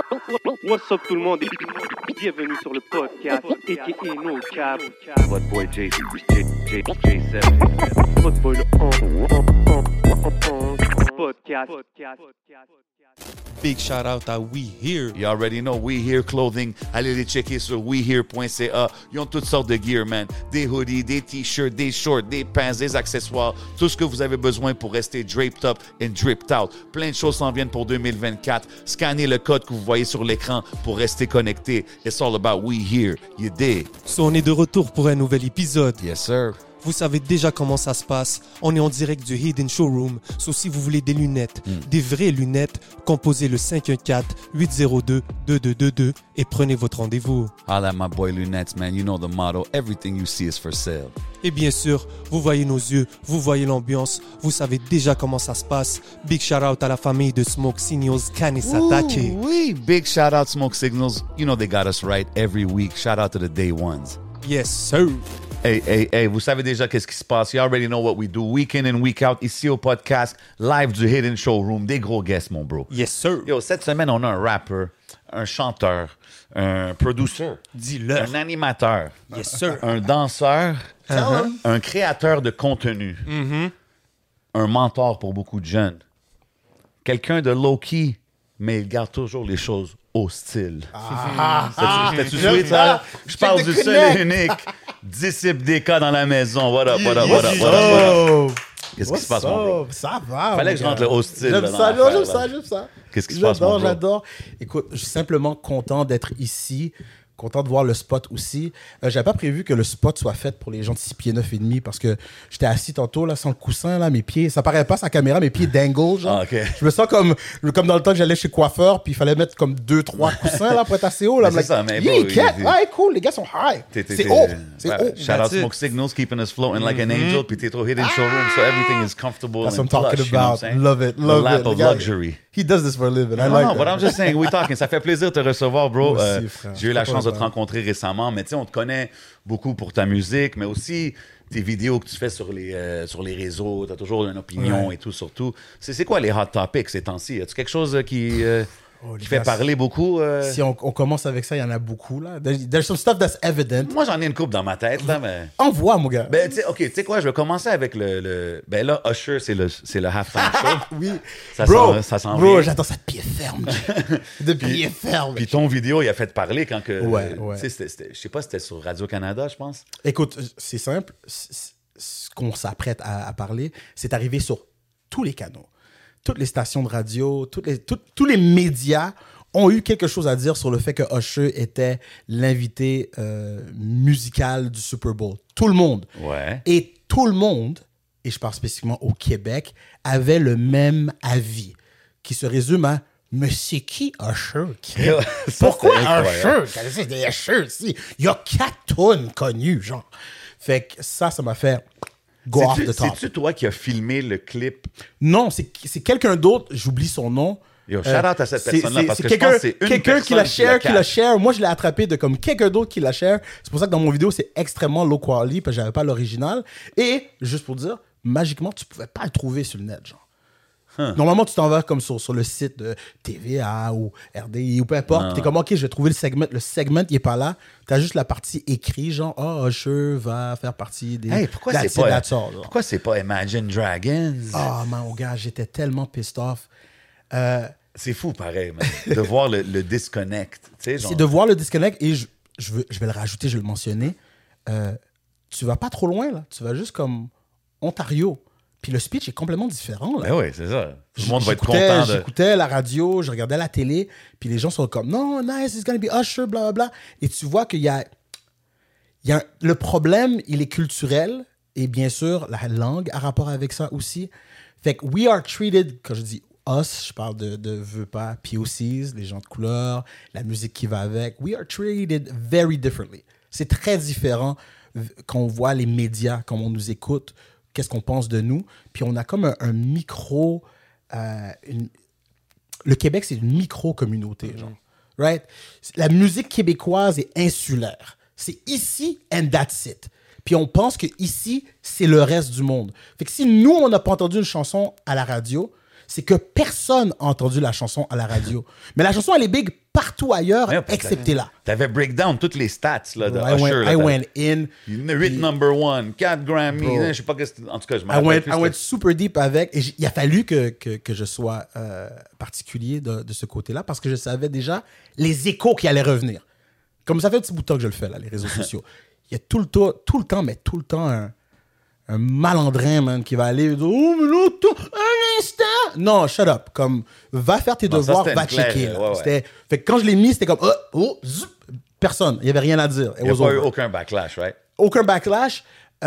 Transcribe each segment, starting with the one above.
What's up tout le monde et bienvenue sur le podcast a.k.a. No Cap. What boy J7. Votre boy le podcast. Big shout out à We Here. You already know We Here Clothing. Allez les checker sur wehere.ca. Ils ont toutes sortes de gear, man. Des hoodies, des t-shirts, des shorts, des pants, des accessoires. Tout ce que vous avez besoin pour rester draped up and dripped out. Plein de choses s'en viennent pour 2024. Scannez le code que vous voyez sur l'écran pour rester connecté. It's all about We Here. You dig? So, on est de retour pour un nouvel épisode. Yes, sir. Vous savez déjà comment ça se passe. On est en direct du Hidden Showroom. So, si vous voulez des lunettes, des vraies lunettes, composez le 514-802-2222 et prenez votre rendez-vous. Holla at my boy Lunettes, man. You know the motto. Everything you see is for sale. Et bien sûr, vous voyez nos yeux, vous voyez l'ambiance, vous savez déjà comment ça se passe. Big shout out à la famille de Smoke Signals Kanisatake. Ooh, oui. Big shout out Smoke Signals. You know they got us right every week. Shout out to the day ones. Yes, sir. Hey, vous savez déjà qu'est-ce qui se passe. You already know what we do. Week in and week out, ici au podcast, live du Hidden Showroom. Des gros guests, mon bro. Yes, sir. Yo, cette semaine, on a un rapper, un chanteur, un producer, Dis-le. un animateur, Yes, sir. un danseur, un créateur de contenu, un mentor pour beaucoup de jeunes, quelqu'un de low-key, mais il garde toujours les choses hostiles. T'as-tu sweet, ça? Je parle du seul et unique disciple DK dans la maison. What up? Qu'est-ce qui se passe, mon bro? Ça va. Fallait que je rentre le hostile. J'aime là, dans ça, l'affaire, j'aime là. ça. Qu'est-ce qui se passe, mon bro? J'adore. Écoute, je suis simplement content d'être ici. Content de voir le spot aussi. J'avais pas prévu que le spot soit fait pour les gens de 6 pieds 9 et demi parce que j'étais assis tantôt là, sans le coussin, là, mes pieds, ça paraît pas sa caméra, mes pieds dangle, genre. Ah, ok. Je me sens comme dans le temps que j'allais chez coiffeur, puis il fallait mettre comme 2-3 coussins là pour être assez haut. Là. Mais c'est ça, mais yeah, bro, cat. il- Ouais, cool, les gars sont high. C'est haut. C'est haut. Shout out That's it. Smoke Signals, keeping us floating like an angel. Puis t'es trop hidden showroom, so everything is comfortable That's and what I'm talking plush, you know what I'm about. saying? Love it, The love lap it. of The guy- luxury. He does this for a living. I No, like no, that. but I'm just saying, we talking. Ça fait plaisir de te recevoir, bro. Moi aussi, frère. J'ai eu la chance de te rencontrer récemment, mais tu sais, on te connaît beaucoup pour ta musique, mais aussi tes vidéos que tu fais sur les réseaux. Tu as toujours une opinion Ouais. et tout, surtout. C'est quoi les hot topics ces temps-ci? As-tu quelque chose qui les fait gars, parler beaucoup? Si on commence avec ça, il y en a beaucoup là. There's some stuff that's evident. Moi, j'en ai une couple dans ma tête, là, mais... Envoie, mon gars. Ben, tu sais quoi, je vais commencer avec Ben là, Usher, c'est le halftime show. Oui. Ça Bro, s'en bro, vient. j'attends ça de pied ferme. De pied ferme. Puis ton vidéo, il a fait parler quand que... Ouais. Tu sais, je sais pas, c'était sur Radio-Canada, je pense. Écoute, c'est simple. Ce qu'on s'apprête à parler, c'est arrivé sur tous les canaux. Toutes les stations de radio, tous les médias ont eu quelque chose à dire sur le fait que Usher était l'invité musical du Super Bowl. Tout le monde. Ouais. Et tout le monde, et je parle spécifiquement au Québec, avait le même avis qui se résume à « Mais c'est qui Usher? Ça, Pourquoi c'était incroyable. Usher? C'est des Usher ici. Il y a 4 tonnes connues, genre. » Fait que ça m'a fait go off the top. C'est-tu toi qui as filmé le clip? Non, c'est quelqu'un d'autre, j'oublie son nom. Yo, shout out à cette personne-là, parce que je quelqu'un, pense que c'est une quelqu'un qui la personne share, Moi, je l'ai attrapé de comme quelqu'un d'autre qui la share. C'est pour ça que dans mon vidéo, c'est extrêmement low quality, parce que j'avais pas l'original. Et, juste pour dire, magiquement, tu pouvais pas le trouver sur le net, genre. Normalement, tu t'en vas comme sur le site de TVA ou RDI ou peu importe. T'es comme, OK, je vais trouver le segment. Le segment, il est pas là. T'as juste la partie écrite, genre, Usher va faire partie des... Hey, pourquoi That's c'est pas... it, that's all, genre. Pourquoi c'est pas Imagine Dragons? Oh, mon gars, j'étais tellement pissed off. C'est fou, pareil, man, de voir le disconnect. Tu sais, genre... C'est de voir le disconnect et je vais le rajouter, je vais le mentionner. Tu vas pas trop loin, là. Tu vas juste comme Ontario. Puis le speech est complètement différent, là. Ben oui, c'est ça. Tout le monde va être content de... J'écoutais la radio, je regardais la télé, puis les gens sont comme, non, nice, it's gonna be Usher, blablabla. Et tu vois qu'il y a le problème, il est culturel, et bien sûr, la langue a rapport avec ça aussi. Fait que we are treated, quand je dis us, je parle de veux pas, POCs, les gens de couleur, la musique qui va avec. We are treated very differently. C'est très différent quand on voit les médias, quand on nous écoute, qu'est-ce qu'on pense de nous. Puis on a comme un micro... Le Québec, c'est une micro-communauté, genre. Right? La musique québécoise est insulaire. C'est ici and that's it. Puis on pense que ici, c'est le reste du monde. Fait que si nous, on n'a pas entendu une chanson à la radio, c'est que personne n'a entendu la chanson à la radio. Mais la chanson, elle est big partout ailleurs, Ouais, excepté là. T'avais breakdown toutes les stats là, de I Usher. went in. 8 number one, 4 Grammy, Bro. je sais pas qu'est-ce que... En tout cas, je me I rappelle plus. went super deep avec. Et il a fallu que je sois particulier de ce côté-là parce que je savais déjà les échos qui allaient revenir. Comme ça fait un petit bout de temps que je le fais, là, les réseaux sociaux. Il y a tout le temps un malandrin, man, qui va aller dire, oh, mais là, un instant. Non, shut up. Comme, va faire tes devoirs, c'était va une claire, checker. Là. ouais. Fait que quand je l'ai mis, c'était comme, zoup, personne. Il n'y avait rien à dire. Il n'y a pas eu aucun backlash, right? Aucun backlash.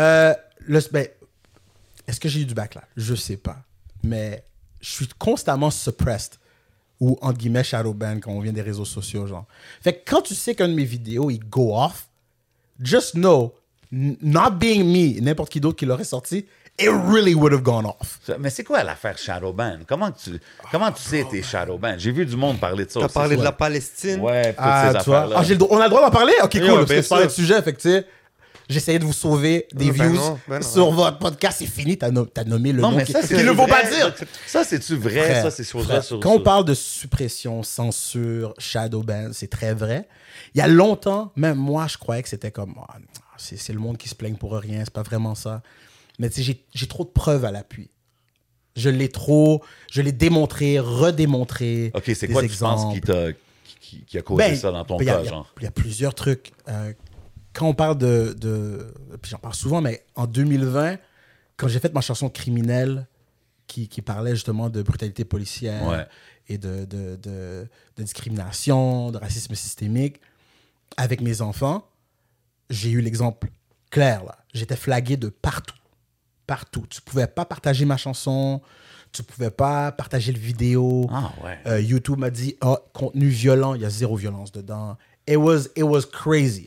Est-ce que j'ai eu du backlash? Je sais pas. Mais je suis constamment suppressed ou, entre guillemets, shadowban quand on vient des réseaux sociaux, genre. Fait que quand tu sais qu'un de mes vidéos, il go off, just know, not being me, n'importe qui d'autre qui l'aurait sorti, it really would have gone off. Mais c'est quoi l'affaire Shadowban? Comment tu sais t'es Shadowban? J'ai vu du monde parler de ça T'as aussi. parlé de la Palestine. Ouais, toutes ces Tu vois? affaires-là. On a le droit d'en parler? Ok, cool, Ouais, parce bien que tu parlais de sûr. sujet, fait que tu sais, j'essayais de vous sauver des Ben views non, sur votre podcast, c'est fini, t'as nommé le Non, nom mais qui ça, c'est ne vaut vrai. pas dire. Ça, c'est-tu vrai? Frère, Ça, c'est chose frère, sur quand on parle de suppression, censure, shadowban, c'est très vrai. Il y a longtemps, même moi, je croyais que c'était comme, c'est le monde qui se plaigne pour rien, c'est pas vraiment ça. Mais tu sais, j'ai trop de preuves à l'appui. Je l'ai démontré, redémontré. OK, c'est des quoi exemples. tu penses qui a causé ça dans ton cas, genre? Il y a plusieurs trucs. Quand on parle puis j'en parle souvent, mais en 2020, quand j'ai fait ma chanson Criminel, qui parlait justement de brutalité policière Ouais. et de discrimination, de racisme systémique, avec mes enfants, j'ai eu l'exemple clair, là. J'étais flagué de partout. Partout. Tu pouvais pas partager ma chanson, tu pouvais pas partager le vidéo. Ah, ouais. YouTube m'a dit, contenu violent, il y a zéro violence dedans. It was crazy.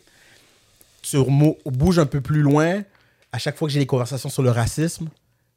Tu bouges un peu plus loin, à chaque fois que j'ai des conversations sur le racisme,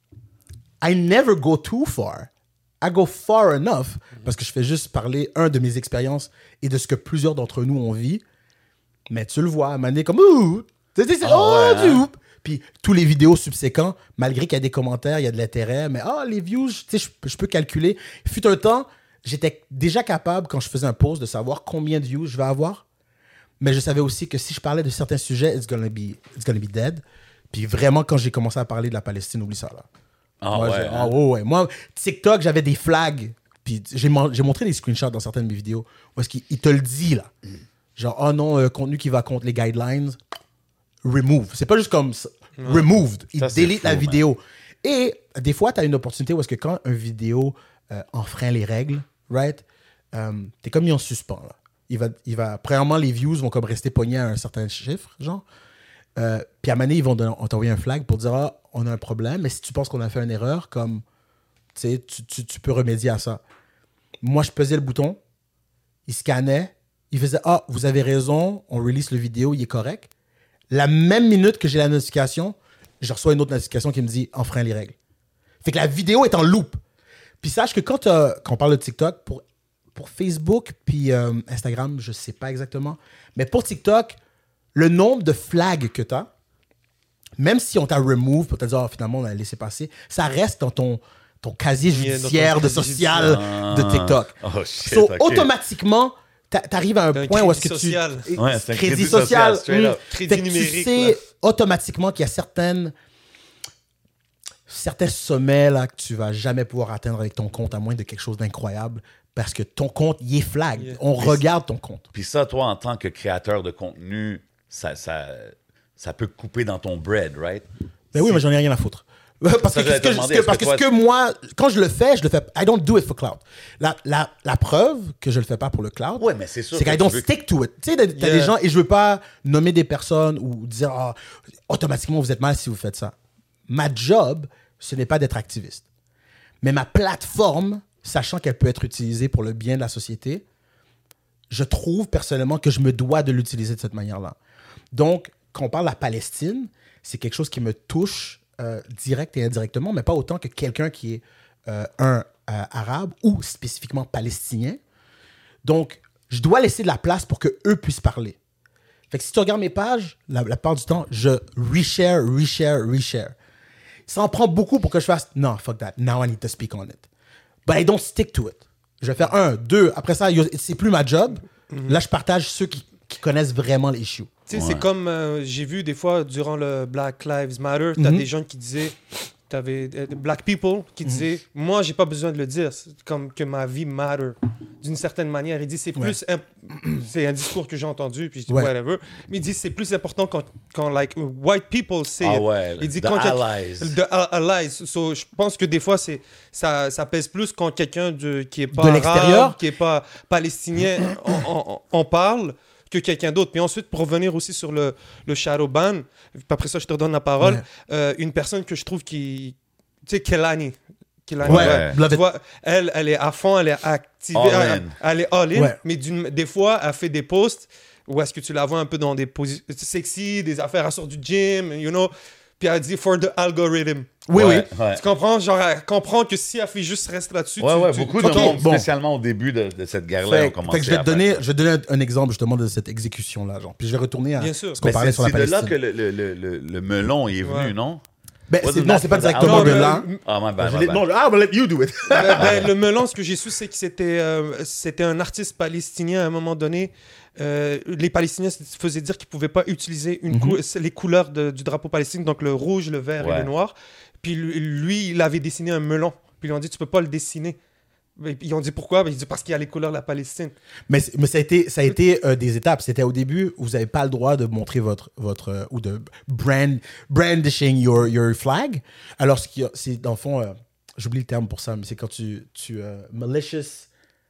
I never go too far. I go far enough, parce que je fais juste parler, de mes expériences et de ce que plusieurs d'entre nous ont vu. Mais tu le vois, à un moment donné, comme, ouh, ouais, hein? Puis tous les vidéos subséquents, malgré qu'il y a des commentaires, il y a de l'intérêt, mais les views, tu sais, je peux calculer. Fut un temps, j'étais déjà capable, quand je faisais un post, de savoir combien de views je vais avoir. Mais je savais aussi que si je parlais de certains sujets, it's gonna be dead. Puis vraiment, quand j'ai commencé à parler de la Palestine, oublie ça, là. Ouais. Moi, TikTok, j'avais des flags. Puis j'ai montré des screenshots dans certaines de mes vidéos où est-ce qu'il te le dit, là. Genre, non, contenu qui va contre les guidelines, remove. C'est pas juste comme ça. Removed. Il Ça, c'est délite fou, la man. vidéo. Et des fois, tu as une opportunité où est-ce que quand une vidéo enfreint les règles, right, t'es comme mis en suspens, là. Premièrement, les views vont comme rester pognés à un certain chiffre, genre. Puis à un moment donné, ils vont t'envoyer un flag pour dire, on a un problème, mais si tu penses qu'on a fait une erreur, comme, tu sais, tu peux remédier à ça. Moi, je pesais le bouton, il scannait, il faisait, vous avez raison, on release le vidéo, il est correct. La même minute que j'ai la notification, je reçois une autre notification qui me dit, enfreint les règles. Fait que la vidéo est en loop. Puis sache que quand on parle de TikTok, pour Facebook puis Instagram, je sais pas exactement, mais pour TikTok, le nombre de flags que tu as, même si on t'a remove pour te dire finalement on a laissé passer, ça reste dans ton casier judiciaire de social de TikTok. Oh shit, So, ok. automatiquement, t'arrives à un Un point où est-ce que crédit social. Ouais, c'est un crédit crédit social. social, straight up. Crédit Fait que numérique, tu sais là. automatiquement qu'il y a certains sommets là, que tu vas jamais pouvoir atteindre avec ton compte, à moins de quelque chose d'incroyable, parce que ton compte, il est flag. Yeah. On regarde ton compte. Puis ça, toi, en tant que créateur de contenu, ça peut couper dans ton bread, right? Ben oui, mais j'en ai rien à foutre. Parce que, j'allais te demander, parce que moi, quand je le fais, I don't do it for cloud. La preuve que je le fais pas pour le cloud, Ouais, mais c'est sûr c'est que I tu don't veux- stick to it. Tu sais, t'as des gens, et je veux pas nommer des personnes ou dire automatiquement vous êtes mal si vous faites ça. Ma job, ce n'est pas d'être activiste. Mais ma plateforme, sachant qu'elle peut être utilisée pour le bien de la société, je trouve personnellement que je me dois de l'utiliser de cette manière-là. Donc, quand on parle de la Palestine, c'est quelque chose qui me touche direct et indirectement, mais pas autant que quelqu'un qui est arabe ou spécifiquement palestinien. Donc, je dois laisser de la place pour qu'eux puissent parler. Fait que si tu regardes mes pages, la plupart du temps, je reshare. Ça en prend beaucoup pour que je fasse « Non, fuck that. Now I need to speak on it. » But I don't stick to it. Je vais faire 1, 2, après ça, c'est plus ma job. Là, je partage ceux qui connaissent vraiment l'issue. Tu sais, c'est comme j'ai vu des fois durant le Black Lives Matter, t'as des gens qui disaient, t'avais Black people qui disaient, moi, j'ai pas besoin de le dire, c'est comme que ma vie matter d'une certaine manière. Il dit, c'est plus, c'est un discours que j'ai entendu, puis je dis whatever. Mais il dit, c'est plus important quand like white people say. Il dit the allies. The allies. So, je pense que des fois, ça pèse plus quand quelqu'un qui est pas de l'extérieur, arabe, qui est pas palestinien, on parle. Que quelqu'un d'autre. Puis ensuite, pour revenir aussi sur le shadow ban, après ça, je te redonne la parole. Une personne que je trouve qui... Tu sais, Kelani. Tu vois, elle est à fond, elle est activée, elle est all-in, mais des fois, elle fait des posts où est-ce que tu la vois un peu dans des positions sexy, des affaires, elle sort du gym, you know, puis elle dit « for the algorithm ». Oui. Tu comprends? Genre, elle comprend que si elle fait juste rester là-dessus... beaucoup de monde, spécialement au début de cette guerre-là, ont commencé je vais te donner un exemple, justement, de cette exécution-là. Genre. Puis je vais retourner à ce qu'on parlait sur la Palestine. C'est de là que le melon est venu, non? Non, c'est pas directement de là. Non, I'll let you do it. Le melon, ce que j'ai su, c'est que c'était un artiste palestinien à un moment donné. Les Palestiniens se faisaient dire qu'ils ne pouvaient pas utiliser les couleurs du drapeau palestinien, donc le rouge, le vert et le noir. Puis lui, il avait dessiné un melon. Puis ils lui ont dit, tu ne peux pas le dessiner. Et ils ont dit pourquoi? Il dit parce qu'il y a les couleurs de la Palestine. Mais ça a été des étapes. C'était au début, vous n'avez pas le droit de montrer votre ou de brandishing your flag. Alors, c'est dans le fond, j'oublie le terme pour ça, mais c'est quand tu malicious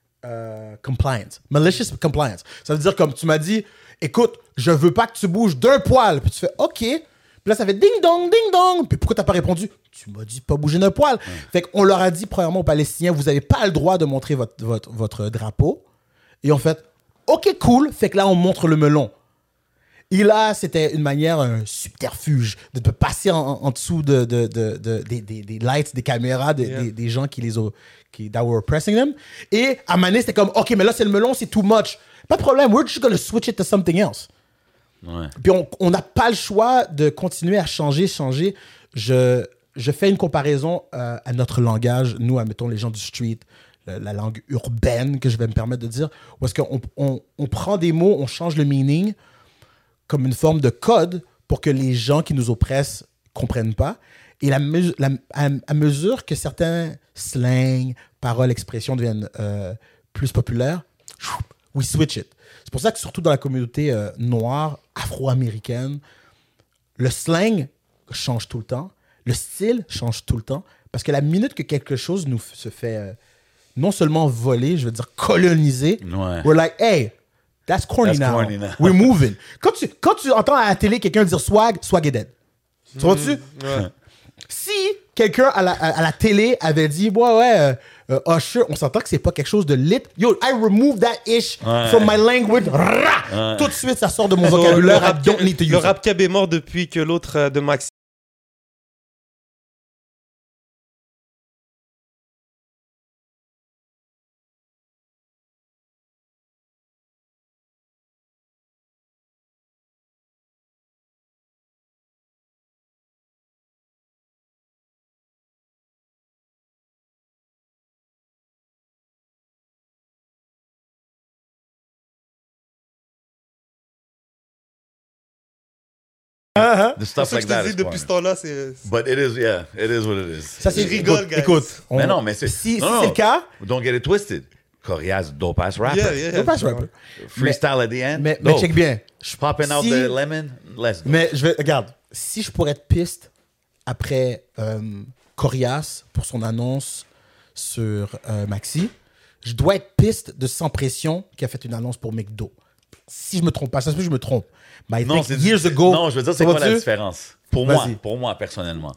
compliance. Malicious compliance. Ça veut dire comme tu m'as dit, écoute, je veux pas que tu bouges d'un poil. Puis tu fais, OK. Puis là, ça fait ding dong, ding dong. Puis pourquoi t'as pas répondu? Tu m'as dit pas bouger d'un poil. Fait qu'on leur a dit, premièrement, aux Palestiniens, vous avez pas le droit de montrer votre drapeau. Et en fait, OK, cool. Fait que là, on montre le melon. Et là, c'était une manière, un subterfuge, de passer en dessous des lights, des caméras, des gens that were pressing them. Et à Mané, c'était comme, OK, mais là, c'est le melon, c'est too much. Pas de problème, we're just gonna switch it to something else. Puis on n'a pas le choix de continuer à changer. Je fais une comparaison à notre langage, nous, admettons, les gens du street, la langue urbaine, que je vais me permettre de dire, où est-ce qu'on prend des mots, on change le meaning comme une forme de code pour que les gens qui nous oppressent comprennent pas. Et à mesure que certains slangs, paroles, expressions deviennent plus populaires, we switch it. C'est pour ça que surtout dans la communauté noire, afro-américaine, le slang change tout le temps, le style change tout le temps, parce que la minute que quelque chose se fait non seulement voler, je veux dire coloniser, we're like, hey, that's corny now. We're moving. Quand tu entends à la télé quelqu'un dire swag est dead. Tu vois-tu? Si quelqu'un à la télé avait dit, Usher, on s'entend que c'est pas quelque chose de lit. Yo, I remove that ish from my language. Tout de suite, ça sort de mon vocabulaire. I don't need to use le rap cab est mort depuis que l'autre de Maxi. The stuff like that. Depuis ce temps-là, c'est. But it is what it is. Ça, c'est rigole, guys. Écoute, mais non, mais c'est. Si c'est le cas. Don't get it twisted. Corias, dope ass rapper. Dope ass rapper. Freestyle at the end. Mais check bien. Popping out the lemon, let's go. Mais regarde, si je pourrais être piste après Corias pour son annonce sur Maxi, je dois être piste de Sans Pression qui a fait une annonce pour McDo. Si je me trompe pas, ça se peut que je me trompe. Mais non, years ago. Non, je veux dire, c'est quoi la différence? Pour moi, personnellement.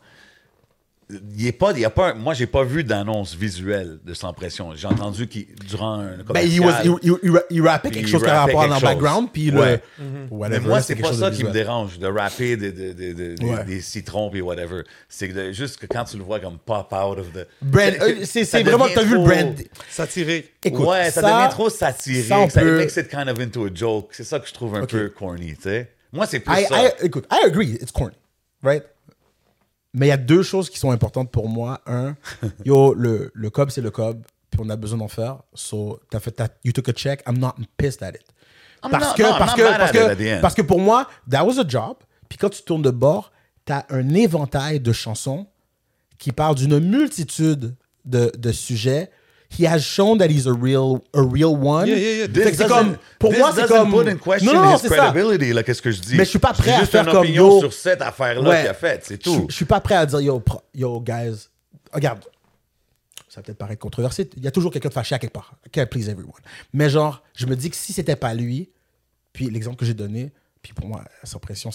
Moi, j'ai pas vu d'annonce visuelle de Sans Pression. J'ai entendu durant un commercial... il rappait quelque chose qui avait rapport dans le background, puis mais moi, c'est pas ça qui me dérange, de rapper des citrons, puis whatever. C'est juste que quand tu le vois comme pop out of the... c'est vraiment que t'as vu le brand... Satirique. Écoute, ça devient trop satirique. Ça makes it kind of into a joke. C'est ça que je trouve un peu corny, tu sais. Moi, c'est plus ça. Écoute, I agree, it's corny, right? Mais il y a deux choses qui sont importantes pour moi. Un, le cob, c'est le cob. puis on a besoin d'en faire. So, you took a check. I'm not pissed at it. I'm not mad at it at the end. Parce que pour moi, that was a job. Puis quand tu tournes de bord, t'as un éventail de chansons qui parlent d'une multitude de sujets. He has shown that he's a real one. Yeah. C'est comme, pour moi, c'est comme... Put in question non, his c'est ça. credibility, là, qu'est-ce que je dis? Mais je suis pas prêt à juste faire une comme, opinion yo... sur cette affaire-là qu'il a faite, c'est tout. Je suis pas prêt à dire, yo, guys, regarde, ça va peut-être paraître controversé, il y a toujours quelqu'un de fâché à quelque part. I can't please everyone. Mais genre, je me dis que si c'était pas lui, puis l'exemple que j'ai donné, puis pour moi, Sans Pression,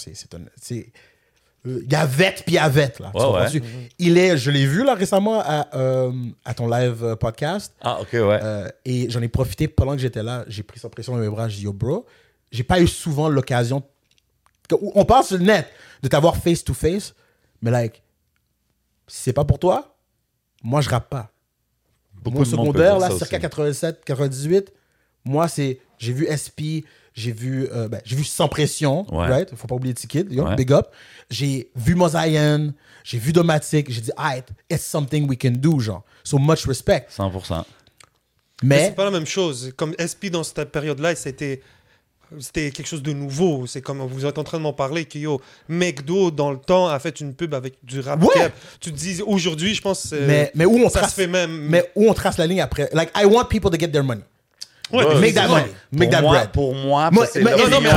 il y a vête puis il y a vête, là. Ouais. Je l'ai vu, là, récemment, à ton live podcast. Ah, OK, ouais. Et j'en ai profité pendant que j'étais là. J'ai pris Sans Pression dans mes bras. J'ai dit, yo, bro, j'ai pas eu souvent l'occasion... On parle sur le net de t'avoir face-to-face, mais, like, si c'est pas pour toi, moi, je rappe pas. Mon secondaire, là, circa 87, 98, moi, c'est... J'ai vu SP... J'ai vu Sans Pression, right? Faut pas oublier T-Kid, big up. J'ai vu Mosaïen, j'ai vu Domatic. J'ai dit, it's something we can do, genre. So much respect. 100%. Mais c'est pas la même chose. Comme SP dans cette période-là, c'était quelque chose de nouveau. C'est comme vous êtes en train de m'en parler que McDo dans le temps a fait une pub avec du rap. Ouais. Tu te dis aujourd'hui, je pense mais où on ça trace, se fait même. Mais où on trace la ligne après? Like, I want people to get their money. Ouais, make that money. Make that bread. Pour moi, Is it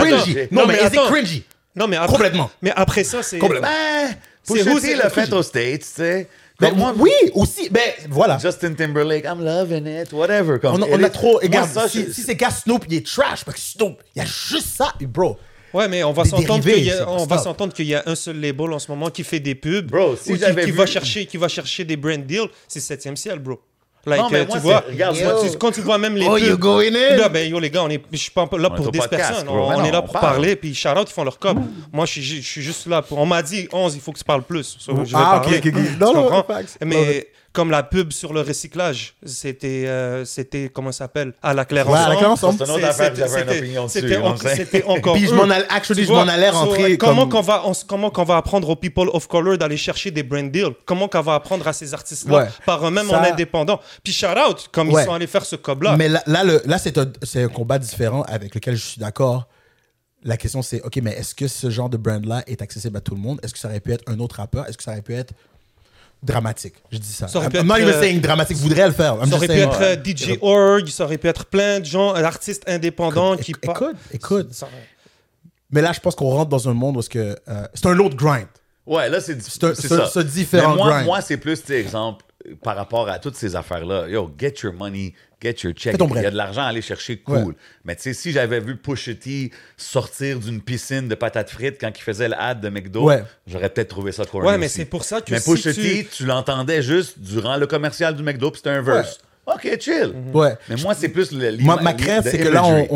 cringy? Non, mais après, complètement. Mais après ça, c'est. Complètement. Pusha T l'a fait aux States, tu sais. Ben, oui, aussi. Ben, voilà. Justin Timberlake, I'm loving it, whatever. Comme, on a trop. Regarde, ça, si c'est qu'à Snoop, il est trash, parce que Snoop, il y a juste ça, bro. Ouais, mais on va Des s'entendre dérivés, qu'il y a un seul label en ce moment qui fait des pubs. Bro, si j'avais qui vu- va chercher des brand deals, c'est 7e ciel, bro. Like, Non, mais moi, tu vois, regarde, quand tu vois même les pubs. you going in? Là, ben, les gars, je suis pas là On pour est au 10 podcast, personnes. bro. On Ouais, est là non, pour on parle. parler, puis shout-out, ils font leur cop. Moi, je suis juste là pour... On m'a dit, 11, il faut que tu parles plus. So, je vais parler. ok. Tu Non, comprends? facts. Mais comme la pub sur le recyclage, c'était comment ça s'appelle? À la Claire Ouais, à la Claire ensemble. Ensemble. C'est une autre affaire que j'avais une opinion dessus. C'était encore Puis je eux. m'en allais So, rentrer. comment comme... qu'on va apprendre aux people of color d'aller chercher des brand deals? Comment qu'on va apprendre à ces artistes-là Ouais. par eux-mêmes Ça- en indépendant? Puis shout out, comme Ouais. ils sont allés faire ce cob-là. Mais là c'est un combat différent avec lequel je suis d'accord. La question, c'est, OK, mais est-ce que ce genre de brand-là est accessible à tout le monde? Est-ce que ça aurait pu être un autre rappeur? Est-ce que ça aurait pu être dramatique? Je dis ça. Ça aurait pu I'm not être, even saying dramatique. Je voudrais le faire. I'm Ça aurait just pu saying- être DJ Org, ça aurait pu être plein de gens, d'artistes indépendants qui Écoute. Ça- Mais là, je pense qu'on rentre dans un monde où c'est un autre grind. Ouais, là, c'est ça. C'est différent Mais grind. moi, c'est plus, tu sais, exemple, par rapport à toutes ces affaires-là. Yo, get your money, get your check. Fais ton Il y bread. a de l'argent à aller chercher, cool. Ouais. Mais tu sais, si j'avais vu Pusha T sortir d'une piscine de patates frites quand il faisait le ad de McDo, Ouais. j'aurais peut-être trouvé ça corny Ouais, mais aussi. c'est pour ça que Mais si Pusha tu... T, tu l'entendais juste durant le commercial du McDo, puis c'était un verse. OK, chill. Ouais. Mais moi, c'est plus Ma crainte, c'est que là, on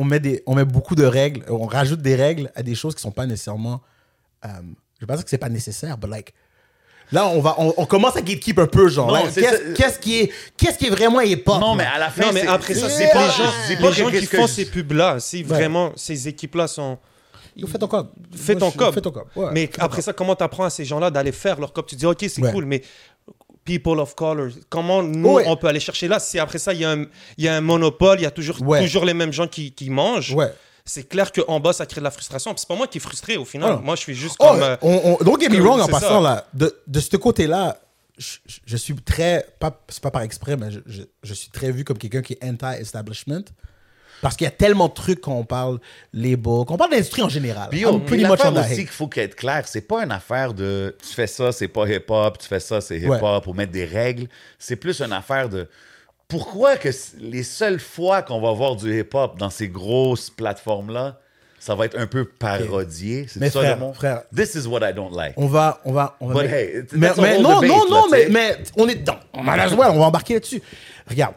met beaucoup de règles, on rajoute des règles à des choses qui sont pas nécessairement. Je vais pas dire que c'est pas nécessaire, but like. Là, on commence à gatekeep un peu, genre. Non, Là, c'est qu'est-ce qui est vraiment hip-hop? Non, mais là? à la fin, Non, mais c'est- après ça, je c'est dis pas je dis les pas gens que qui qu'est-ce que font je- ces pubs-là. Si vraiment ces équipes-là sont... Fais ton cop. Fais ton cop. Fais ton cop. Ouais, Mais fais ton après cop. ça, comment t'apprends à ces gens-là d'aller faire leur cop? Tu dis, OK, c'est Ouais. cool, mais people of color, comment nous, Ouais. on peut aller chercher là? Si après ça, il y a un monopole, il y a toujours les mêmes gens qui mangent. Ouais. C'est clair qu'en bas, ça crée de la frustration. Puis c'est pas moi qui est frustré au final. Oh. Moi, je suis juste Oh, comme... don't get me wrong en c'est passant, ça. là. De ce côté-là, je suis très. C'est pas par exprès, mais je suis très vu comme quelqu'un qui est anti-establishment. Parce qu'il y a tellement de trucs quand on parle label, quand on parle d'industrie en général. Puis, I'm pretty much l'affaire on that aussi hate. qu'il faut qu'être clair, c'est pas une affaire de tu fais ça, c'est pas hip-hop, tu fais ça, c'est hip-hop, pour mettre des règles. C'est plus une affaire de pourquoi que les seules fois qu'on va voir du hip-hop dans ces grosses plateformes-là, ça va être un peu parodié. C'est Mais ça frère, le mot? frère. This is what I don't like. On va But hey, mais that's a whole non, debate, non, là, tu sais. mais on est dedans. On va embarquer là-dessus. Regarde,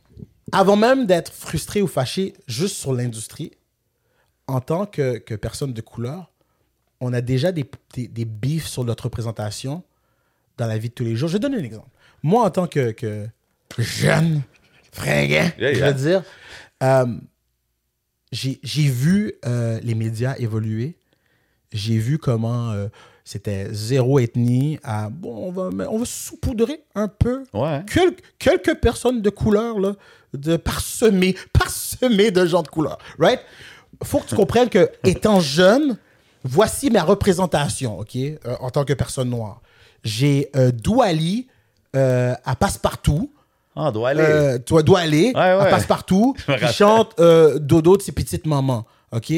avant même d'être frustré ou fâché juste sur l'industrie, en tant que personne de couleur, on a déjà des beefs sur notre représentation dans la vie de tous les jours. Je vais donner un exemple. Moi, en tant que jeune, fringant, je veux dire, j'ai vu les médias évoluer. J'ai vu comment C'était zéro ethnie. Bon, on va saupoudrer un peu. Ouais. Quelques personnes de couleur, là, parsemées de gens de couleur. Right? Faut que tu comprennes que, étant jeune, voici ma représentation, OK, en tant que personne noire. J'ai Douali à Passe-Partout. Ah, doit aller. Doit aller Ouais, à ouais. Passe-Partout. Qui chante Dodo de ses petites mamans. OK?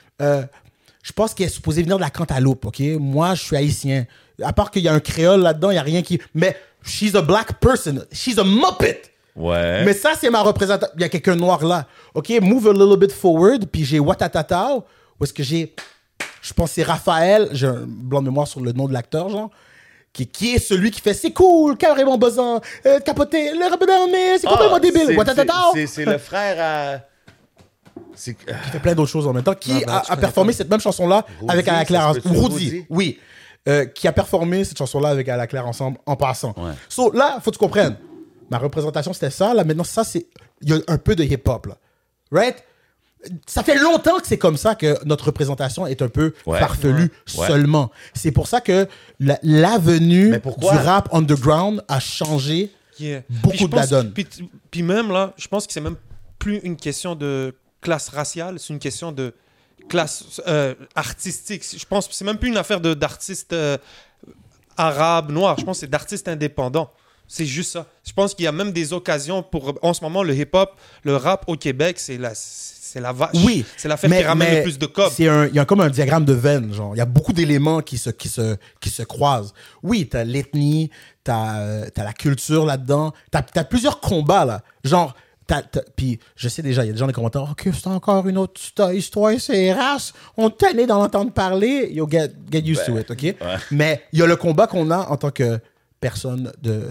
Je pense qu'elle est supposée venir de la Cantaloupe. OK? Moi, je suis haïtien. À part qu'il y a un créole là-dedans, il n'y a rien qui. Mais she's a black person. She's a Muppet. Ouais. Mais ça, c'est ma représentation. Il y a quelqu'un de noir là. OK? Move a little bit forward. Puis j'ai Watatatao. Où est-ce que j'ai. Je pense que c'est Raphaël. J'ai un blanc de mémoire sur le nom de l'acteur, genre. Qui est celui qui fait c'est cool, carrément buzzant, capoter, le répéter, mais c'est complètement débile. Watatatao. C'est le frère à. Qui fait plein d'autres choses en même temps. Qui a performé cette même chanson-là avec Ala Claire ensemble. Rudy, oui. Qui a performé cette chanson-là avec Ala Claire ensemble en passant. Ouais. So là, faut que tu comprennes. Ma représentation, c'était ça. Là, maintenant, ça, c'est. Il y a un peu de hip-hop, là. Right? Ça fait longtemps que c'est comme ça que notre représentation est un peu farfelue seulement. C'est pour ça que l'avenue du rap underground a changé beaucoup de la donne. Puis même là, je pense que c'est même plus une question de classe raciale, c'est une question de classe artistique. Je pense que c'est même plus une affaire d'artistes arabes, noirs. Je pense que c'est d'artistes indépendants. C'est juste ça. Je pense qu'il y a même des occasions pour... En ce moment, le hip-hop, le rap au Québec, c'est la vache. Oui. C'est l'affaire qui ramène le plus de cob. Il y a comme un diagramme de veine, genre. Il y a beaucoup d'éléments qui se croisent. Oui, t'as l'ethnie, t'as la culture là-dedans. T'as plusieurs combats, là. Genre, puis je sais déjà, il y a des gens dans les commentaires, « OK, c'est encore une autre histoire, c'est race. On tenait d'en entendre parler. Yo, get used to it, OK? Ouais. Mais il y a le combat qu'on a en tant que personne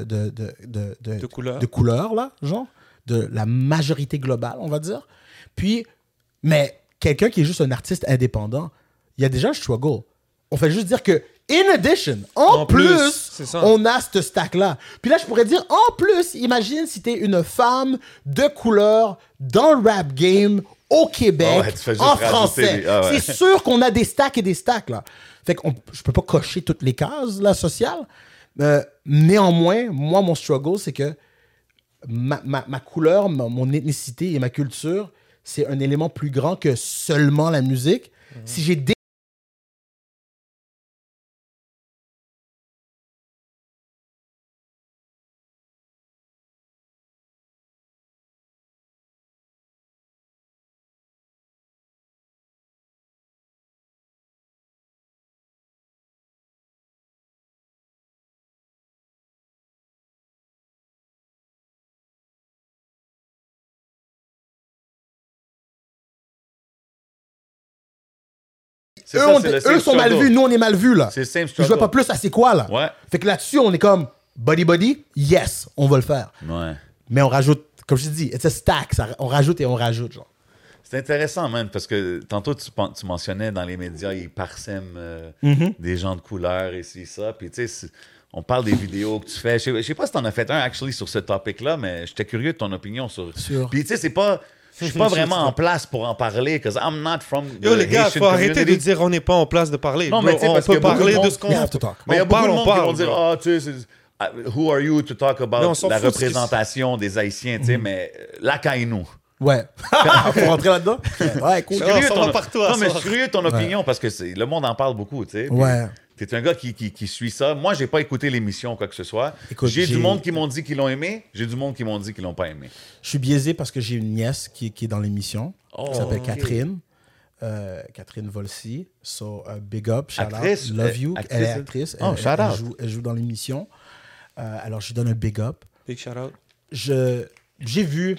de couleur, là, genre, de la majorité globale, on va dire. Puis, mais quelqu'un qui est juste un artiste indépendant, il y a déjà un struggle. On fait juste dire que, in addition, en plus on a ce stack-là. Puis là, je pourrais dire, en plus, imagine si t'es une femme de couleur dans le rap game au Québec, en français. C'est sûr qu'on a des stacks et des stacks, là. Fait que je peux pas cocher toutes les cases, là, sociales. Néanmoins, moi, mon struggle, c'est que ma couleur, mon ethnicité et ma culture, c'est un élément plus grand que seulement la musique. Si j'ai eux sont mal vus, nous on est mal vus là. C'est le same je struggle. vois pas plus à c'est quoi là. Ouais. Fait que là-dessus on est comme body, yes, on va le faire. Ouais. Mais on rajoute, comme je te dis, it's a stack, on rajoute et on rajoute genre. C'est intéressant, man, parce que tantôt, tu mentionnais dans les médias, ils parsèment des gens de couleur et c'est ça. Puis, tu sais, on parle des vidéos que tu fais. Je sais pas si t'en as fait un, actually, sur ce topic-là, mais j'étais curieux de ton opinion sur... Puis, tu sais, c'est pas... Je suis pas vraiment en place pour en parler, parce que I'm not from the Yo, les gars, Haitian faut arrêter community. de dire on n'est pas en place de parler. Non, mais tu sais, on parce peut que beaucoup parler de de monde- ce qu'on... We have to talk. Mais il y a beaucoup de monde qui vont parle, dire, bro. ah, tu sais, who are you to talk Mais on about s'en la fout, c'est- représentation des Haïtiens, tu sais, mais la caille-nous. Ouais. Faut rentrer là-dedans? Ouais, cool. Je suis curieux ça de va ton- partout à Non, mais je soir. suis curieux de ton opinion parce que le monde en parle beaucoup, tu sais. Puis Ouais. T'es un gars qui suit ça. Moi, j'ai pas écouté l'émission ou quoi que ce soit. Écoute, J'ai du monde qui m'ont dit qu'ils l'ont aimé. J'ai du monde qui m'ont dit qu'ils l'ont pas aimé. Je suis biaisé parce que j'ai une nièce qui est dans l'émission, qui s'appelle Catherine. Catherine Volsi. So, big up, shout Actrice, out, love you. actrice. Elle est actrice. Oh, shout out. Elle joue dans l'émission. Alors, je lui donne un big up. Big shout out. J'ai vu...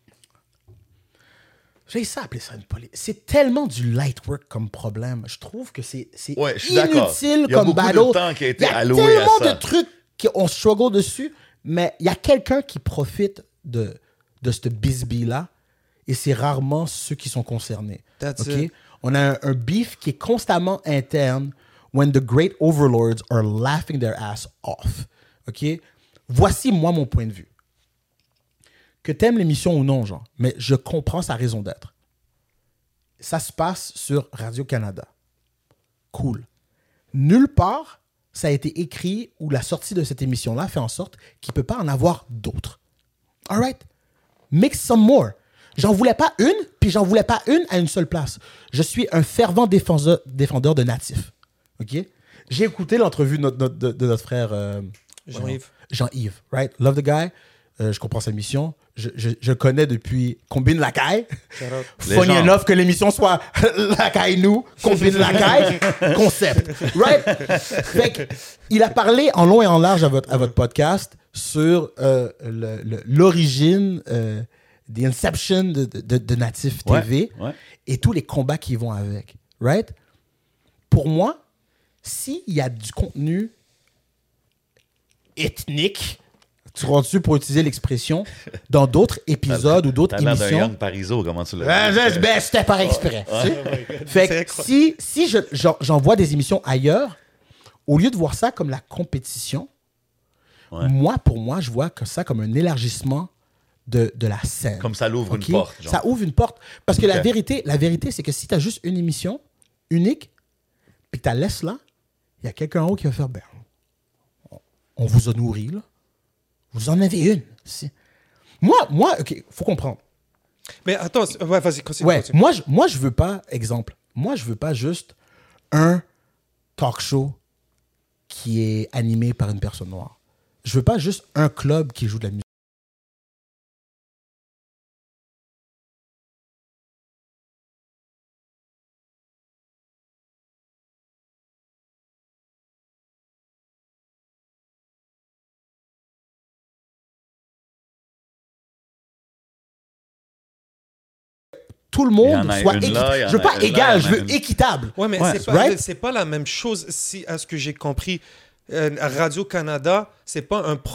J'ai ça appeler ça une police. C'est tellement du light work comme problème. Je trouve que c'est Ouais, je suis d'accord. inutile Il y a comme beaucoup battle. de temps qui a été Il y a alloué à tellement ça. de trucs qu'on struggle dessus, mais il y a quelqu'un qui profite de ce bisbee-là, et c'est rarement ceux qui sont concernés. That's OK? it. On a un beef qui est constamment interne when the great overlords are laughing their ass off. OK? Voici, moi, mon point de vue. Que t'aimes l'émission ou non, genre, mais je comprends sa raison d'être. Ça se passe sur Radio-Canada. Cool. nulle part, ça a été écrit ou la sortie de cette émission-là fait en sorte qu'il ne peut pas en avoir d'autres. All right? Make some more. J'en voulais pas une, puis j'en voulais pas une à une seule place. Je suis un fervent défendeur de natifs. OK? J'ai écouté l'entrevue de notre frère Jean-Yves. Jean-Yves, right? Love the guy. Je comprends sa mission. Je connais depuis Combine la caille. Funny enough que l'émission soit la caille nous, Combine la caille, concept. Right? Fait que, il a parlé en long et en large à votre podcast sur l'origine, the inception de Natif TV et tous les combats qui vont avec. Right? Pour moi, s'il y a du contenu ethnique, tu rentres pour utiliser l'expression dans d'autres épisodes ou d'autres émissions. T'as l'air d'un Young Parizeau, comment tu l'as dit? Ben, c'était par exprès. Fait que si j'en vois des émissions ailleurs, au lieu de voir ça comme la compétition, pour moi, je vois que ça comme un élargissement de la scène. Comme ça l'ouvre une porte. Genre. Ça ouvre une porte. Parce que la vérité, c'est que si tu as juste une émission unique, puis que tu la laisses là, il y a quelqu'un en haut qui va faire, ben, on vous a nourri, là. Vous en avez une. Moi, OK, faut comprendre. Mais attends, vas-y, continue. Moi, je veux pas, exemple, moi, je veux pas juste un talk show qui est animé par une personne noire. Je veux pas juste un club qui joue de la musique. Tout le monde soit équitable. Je veux pas égal, je veux équitable. Ouais, mais c'est pas la même chose si, à ce que j'ai compris. Radio-Canada, c'est pas un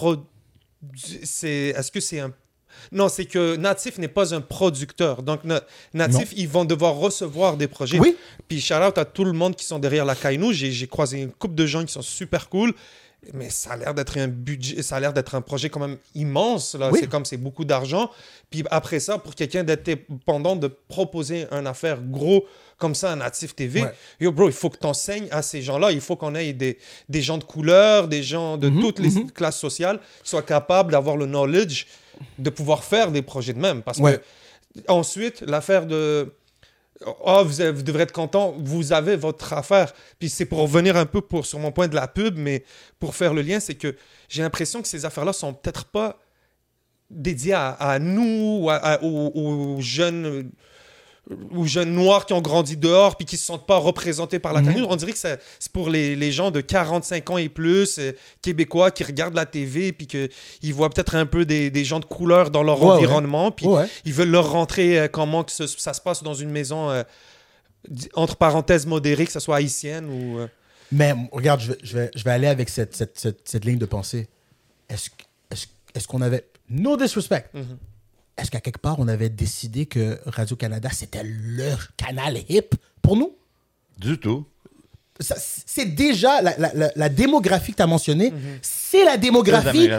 est-ce que c'est un... Non, c'est que Natif n'est pas un producteur. Donc, Natif, ils vont devoir recevoir des projets. Oui. Puis, shout-out à tout le monde qui sont derrière la Kainou. J'ai croisé une couple de gens qui sont super cool. Mais ça a l'air d'être un budget, ça a l'air d'être un projet quand même immense. Là. Oui. C'est beaucoup d'argent. Puis après ça, pour quelqu'un d'indépendant de proposer une affaire gros comme ça à Natif TV, yo bro, il faut que tu enseignes à ces gens-là. Il faut qu'on ait des gens de couleur, des gens de toutes les classes sociales qui soient capables d'avoir le knowledge de pouvoir faire des projets de même. Parce que ensuite, l'affaire de... Oh, vous devrez être content, vous avez votre affaire. Puis c'est pour revenir un peu sur mon point de la pub, mais pour faire le lien, c'est que j'ai l'impression que ces affaires-là sont peut-être pas dédiées à nous, aux jeunes noirs qui ont grandi dehors puis qui ne se sentent pas représentés par la Kainou. On dirait que c'est pour les gens de 45 ans et plus, québécois, qui regardent la TV puis qu'ils voient peut-être un peu des gens de couleur dans leur environnement. Puis ils veulent leur rentrer comment que ça se passe dans une maison, entre parenthèses, modérée, que ce soit haïtienne ou... Mais regarde, je vais aller avec cette ligne de pensée. Est-ce qu'on avait... No disrespect. Est-ce qu'à quelque part, on avait décidé que Radio-Canada, c'était le canal hip pour nous? Du tout. C'est déjà la démographie que tu as mentionnée, c'est la démographie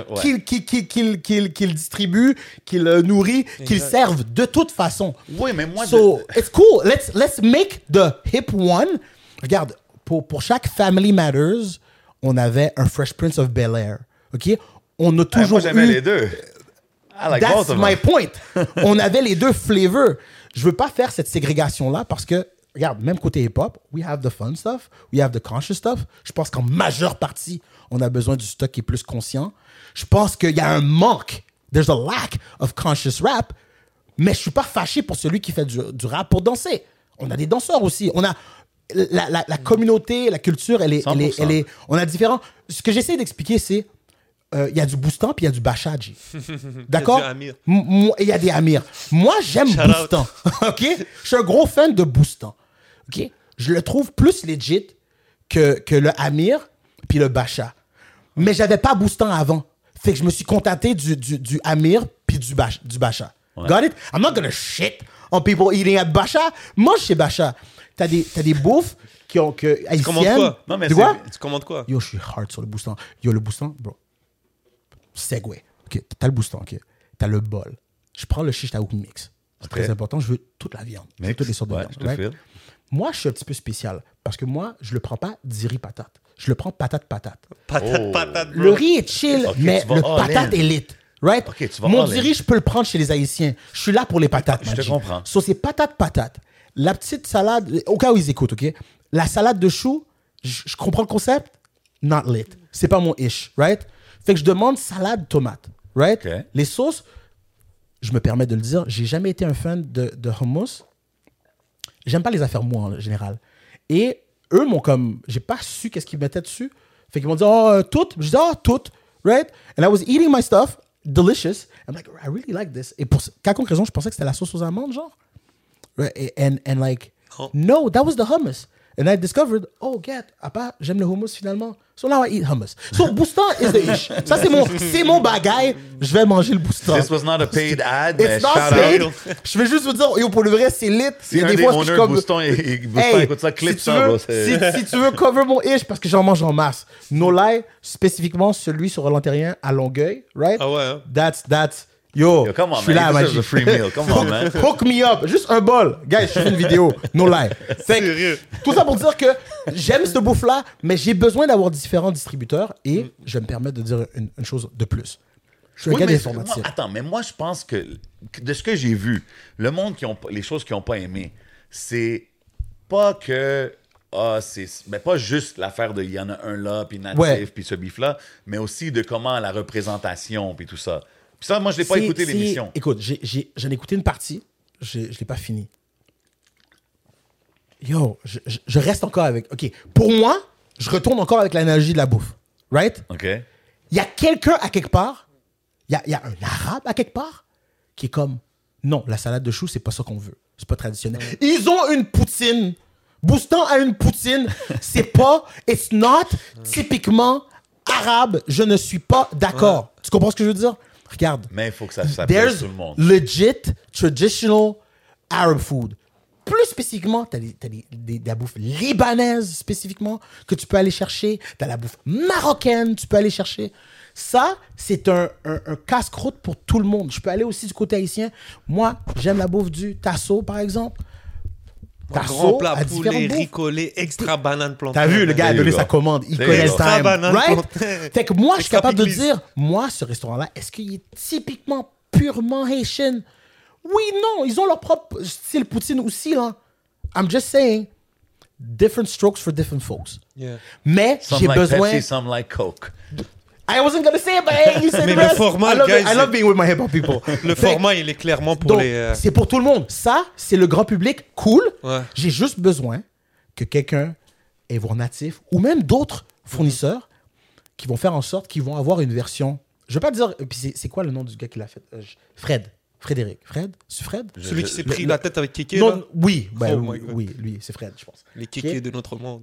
qu'il distribue, qu'il nourrit, qu'il serve de toute façon. Oui, mais moi... So, it's cool. Let's make the hip one. Regarde, pour chaque Family Matters, on avait un Fresh Prince of Bel-Air. OK? On a toujours moi, j'aimais les deux. That's my point. On avait les deux flavors. Je veux pas faire cette ségrégation-là parce que, regarde, même côté hip-hop, we have the fun stuff, we have the conscious stuff. Je pense qu'en majeure partie, on a besoin du stock qui est plus conscient. Je pense qu'il y a un manque. There's a lack of conscious rap. Mais je suis pas fâché pour celui qui fait du rap pour danser. On a des danseurs aussi. On a la communauté, la culture, elle est, on a différents. Ce que j'essaie d'expliquer, c'est il y a du Boustan puis il y a du Bachaji. D'accord? Il y a des Amir. Moi, j'aime Boustan. OK? Je suis un gros fan de Boustan. OK? Je le trouve plus legit que le Amir puis le Bacha. Mais j'avais pas Boustan avant. Fait que je me suis contenté du Amir puis du Bacha. Got it? I'm not gonna shit on people eating at Bacha. Mange chez Bacha. T'as des bouffes qui ont... haïtiennes. Tu commandes quoi? Non, mais tu commandes quoi? Yo, je suis hard sur le Boustan. Yo, le Boustan, bro. Segway. OK, t'as le Boustan, OK. T'as le bol. Je prends le shish taouk mix. C'est très important. Je veux toute la viande. Toutes les sortes de viande. Right? Moi, je suis un petit peu spécial parce que moi, je le prends pas diri patate. Je le prends patate. Patate, bro. Le riz est chill, Ok, mais tu vas le all patate in. est lit. Right? Ok, tu vas Mon all in. diri, je peux le prendre chez les Haïtiens. Je suis là pour les patates. Je te Maggi. comprends. So, c'est patate. La petite salade, au cas où ils écoutent, OK? La salade de choux, je comprends le concept. Not lit. C'est pas mon ish, right? Fait que je demande salade tomate, right? Ok. Les sauces, je me permets de le dire, j'ai jamais été un fan de hummus. J'aime pas les affaires moues en général. Et eux m'ont comme... J'ai pas su qu'est-ce qu'ils mettaient dessus. Fait qu'ils m'ont dit, oh, toutes. Je dis, oh, toutes. Right? And I was eating my stuff. Delicious. I'm like, I really like this. Et pour quelconque raison, je pensais que c'était la sauce aux amandes, genre. Right? And like, no, that was the hummus. And I discovered, oh, j'aime le hummus finalement. So now I eat hummus. So Boostan is the ish. Ça, c'est mon bagaille. Je vais manger le Boostan. This was not a paid ad, mais It's not shout paid. out. Je vais juste vous dire, yo, pour le vrai, c'est lit. Si Il y a un des des fois, je owners suis de comme... Boostan écoute ça, clip si ça, tu veux, bro. c'est- si tu veux cover mon ish, parce que j'en mange en masse. No lie, spécifiquement celui sur Lantérien à Longueuil, right? Ah ouais, hein? That's... Yo, Yo, come on, je suis man. là, This is Maggi. a free meal. Come on, man. Hook me up. Juste un bol. Guys, je fais une vidéo. No lie. Fait que, Sérieux? tout ça pour dire que j'aime cette bouffe-là, mais j'ai besoin d'avoir différents distributeurs et je vais me permettre de dire une chose de plus. Je suis un Oui, gars mais d'informatique. moi- attends, mais moi, je pense que de ce que j'ai vu, le monde les choses qu'ils n'ont pas aimé, c'est pas que. Mais pas juste l'affaire de il y en a un là, puis natif, Ouais. puis ce bif-là, mais aussi de comment la représentation, puis tout ça. Puis ça, moi, je l'ai pas écouté l'émission. Écoute, j'en ai écouté une partie. Je l'ai pas fini. Yo, je reste encore avec... OK, pour moi, je retourne encore avec l'analogie de la bouffe. Right? OK? Il y a quelqu'un à quelque part, il y a un arabe à quelque part, qui est comme, non, la salade de choux, c'est pas ça qu'on veut. C'est pas traditionnel. Ils ont une poutine. Boostan a une poutine. C'est pas, it's not typiquement arabe. Je ne suis pas d'accord. Tu comprends ce que je veux dire? Regarde. Mais il faut que ça plaise There's tout le monde. legit traditional Arab food. Plus spécifiquement, t'as de la bouffe libanaise spécifiquement que tu peux aller chercher. T'as la bouffe marocaine, tu peux aller chercher. Ça, c'est un casse-croûte pour tout le monde. Je peux aller aussi du côté haïtien. Moi, j'aime la bouffe du tasso, par exemple. Grand Tasso plat à poulet, différentes riz bouffes. collé, extra banane plantain. T'as vu, le gars a There you donné go. sa commande. Il There connaît you le go. time. Banane Right? plantain. Fait que moi, je suis Extra capable de pickles. dire, moi, ce restaurant-là, est-ce qu'il est typiquement purement haïtien? Oui, non. Ils ont leur propre style poutine aussi, là. I'm just saying, different strokes for different folks. Yeah. Mais Some j'ai like besoin... Pepsi, some like Coke. I wasn't gonna say it, but hey, you said Mais the le rest. format, I love, guys, I love being with my hip-hop people. Le Fait- format, il est clairement pour Donc, les... c'est pour tout le monde. Ça, c'est le grand public. Cool. Ouais. J'ai juste besoin que quelqu'un ait voir natif ou même d'autres fournisseurs qui vont faire en sorte qu'ils vont avoir une version. Je veux pas dire. Puis c'est quoi le nom du gars qui l'a fait? Frédéric. C'est Fred? Celui qui s'est pris la tête avec Kéké, Non, là. oui. Ben, Oh my oui, God. oui, lui, c'est Fred, je pense. Les Kékés Ok. de notre monde.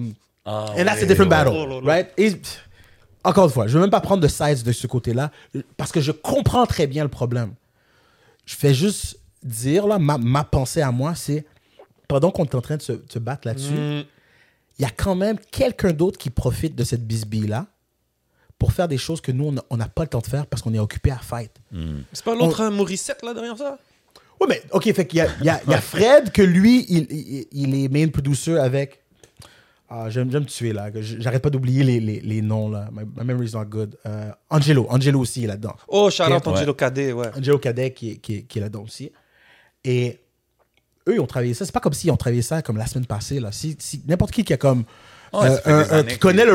And that's a different battle, Oh là là. right? Et, encore une fois, je ne veux même pas prendre de sides de ce côté-là parce que je comprends très bien le problème. Je fais juste dire, là, ma pensée à moi, c'est pendant qu'on est en train de se battre là-dessus, il y a quand même quelqu'un d'autre qui profite de cette bisbille-là pour faire des choses que nous, on n'a pas le temps de faire parce qu'on est occupé à fight. C'est pas l'autre hein, Morissette, là, derrière ça? Oui, mais OK, fait qu'il y a Fred que lui, il est main producer avec... Ah, j'aime me tuer, là. J'arrête pas d'oublier les noms, là. My memory is not good. Angelo aussi est là-dedans. Oh, Charlotte Ok. Angelo Cadet, ouais. Angelo Cadet qui est là-dedans aussi. Et eux, ils ont travaillé ça. C'est pas comme s'ils ont travaillé ça comme la semaine passée, là. Si n'importe qui a comme... Ouais, ça fait des années qui que- connaît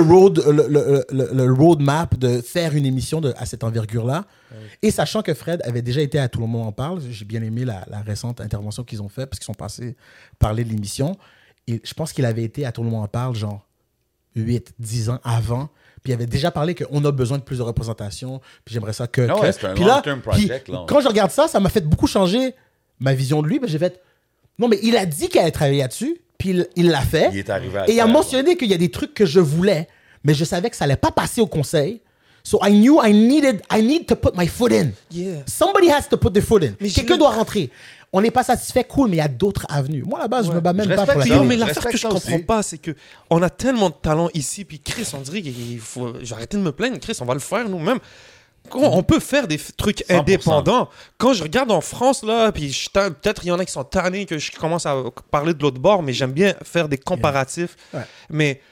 le roadmap de faire une émission à cette envergure-là. Et sachant que Fred avait déjà été à Tout le monde en parle, j'ai bien aimé la récente intervention qu'ils ont faite parce qu'ils sont passés parler de l'émission. Et je pense qu'il avait été à Tout le monde en parle genre 8-10 ans avant. Puis il avait déjà parlé qu'on a besoin de plus de représentation. Puis j'aimerais ça que... Ah ouais, c'est un Puis là, long-term project, puis là. quand je regarde ça, ça m'a fait beaucoup changer ma vision de lui. Ben, j'ai fait... Non, mais il a dit qu'il allait travailler là-dessus. Puis il l'a fait. Il est arrivé à Et il a faire, mentionné qu'il y a des trucs que je voulais, mais je savais que ça allait pas passer au conseil. So I knew I need to put my foot in. Yeah. Somebody has to put their foot in. Mais Quelqu'un je- doit rentrer. On n'est pas satisfait, cool, mais il y a d'autres avenues. Moi, à la base, je me bats même Je pas pour la respecte ça. Yo, télé. mais Je l'affaire que respecte je ça comprends aussi. pas, c'est que on a tellement de talent ici, puis Chris, on dirait qu'il faut... J'ai arrêté de me plaindre, Chris, on va le faire nous-mêmes. On peut faire des trucs 100%. indépendants. Quand je regarde en France, là, puis peut-être il y en a qui sont tannés que je commence à parler de l'autre bord, mais j'aime bien faire des comparatifs. Ouais. Mais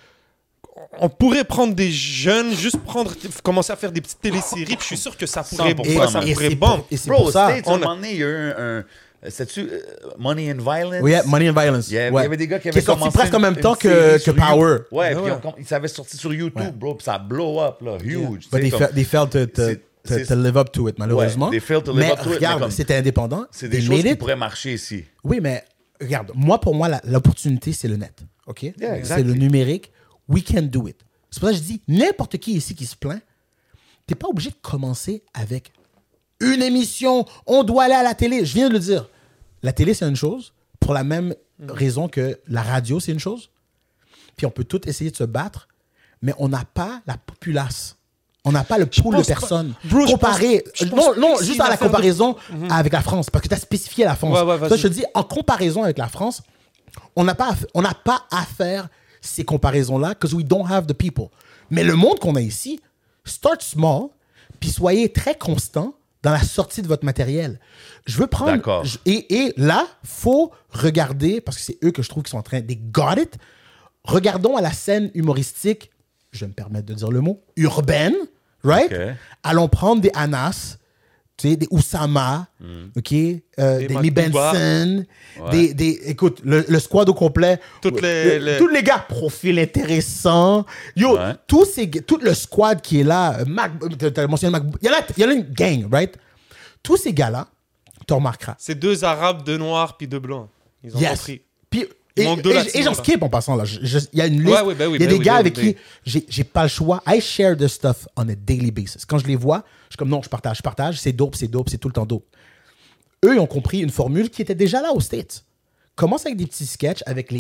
on pourrait prendre des jeunes, commencer à faire des petites téléséries, puis je suis sûr que ça pourrait, 100%, ça man. pourrait bomber. Et c'est Bro, pour ça. States, à un moment donné, il y a eu un c'est-tu Money and Violence? Oui, Money and Violence. Il y Ouais. avait des gars qui Qui avaient est sorti commencé presque en même une temps série que sur Power. YouTube. Ouais, Ouais, puis ils avaient sorti sur YouTube, Ouais. bro, puis ça a blow up, là, huge. But tu sais, they failed to live up to it, malheureusement. Ouais, they failed to live mais up to it, regarde, mais comme- c'était indépendant. c'est des They choses made qui it. pourraient marcher ici. Oui, mais regarde, pour moi, l'opportunité, c'est le net. OK? Yeah, C'est exactly. le numérique. We can do it. C'est pour ça que je dis, n'importe qui ici qui se plaint, t'es pas obligé de commencer avec une émission. On doit aller à la télé. Je viens de le dire. La télé, c'est une chose. Pour la même raison que la radio, c'est une chose. Puis on peut tous essayer de se battre, mais on n'a pas la populace. On n'a pas le pool de pense pas- personnes. Bro, je Comparé. pense Non, que c'est juste une à la affaire de- comparaison avec la France. Parce que tu as spécifié la France. Ouais, vas-y. Ça, je te dis, en comparaison avec la France, on n'a pas à faire ces comparaisons-là because we don't have the people. Mais le monde qu'on a ici, start small, puis soyez très constant dans la sortie de votre matériel. Je veux prendre... D'accord. Et là, faut regarder, parce que c'est eux que je trouve qui sont en train... They got it. Regardons à la scène humoristique, je vais me permettre de dire le mot, urbaine, right? Ok. Allons prendre des Anas, tu sais, des Oussama, OK? Des Mi Makouba. Benson, Ouais. écoute, le squad au complet. Toutes les- Tous les gars, profil intéressant. Yo, Ouais. tout le squad qui est là, t'as mentionné Mac, il y en a une gang, right? Tous ces gars-là, tu remarqueras. C'est 2 Arabes, 2 Noirs, puis 2 Blancs. Ils ont Yes. compris. Puis, Il manque deux latinos, et j'en là. skip en passant là. Il y a une liste. Ouais, ben oui, il y a ben des oui, gars ben avec oui, qui j'ai pas le choix. I share the stuff on a daily basis. Quand je les vois, je suis comme non, je partage. C'est dope, c'est tout le temps dope. Eux, ils ont compris une formule qui était déjà là aux States. Commence avec des petits sketchs avec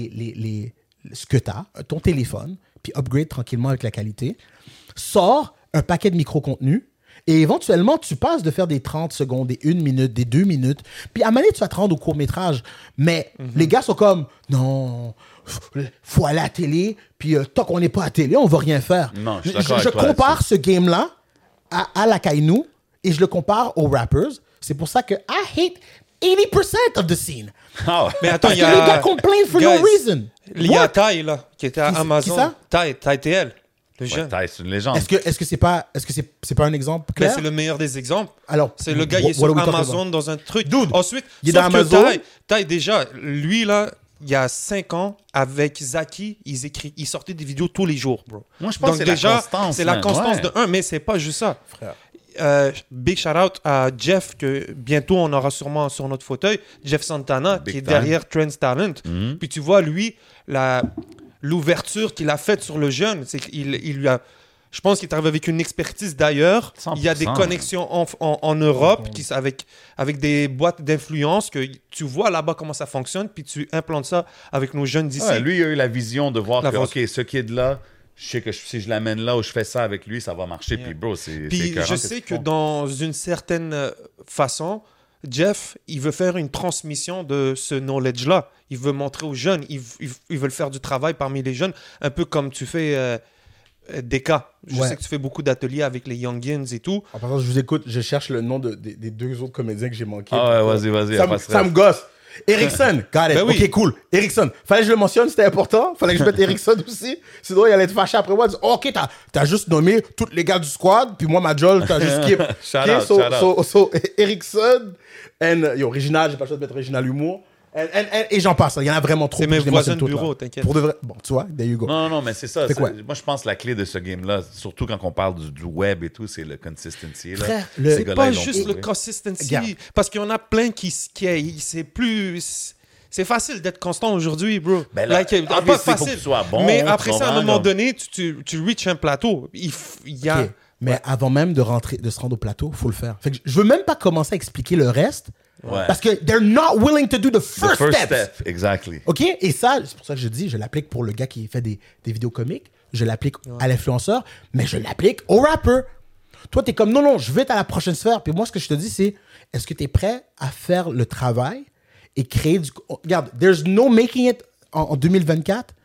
ce que tu as, ton téléphone, puis upgrade tranquillement avec la qualité. Sors un paquet de micro-contenus. Et éventuellement, tu passes de faire des 30 secondes, des 1 minute, des 2 minutes. Puis à un moment donné, tu vas te rendre au court-métrage. Mais les gars sont comme, non, faut aller à la télé. Puis tant qu'on n'est pas à la télé, on va rien faire. Non, je suis d'accord avec toi compare ce game-là à la Kainu et je le compare aux rappers. C'est pour ça que I hate 80% of the scene. Ah ouais. Mais attends, Parce il y que a... les gars complain for no Guys, reason. Il y a What? Tai, là, qui était à Qui Amazon. ça? Tai TL, le Ouais, jeune. Ty, c'est une légende. Est-ce que c'est pas un exemple Ben, clair? c'est le meilleur des exemples. Alors, C'est le gars, il est what sur are we talking Amazon about? dans un truc. Dude, Ensuite, il est sauf dans que Amazon. Tai, déjà, lui, là, il y a 5 ans, avec Zaki, ils sortaient des vidéos tous les jours, bro. Moi, je pense Donc que c'est déjà, la constance. c'est la man. constance Ouais. de un, mais c'est pas juste ça. Frère. Big shout out à Jeff, que bientôt on aura sûrement sur notre fauteuil, Jeff Santana, Big qui est time. derrière Trends Talent. Mhm. Puis tu vois, lui, l'ouverture qu'il a faite sur le jeune, c'est qu'il lui a. Je pense qu'il est arrivé avec une expertise d'ailleurs. 100%. Il y a des connexions en Europe avec des boîtes d'influence que tu vois là-bas comment ça fonctionne, puis tu implantes ça avec nos jeunes d'ici. Ouais, lui, il a eu la vision de voir La que, force. OK, ce kid-là, je sais que si je l'amène là ou je fais ça avec lui, ça va marcher. Puis, bro, c'est Puis écœurant, je qu'est-ce sais qu'ils que font. dans une certaine façon, Jeff, il veut faire une transmission de ce knowledge-là. Il veut montrer aux jeunes, ils veulent faire du travail parmi les jeunes, un peu comme tu fais Deka. Je Ouais. sais que tu fais beaucoup d'ateliers avec les Youngins et tout. En passant, je vous écoute, je cherche le nom des 2 autres comédiens que j'ai manqués. Ah ouais, vas-y, Ça, pas de ça me stress. gosse. Erickson, got it. Ben oui. Ok, cool. Erickson. Fallait que je le mentionne, c'était important. Fallait que je mette Erickson aussi. Sinon, il allait être fâché après moi. Dire, ok, t'as juste nommé tous les gars du squad, puis moi, ma jolle, t'as juste skip. Shout Ok, out, shout out. so, Erickson, and original, j'ai pas le choix de mettre original humour. Et j'en passe. Il y en a vraiment trop. C'est mes Je les voisins mentionne de toutes, bureau, là. t'inquiète. Pour de vrai. Bon, tu vois, there you go. Non, mais c'est ça. C'est quoi? Moi, je pense que la clé de ce game-là, surtout quand on parle du web et tout, c'est le consistency. Là. Frère, Ces C'est gars-là, pas ils l'ont juste le prouvé. consistency. Regarde. Parce qu'il y en a plein c'est plus. C'est facile d'être constant aujourd'hui, bro. Ben là, obviously, pas faut que facile. tu sois bon, mais tu après ça, à un comprends, moment comme- donné, tu reach un plateau. Il y a. Ok. Mais avant même de se rendre au plateau, faut le faire. Fait que je veux même pas commencer à expliquer le reste. Ouais. Parce que they're not willing to do the The first first steps. step, exactly. OK? Et ça, c'est pour ça que je dis, je l'applique pour le gars qui fait des vidéos comiques, je l'applique à l'influenceur, mais je l'applique au rappeur. Toi, t'es comme, non, je vais être à la prochaine sphère. Puis moi, ce que je te dis, c'est, est-ce que t'es prêt à faire le travail et créer du... Regarde, there's no making it en 2024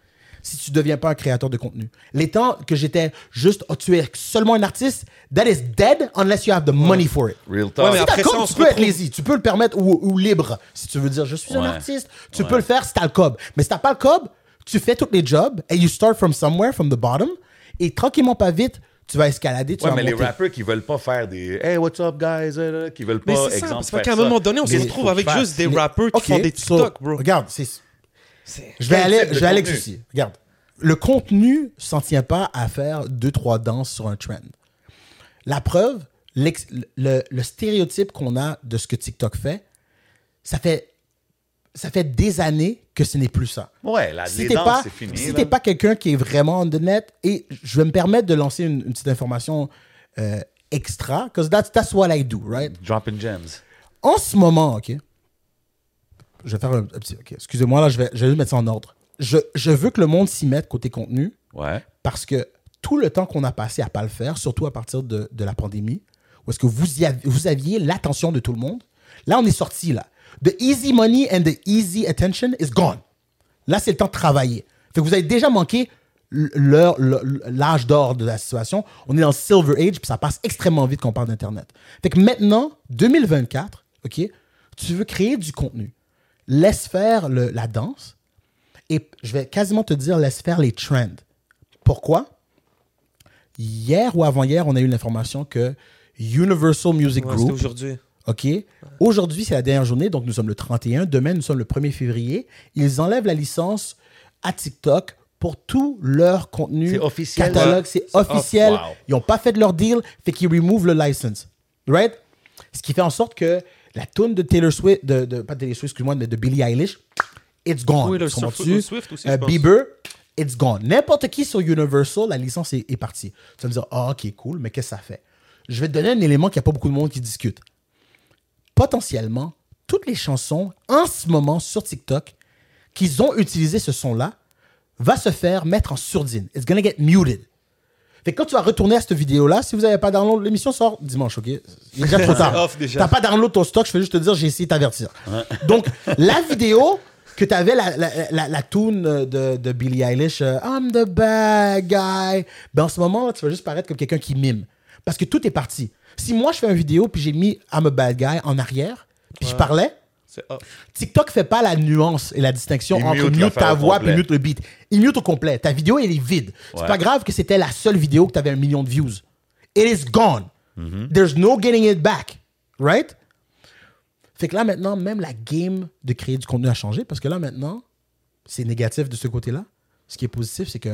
si tu deviens pas un créateur de contenu. Les temps que j'étais juste, tu es seulement un artiste, that is dead unless you have the money for it. Real talk. Ouais, mais Si après t'as ça, cob, on tu se peux être retrouve- lazy, tu peux le permettre ou libre. Si tu veux dire, je suis un Ouais. artiste, tu peux le faire si t'as le cob. Mais si t'as pas le cob, tu fais tous les jobs and you start from somewhere, from the bottom, et tranquillement, pas vite, tu vas escalader, tu Ouais, vas mais les monter. rappers qui veulent pas faire des Hey, what's up, guys? Qui veulent Mais pas, c'est ça, exemple, c'est pas faire qu'à un ça. moment donné, on se Qu'est-ce retrouve qu'il faut avec que tu juste des fasses? rappers qui Ok, font des so, TikTok, bro. Regarde, je vais Quel aller, type de je vais aller contenu? ici. Regarde, le contenu s'en tient pas à faire 2-3 danses sur un trend. La preuve, le stéréotype qu'on a de ce que TikTok fait, ça fait des années que ce n'est plus ça. Ouais, Si les t'es danses, pas, c'est fini. si là. t'es pas quelqu'un qui est vraiment on the net, et je vais me permettre de lancer une petite information extra, because that's what I do, right? Dropping gems. En ce moment, OK, je vais faire un petit... OK, excusez-moi, là, je vais juste mettre ça en ordre. Je veux que le monde s'y mette côté contenu, Ouais. parce que tout le temps qu'on a passé à pas le faire, surtout à partir de la pandémie, où est-ce que vous aviez l'attention de tout le monde, là, on est sorti, là. The easy money and the easy attention is gone. Là, c'est le temps de travailler. Fait que vous avez déjà manqué l'âge d'or de la situation. On est dans le silver age, puis ça passe extrêmement vite quand on parle d'Internet. Fait que maintenant, 2024, OK, tu veux créer du contenu. Laisse faire la danse, et je vais quasiment te dire, laisse faire les trends. Pourquoi? Hier ou avant-hier, on a eu l'information que Universal Music Ouais, c'était Group, aujourd'hui. OK, aujourd'hui, c'est la dernière journée, donc nous sommes le 31. Demain, nous sommes le 1er février. Ils enlèvent la licence à TikTok pour tout leur contenu. C'est officiel, catalogue, ouais. c'est officiel. Wow. Ils n'ont pas fait de leur deal, fait qu'ils remove le license. Right? Ce qui fait en sorte que la tune de Taylor Swift, pas Taylor Swift, excuse-moi, mais de Billie Eilish, it's gone. Oui, le Tu comprends Swift- dessus? Swift aussi, je pense. Bieber, it's gone. N'importe qui sur Universal, la licence est partie. Tu vas me dire, ah, ok, cool, mais qu'est-ce que ça fait? Je vais te donner un élément qu'il n'y a pas beaucoup de monde qui discute. Potentiellement, toutes les chansons en ce moment sur TikTok qu'ils ont utilisé ce son-là va se faire mettre en sourdine. It's gonna get muted. Fait que quand tu vas retourner à cette vidéo-là, si vous n'avez pas download, l'émission sort dimanche, OK? Il est déjà trop tard. C'est off déjà. T'as pas download ton stock, je vais juste te dire, j'ai essayé de t'avertir. Donc, la vidéo que tu avais, la tune de Billie Eilish, I'm the bad guy, ben en ce moment, là, tu vas juste paraître comme quelqu'un qui mime. Parce que tout est parti. Si moi, je fais une vidéo, puis j'ai mis I'm a bad guy en arrière, puis je parlais, C'est off. TikTok fait pas la nuance et la distinction Il entre mute mute l'affaire ta au voix complet. et mute le beat. Il mute au complet. Ta vidéo, elle est vide. C'est Ouais. pas grave que c'était la seule vidéo que tu avais 1 million de views. It is gone. Mm-hmm. There's no getting it back. Right? Fait que là, maintenant, même la game de créer du contenu a changé parce que là, maintenant, c'est négatif de ce côté-là. Ce qui est positif, c'est que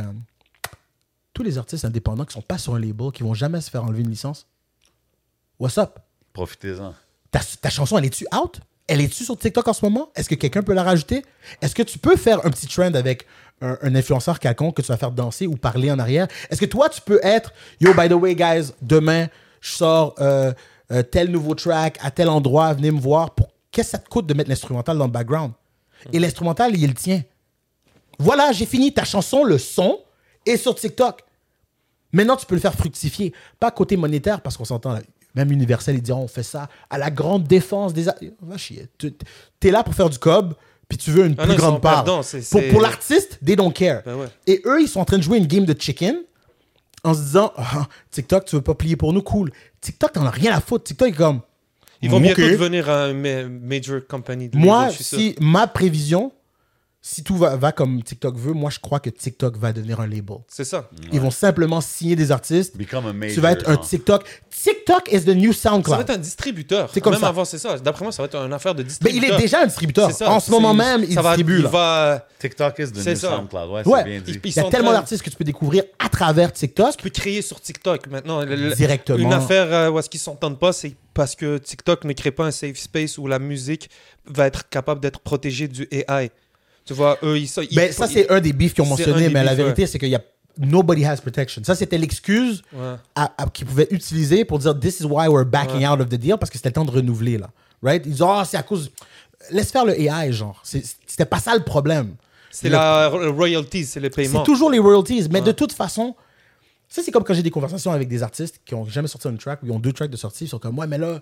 tous les artistes indépendants qui sont pas sur un label, qui vont jamais se faire enlever une licence, what's up? Profitez-en. Ta chanson, elle est-tu out? Elle est-tu sur TikTok en ce moment? Est-ce que quelqu'un peut la rajouter? Est-ce que tu peux faire un petit trend avec un influenceur quelconque que tu vas faire danser ou parler en arrière? Est-ce que toi, tu peux être « Yo, by the way, guys, demain, je sors tel nouveau track à tel endroit, venez me voir. » Qu'est-ce que ça te coûte de mettre l'instrumental dans le background? Et l'instrumental, il est le tien. Voilà, j'ai fini ta chanson, le son, est sur TikTok. Maintenant, tu peux le faire fructifier. Pas côté monétaire, parce qu'on s'entend, là, même Universal, ils diront, on fait ça à la grande défense des... Va chier. T'es là pour faire du cob, puis tu veux une Ah plus non, ils sont grande part. perdants, Pour l'artiste, they don't care. Ben ouais. Et eux, ils sont en train de jouer une game de chicken en se disant, ah, TikTok, tu veux pas plier pour nous, cool. TikTok, t'en as rien à foutre. TikTok est comme... Ils vont Ok. bientôt devenir un major company. De Moi, label, je suis sûr. si ma prévision, si tout va comme TikTok veut, moi, je crois que TikTok va devenir un label. C'est ça. Ils vont simplement signer des artistes. Become a major. Tu vas être un genre. TikTok. TikTok is the new Ça va SoundCloud. être un distributeur. C'est comme Même ça. avant, c'est ça. D'après moi, ça va être une affaire de Mais distributeur. il est déjà un distributeur. C'est ça. En ce moment même, il ça va- distribue. Il là. va... TikTok is the C'est new ça. SoundCloud. Ouais, c'est Ouais. bien dit. Ils Il y a sont tellement très- d'artistes que tu peux découvrir à travers TikTok. Tu peux créer sur TikTok maintenant. Directement. Une affaire où est-ce qu'ils s'entendent pas, c'est parce que TikTok ne crée pas un safe space où la musique va être capable d'être protégée du AI. Tu vois, eux, Ben, ça, c'est un des beefs qu'ils ont c'est mentionné, un des mais la beefs, vérité, c'est qu'il y a nobody has protection. Ça, c'était l'excuse Ouais. qu'ils pouvaient utiliser pour dire this is why we're backing out of the deal parce que c'était le temps de renouveler, là. Right? Ils disent, oh, c'est à cause. Laisse faire le AI, genre. C'était pas ça le problème. C'est la royalties, c'est les paiements. C'est toujours les royalties, mais de toute façon, ça, c'est comme quand j'ai des conversations avec des artistes qui ont jamais sorti une track ou ils ont 2 tracks de sortie, ils sont comme, ouais, mais là,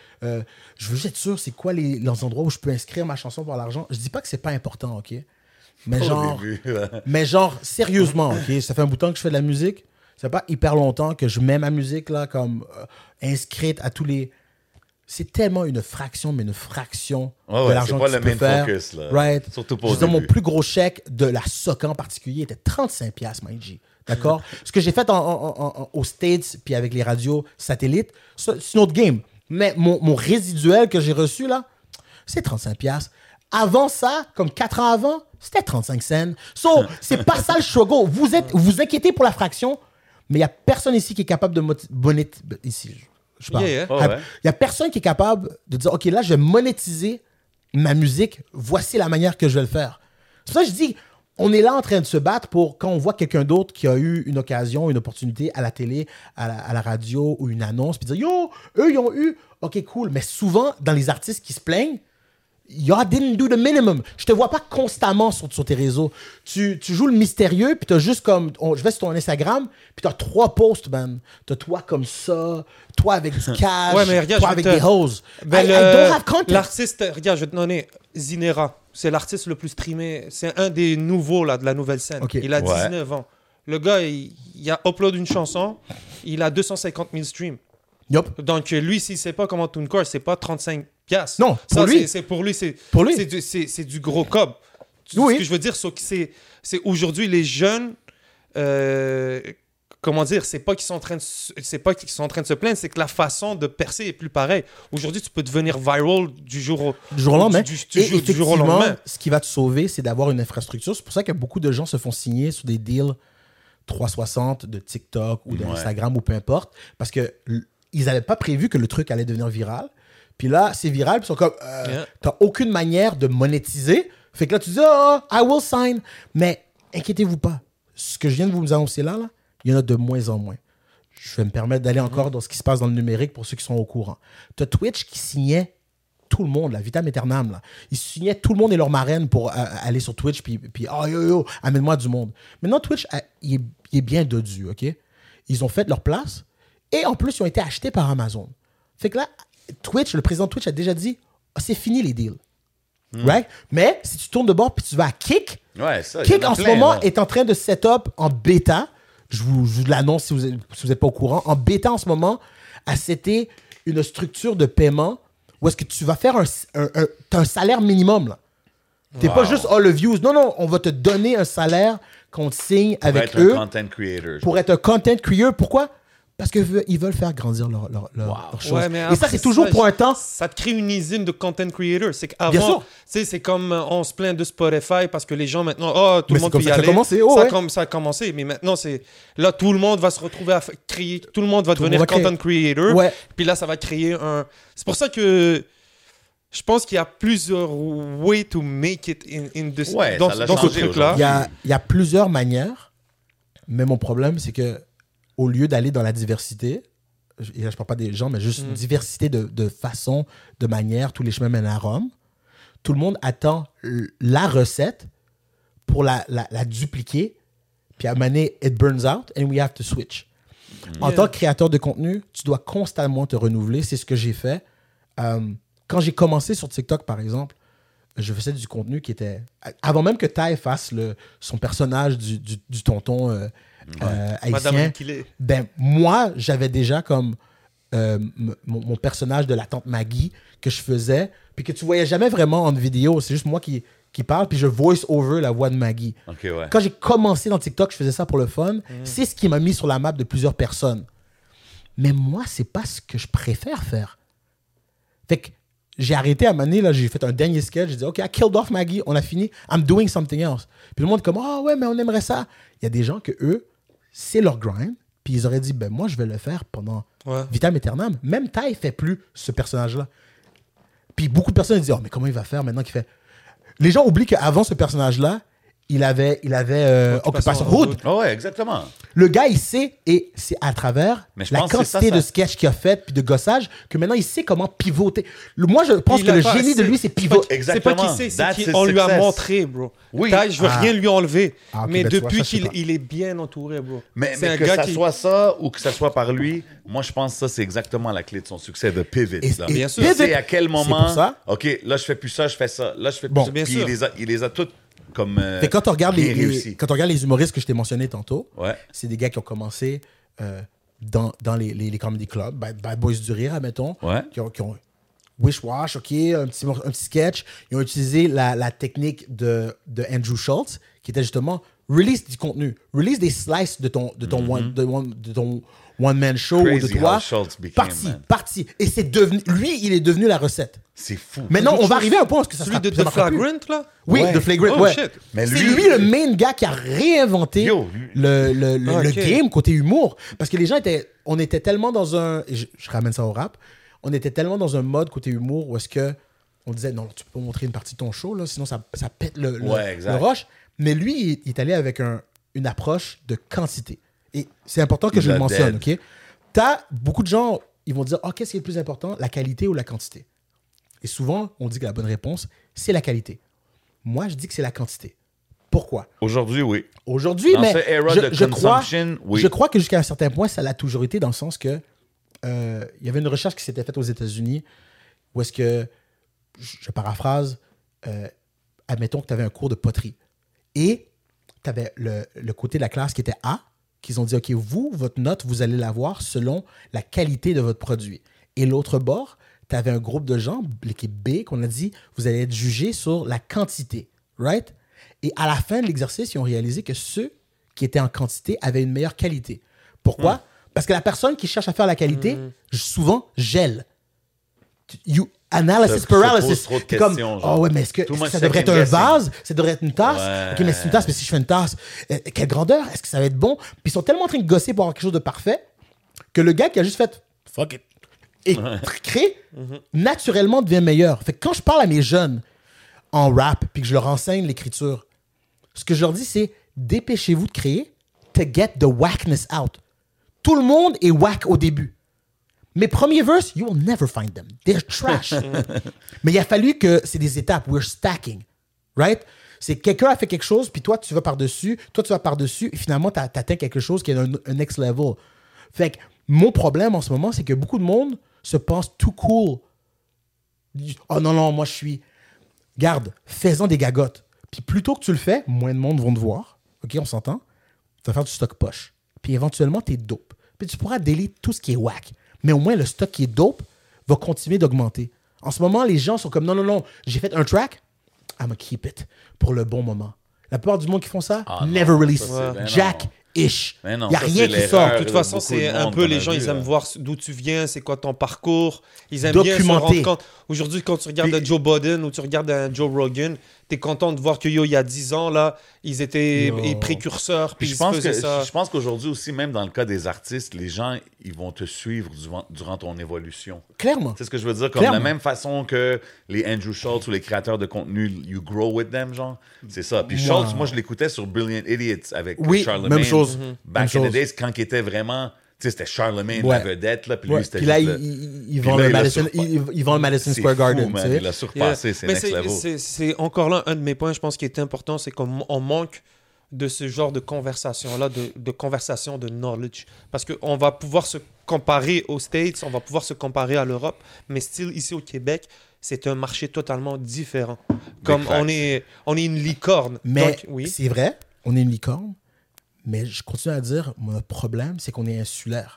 je veux juste être sûr, c'est quoi les endroits où je peux inscrire ma chanson pour l'argent. Je dis pas que c'est pas important, OK? Mais Au genre, début, mais genre, sérieusement, ok, ça fait un bout de temps que je fais de la musique. Ça fait pas hyper longtemps que je mets ma musique là comme inscrite à tous les. C'est tellement une fraction, mais une fraction de l'argent que tu peux faire. Focus, là. Right. Surtout pour Je au veux dire, mon début. plus gros chèque de la Soca en particulier était 35$, my G. D'accord? Ce que j'ai fait aux States, puis avec les radios satellites, c'est une autre game. Mais mon résiduel que j'ai reçu, là, c'est 35$. Avant ça, comme 4 ans avant, c'était 35 cents. So, c'est pas ça le struggle. Vous inquiétez pour la fraction, mais il n'y a personne ici qui est capable de monétiser. Ici, je parle. Yeah, yeah. Oh, ouais. Il n'y a personne qui est capable de dire, OK, là, je vais monétiser ma musique. Voici la manière que je vais le faire. C'est pour ça que je dis, on est là en train de se battre pour quand on voit quelqu'un d'autre qui a eu une occasion, une opportunité à la télé, à la radio ou une annonce, puis dire, yo, eux, ils ont eu. OK, cool. Mais souvent, dans les artistes qui se plaignent, y'all didn't do the minimum. Je te vois pas constamment sur tes réseaux. Tu joues le mystérieux, puis t'as juste comme... je vais sur ton Instagram, puis t'as 3 posts, man. T'as toi comme ça, toi avec du cash, Ouais, mais regarde, toi je vais avec te- des hoses. Ben, I don't have content. l'artiste, regarde, je vais te donner Zinera. C'est l'artiste le plus streamé. C'est un des nouveaux là, de la nouvelle scène. Ok. Il a Ouais. 19 ans. Le gars, il a upload une chanson. Il a 250 000 streams. Yup. Donc, lui, s'il ne sait pas comment TuneCore, c'est pas 35$. Non, pour Ça, lui. c'est pour lui. Pour lui. C'est du gros cob. Oui. Ce que je veux dire, c'est aujourd'hui, les jeunes... comment dire, c'est pas qu'ils sont en train de se plaindre, c'est que la façon de percer est plus pareille. Aujourd'hui, tu peux devenir viral du jour au lendemain. du Et jour au effectivement, lendemain. ce qui va te sauver, c'est d'avoir une infrastructure. C'est pour ça que beaucoup de gens se font signer sur des deals 360 de TikTok ou d'Instagram ou peu importe, parce que ils n'avaient pas prévu que le truc allait devenir viral. Puis là, c'est viral, puis ils sont comme, t'as aucune manière de monétiser. Fait que là, tu dis, I will sign. Mais inquiétez-vous pas. Ce que je viens de vous annoncer là, il y en a de moins en moins. Je vais me permettre d'aller encore dans ce qui se passe dans le numérique pour ceux qui sont au courant. T'as Twitch qui signait tout le monde, la Vitam Aeternam, là. Ils signaient tout le monde et leur marraine pour aller sur Twitch, puis yo, amène-moi du monde. Maintenant, Twitch, il est bien dodu, OK? Ils ont fait leur place, et en plus, ils ont été achetés par Amazon. Fait que là, Twitch, le président de Twitch a déjà dit, c'est fini les deals. Right? Mais si tu tournes de bord puis tu vas à Kick, Ouais, ça, il y Kick en a en ce plein, moment là. est en train de set up en bêta. Je vous l'annonce si vous n'êtes pas au courant. En bêta en ce moment, c'était une structure de paiement où est-ce que tu vas faire t'as un salaire minimum. Là. T'es pas juste le views. Non, on va te donner un salaire qu'on te signe Pour avec être eux un content creator. pour être un content creator. Pourquoi? Parce qu'ils veulent faire grandir leur chose. Ouais, mais Et ça, après, c'est toujours pour un temps. Ça te crée une usine de content creator. C'est Bien qu'avant, sûr. tu sais, c'est comme on se plaint de Spotify parce que les gens maintenant, tout Mais le monde c'est comme peut y ça que ça a aller. commencé, ouais. Ça a commencé, mais maintenant, là, tout le monde va se retrouver à créer, tout le monde va le devenir monde va content creator. Ouais. Puis là, ça va créer un. C'est pour ça que je pense qu'il y a plusieurs ways to make it in this, Ouais, dans ça l'a ce changé truc-là. Il y a plusieurs manières, mais mon problème, c'est que au lieu d'aller dans la diversité, et là, je parle pas des gens, mais juste une diversité de façons, de manières, tous les chemins mènent à Rome, tout le monde attend la recette pour la dupliquer, puis à un moment donné, it burns out, and we have to switch. En tant que créateur de contenu, tu dois constamment te renouveler. C'est ce que j'ai fait. Quand j'ai commencé sur TikTok, par exemple, je faisais du contenu qui était... Avant même que Ty fasse son personnage du tonton Madame haïtien, Kilé. ben moi, j'avais déjà comme mon personnage de la tante Maggie que je faisais, puis que tu voyais jamais vraiment en vidéo. C'est juste moi qui parle, puis je voice over la voix de Maggie. Ok, ouais. Quand j'ai commencé dans TikTok, je faisais ça pour le fun. C'est ce qui m'a mis sur la map de plusieurs personnes. Mais moi, c'est pas ce que je préfère faire. Fait que j'ai arrêté à un moment donné, là, j'ai fait un dernier sketch, j'ai dit, OK, I killed off Maggie, on a fini, I'm doing something else. Puis le monde est comme, ouais, mais on aimerait ça. Il y a des gens que eux, c'est leur grind, puis ils auraient dit, ben moi, je vais le faire pendant Vitam Aeternam. Même Ty fait plus ce personnage-là. Puis beaucoup de personnes disent, mais comment il va faire maintenant qu'il fait... Les gens oublient qu'avant ce personnage-là, il avait Occupation Hood. Oh, ouais, exactement. Le gars, il sait, et c'est à travers Mais je la pense que quantité ça- de sketchs qu'il a fait, puis de gossage, que maintenant, il sait comment pivoter. Moi, je pense Il que a le pas génie de assez- lui, c'est C'est pivoter. pas Exactement. qu'il sait, c'est That's qu'on his lui a success. montré, bro. Oui. Ty, je veux rien lui enlever. Ah, ok, mais ben, tu vois, depuis ça, je sais qu'il pas. il est bien entouré, bro. Mais C'est un que gars ça qui... soit ça ou que ça soit par lui, moi, je pense que ça, c'est exactement la clé de son succès, de pivot. Là. bien sûr. Il sait à quel C'est moment, pour ça. OK, là, je fais plus ça, je fais ça. Là, je fais plus Bon, ça. bien Puis sûr. il les a toutes comme Fait que quand on regarde bien réussi. quand on regarde les humoristes que je t'ai mentionnés tantôt, Ouais. c'est des gars qui ont commencé dans les comedy clubs, Bad Boys du Rire, admettons, Ouais. qui ont Wish-Wash, OK, un petit sketch. Ils ont utilisé la technique de Andrew Schultz, qui était justement release du contenu, release des slices de ton one-man show ou de Crazy toi. how Schultz became, man. Parti. Et c'est devenu, lui, il est devenu la recette. C'est fou. Maintenant, on va arriver à un point où ça Celui de ça marchera plus. Flagrant, là? Oui, Ouais. de Flagrant, Oh, ouais. shit. Mais C'est lui- lui le main gars qui a réinventé Yo, le Ok. game côté humour. Parce que les gens on était tellement dans un... et je ramène ça au rap. On était tellement dans un mode côté humour où est-ce que on disait, non, tu peux pas montrer une partie de ton show, là, sinon ça pète Ouais, exact. le rush. Mais lui, il est allé avec une approche de quantité. Et c'est important que je le l'a mentionne, dead. OK? T'as beaucoup de gens, ils vont dire, oh, qu'est-ce qui est le plus important, la qualité ou la quantité? Et souvent, on dit que la bonne réponse, c'est la qualité. Moi, je dis que c'est la quantité. Pourquoi? Aujourd'hui, oui. Aujourd'hui, Dans mais ce era de je crois, consumption, oui. je crois que jusqu'à un certain point, ça l'a toujours été dans le sens que il y avait une recherche qui s'était faite aux États-Unis où est-ce que, je paraphrase, admettons que tu avais un cours de poterie et tu avais le côté de la classe qui était A, qu'ils ont dit, OK, vous, votre note, vous allez l'avoir selon la qualité de votre produit. Et l'autre bord, tu avais un groupe de gens, l'équipe B, qu'on a dit, vous allez être jugés sur la quantité, right? Et à la fin de l'exercice, ils ont réalisé que ceux qui étaient en quantité avaient une meilleure qualité. Pourquoi? Parce que la personne qui cherche à faire la qualité, souvent, gèle. Analysis Se paralysis. pose trop de T'es comme, questions, genre. oh ouais, mais est-ce que Too much ça devrait être un second guessing. vase? Ça devrait être une tasse? Ouais. OK, mais c'est une tasse, mais si je fais une tasse, quelle grandeur? Est-ce que ça va être bon? Puis ils sont tellement en train de gosser pour avoir quelque chose de parfait que le gars qui a juste fait fuck it et crée, naturellement devient meilleur. Fait que quand je parle à mes jeunes en rap puis que je leur enseigne l'écriture, ce que je leur dis, c'est dépêchez-vous de créer to get the whackness out. Tout le monde est whack au début. Mes premiers verses, you will never find them. They're trash. Mais il a fallu que c'est des étapes. We're stacking. Right? C'est quelqu'un a fait quelque chose, puis toi, tu vas par-dessus, et finalement, tu atteins quelque chose qui est un next level. Fait que mon problème en ce moment, c'est que beaucoup de monde se pense too cool. Oh non, moi, je suis... Garde, fais-en des gagottes. Puis plutôt que tu le fais, moins de monde vont te voir. OK, on s'entend? Tu vas faire du stock poche. Puis éventuellement, t'es dope. Puis tu pourras delete tout ce qui est whack. Mais au moins, le stock qui est dope va continuer d'augmenter. En ce moment, les gens sont comme, non, j'ai fait un track, I'm gonna keep it pour le bon moment. La plupart du monde qui font ça, never release. ça, c'est- ben Jack-ish. Mais non, Il n'y a ça, rien c'est qui sort. l'erreur. De toute façon, beaucoup c'est de un monde peu qu'on les a gens, vu, ils là. aiment voir d'où tu viens, c'est quoi ton parcours. Ils aiment bien se Documenter. rendre compte. Aujourd'hui, quand tu regardes un Joe Budden ou tu regardes un Joe Rogan, t'es content de voir qu'il y a 10 ans, là, ils étaient précurseurs, puis Puis ils faisaient ça. je pense qu'aujourd'hui aussi, même dans le cas des artistes, les gens, ils vont te suivre durant ton évolution. Clairement. Tu sais ce que je veux dire? Comme Clairement. la même façon que les Andrew Schultz ou les créateurs de contenu, you grow with them, genre. C'est ça. Puis Schultz, moi, je l'écoutais sur Brilliant Idiots avec Oui, Charlemagne. même chose. Back Même in the chose. days, quand il était vraiment... Tu sais, c'était Charlemagne, Ouais. la vedette, là. Puis Ouais. lui, c'était Puis là, juste il Puis vend là, le il a Madison, surpa- il vend le Madison C'est Square fou, Garden. man. tu sais. Il a surpassé, c'est Mais next level. c'est encore là un de mes points, je pense, qui est important, c'est qu'on manque de ce genre de conversation-là, de conversation de knowledge. Parce qu'on va pouvoir se comparer aux States, on va pouvoir se comparer à l'Europe, mais still, ici au Québec, c'est un marché totalement différent. Comme facts. on est une licorne. Mais Donc, oui. c'est vrai, on est une licorne, mais je continue à dire, notre problème, c'est qu'on est insulaire.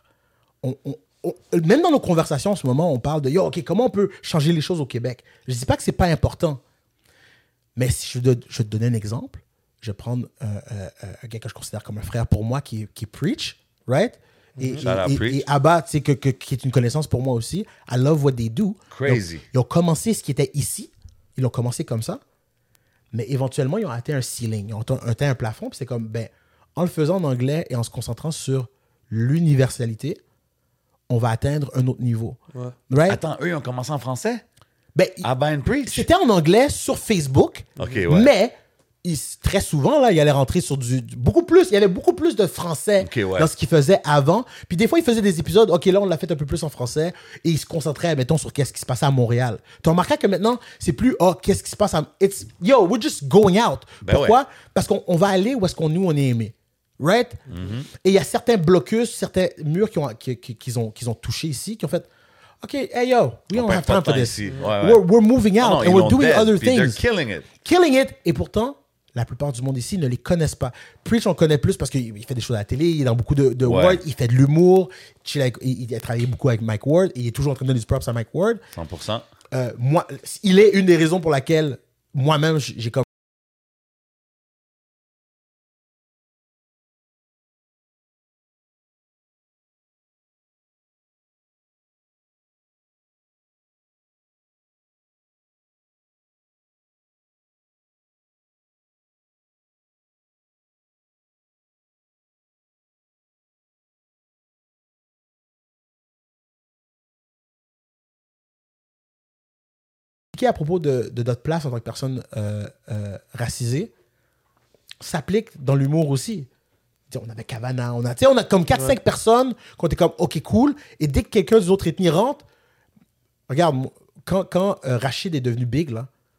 Même dans nos conversations en ce moment, on parle de, yo, OK, comment on peut changer les choses au Québec? Je ne dis pas que c'est pas important, mais si je vais te donner un exemple, je vais prendre un gars que je considère comme un frère pour moi qui preach, right? Et Shout out Preach. Abba, tu sais, qui est une connaissance pour moi aussi. I love what they do. Crazy. Ils ont commencé ce qui était ici. Ils l'ont commencé comme ça. Mais éventuellement, ils ont atteint un ceiling. Ils ont atteint un plafond. Puis c'est comme, ben, en le faisant en anglais et en se concentrant sur l'universalité, on va atteindre un autre niveau. Ouais. Right? Attends, eux, ils ont commencé en français? Ben, Abba and Preach? c'était en anglais sur Facebook. OK, ouais. Mais très souvent, là, il allait rentrer sur beaucoup plus. Il y avait beaucoup plus de français Ok, ouais. dans ce qu'il faisait avant. Puis des fois, il faisait des épisodes. OK, là, on l'a fait un peu plus en français. Et il se concentrait, mettons, sur qu'est-ce qui se passait à Montréal. Tu remarqueras que maintenant, c'est plus, qu'est-ce qui se passe à... Yo, we're just going out. Ben Pourquoi? ouais. Parce qu'on va aller où est-ce qu'on nous, on est aimé. Right? Et il y a certains blocus, certains murs qu'ils ont touchés ici, qui ont fait... OK, hey yo, we don't perd have pas time de for temps this. ici. Ouais, ouais. We're moving out Non, and ils we're l'ont doing dead, other puis they're things. killing it. Killing it. Et pourtant, la plupart du monde ici ne les connaissent pas. Preach, on le connaît plus parce qu'il fait des choses à la télé, il est dans beaucoup de Ward, il fait de l'humour, il a travaillé beaucoup avec Mike Ward, et il est toujours en train de donner du props à Mike Ward. 100%. Moi, il est une des raisons pour laquelle moi-même, j'ai comme à propos de notre place en tant que personne racisée, s'applique dans l'humour aussi. T'sais, on avait Cavana, on a comme 4-5 personnes qu'on était comme OK, cool. Et dès que quelqu'un d'une autre ethnie rentre, regarde, quand Rachid est devenu big,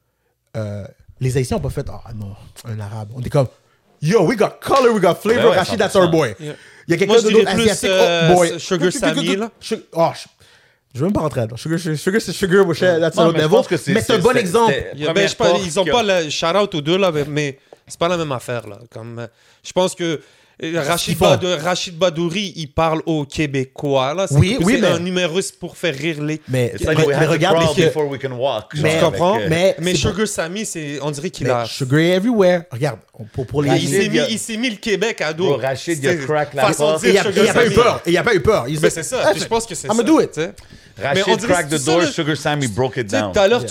là, les Haïtiens n'ont pas fait ah non, un arabe. On était comme yo, we got color, we got flavor, Rachid, that's our boy. Yeah. Il y a quelqu'un de l'autre plus asiatique, boy. Sugar Sammy, là. Je veux même pas rentrer là. Sugar, c'est Sugar, that's Non, another mais je level. pense que Mais c'est un bon exemple. Ils ont pas le shout-out aux deux, là, mais c'est pas la même affaire, là. Comme, je pense que Rachid Badouri, il parle aux Québécois, là. Oui, c'est mais un numérus pour faire rire les... Mais It's like we have to regarde crawl les before we can walk. Mais- Tu genre, comprends? avec, Mais c'est Sugar Sammy, on dirait qu'il mais a... Sugar est everywhere. Regarde, pour les Rachid, Il s'est mis le Québec à dos. Bro, Rachid, il a crack la façon de porte. dire Et il n'y a pas eu Sammy. peur. Et il n'y a pas eu peur. Mais c'est ça. Puis je pense que c'est ça. I'm gonna do it. tu sais. Mais on Rachid dirait cracked que the c'est ça, door, là. Sugar Sammy broke it Tu sais, down. tout à l'heure,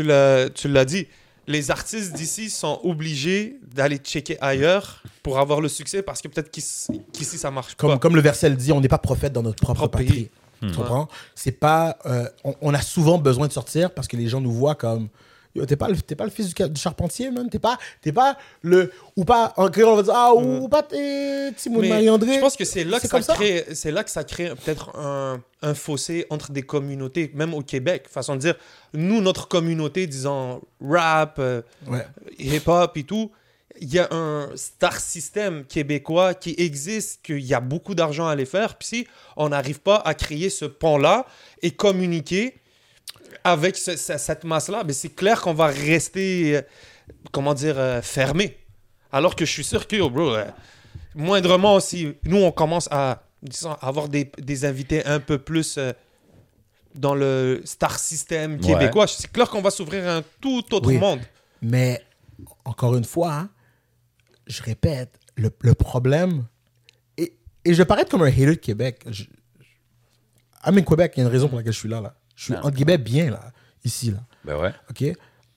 tu l'as dit, les artistes d'ici sont obligés d'aller checker ailleurs pour avoir le succès parce que peut-être qu'ici, ça marche pas. Comme le verset le dit, on n'est pas prophète dans notre propre Propre patrie. pays. Tu comprends? C'est pas... on a souvent besoin de sortir parce que les gens nous voient comme... Yo, t'es pas le fils du charpentier, man. T'es pas le... Ou pas... En créole, on va dire... Ah, ou pas Timoun Mais Marie-André. je pense que c'est là que comme ça. c'est là que ça crée peut-être un fossé entre des communautés, même au Québec. Façon de dire, nous, notre communauté, disons rap, Ouais. hip-hop et tout, il y a un star system québécois qui existe, qu'il y a beaucoup d'argent à aller faire. Puis si on n'arrive pas à créer ce pont-là et communiquer avec cette masse-là, ben c'est clair qu'on va rester, fermé. Alors que je suis sûr que, yo, bro, moindrement, si nous, on commence à, disons, avoir des invités un peu plus dans le star system québécois, c'est clair qu'on va s'ouvrir à un tout autre Oui. monde. Mais, encore une fois, hein, je répète, le problème... Et je vais paraître comme un hater de Québec. I'm in Québec, il y a une raison pour laquelle je suis là. Je suis, entre guillemets, bien, là, ici, là. Ben ouais. OK?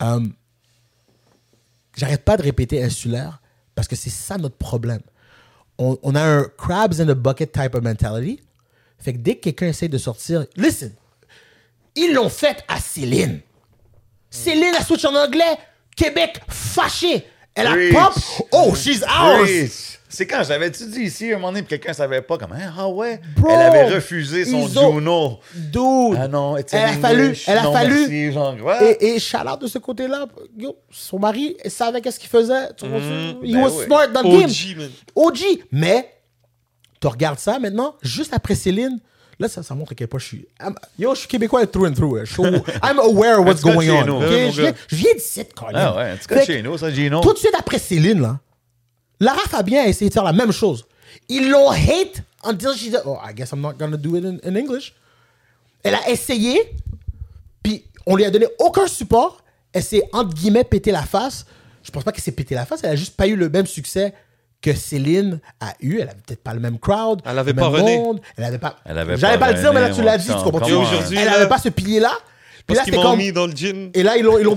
J'arrête pas de répéter insulaire parce que c'est ça notre problème. On a un crabs in a bucket type of mentality. Fait que dès que quelqu'un essaie de sortir... Listen! Ils l'ont fait à Céline. Céline a switch en anglais. Québec fâché. Elle a Preach. pop. Oh, she's ours. Preach. C'est quand j'avais-tu dit ici, un moment donné, puis quelqu'un savait pas comme, hein, ah ouais, Bro, elle avait refusé son ils ont- Juno. Dude. Ah non, it's Elle in a fallu- English. elle a Non, fallu- merci, genre, ouais. Et shout-out de ce côté-là. Yo, son mari, elle savait qu'est-ce qu'il faisait. He ben was oui. smart dans le game. OG, man. OG. Mais, tu regardes ça maintenant, juste après Céline, là, ça montre à quel point je suis... je suis québécois through and through. I'm aware of what's Un petit going gars de on. chez nous. ok? Ouais, mon Je gars. viens d'ici, Colin. Ah ouais, tu Fait connais que, chez nous, ça, Gino. tout de suite après Céline, là, Lara Fabian a essayé de faire la même chose. Ils l'ont hate until she said, oh, I guess I'm not gonna do it in English. Elle a essayé, puis on lui a donné aucun support. Elle s'est, entre guillemets, pété la face. Je pense pas qu'elle s'est pété la face, elle a juste pas eu le même succès que Céline a eu. Elle avait peut-être pas le même crowd. Elle avait le pas même René. monde. Elle avait pas... Elle avait J'allais pas pas le dire, mais là, René, tu l'as mon dit, tu sang. comprends? Comment, aujourd'hui, Elle là, avait pas ce pilier-là. Puis Parce là, qu'ils c'était m'ont comme... mis dans le gin. Et là, ils l'ont...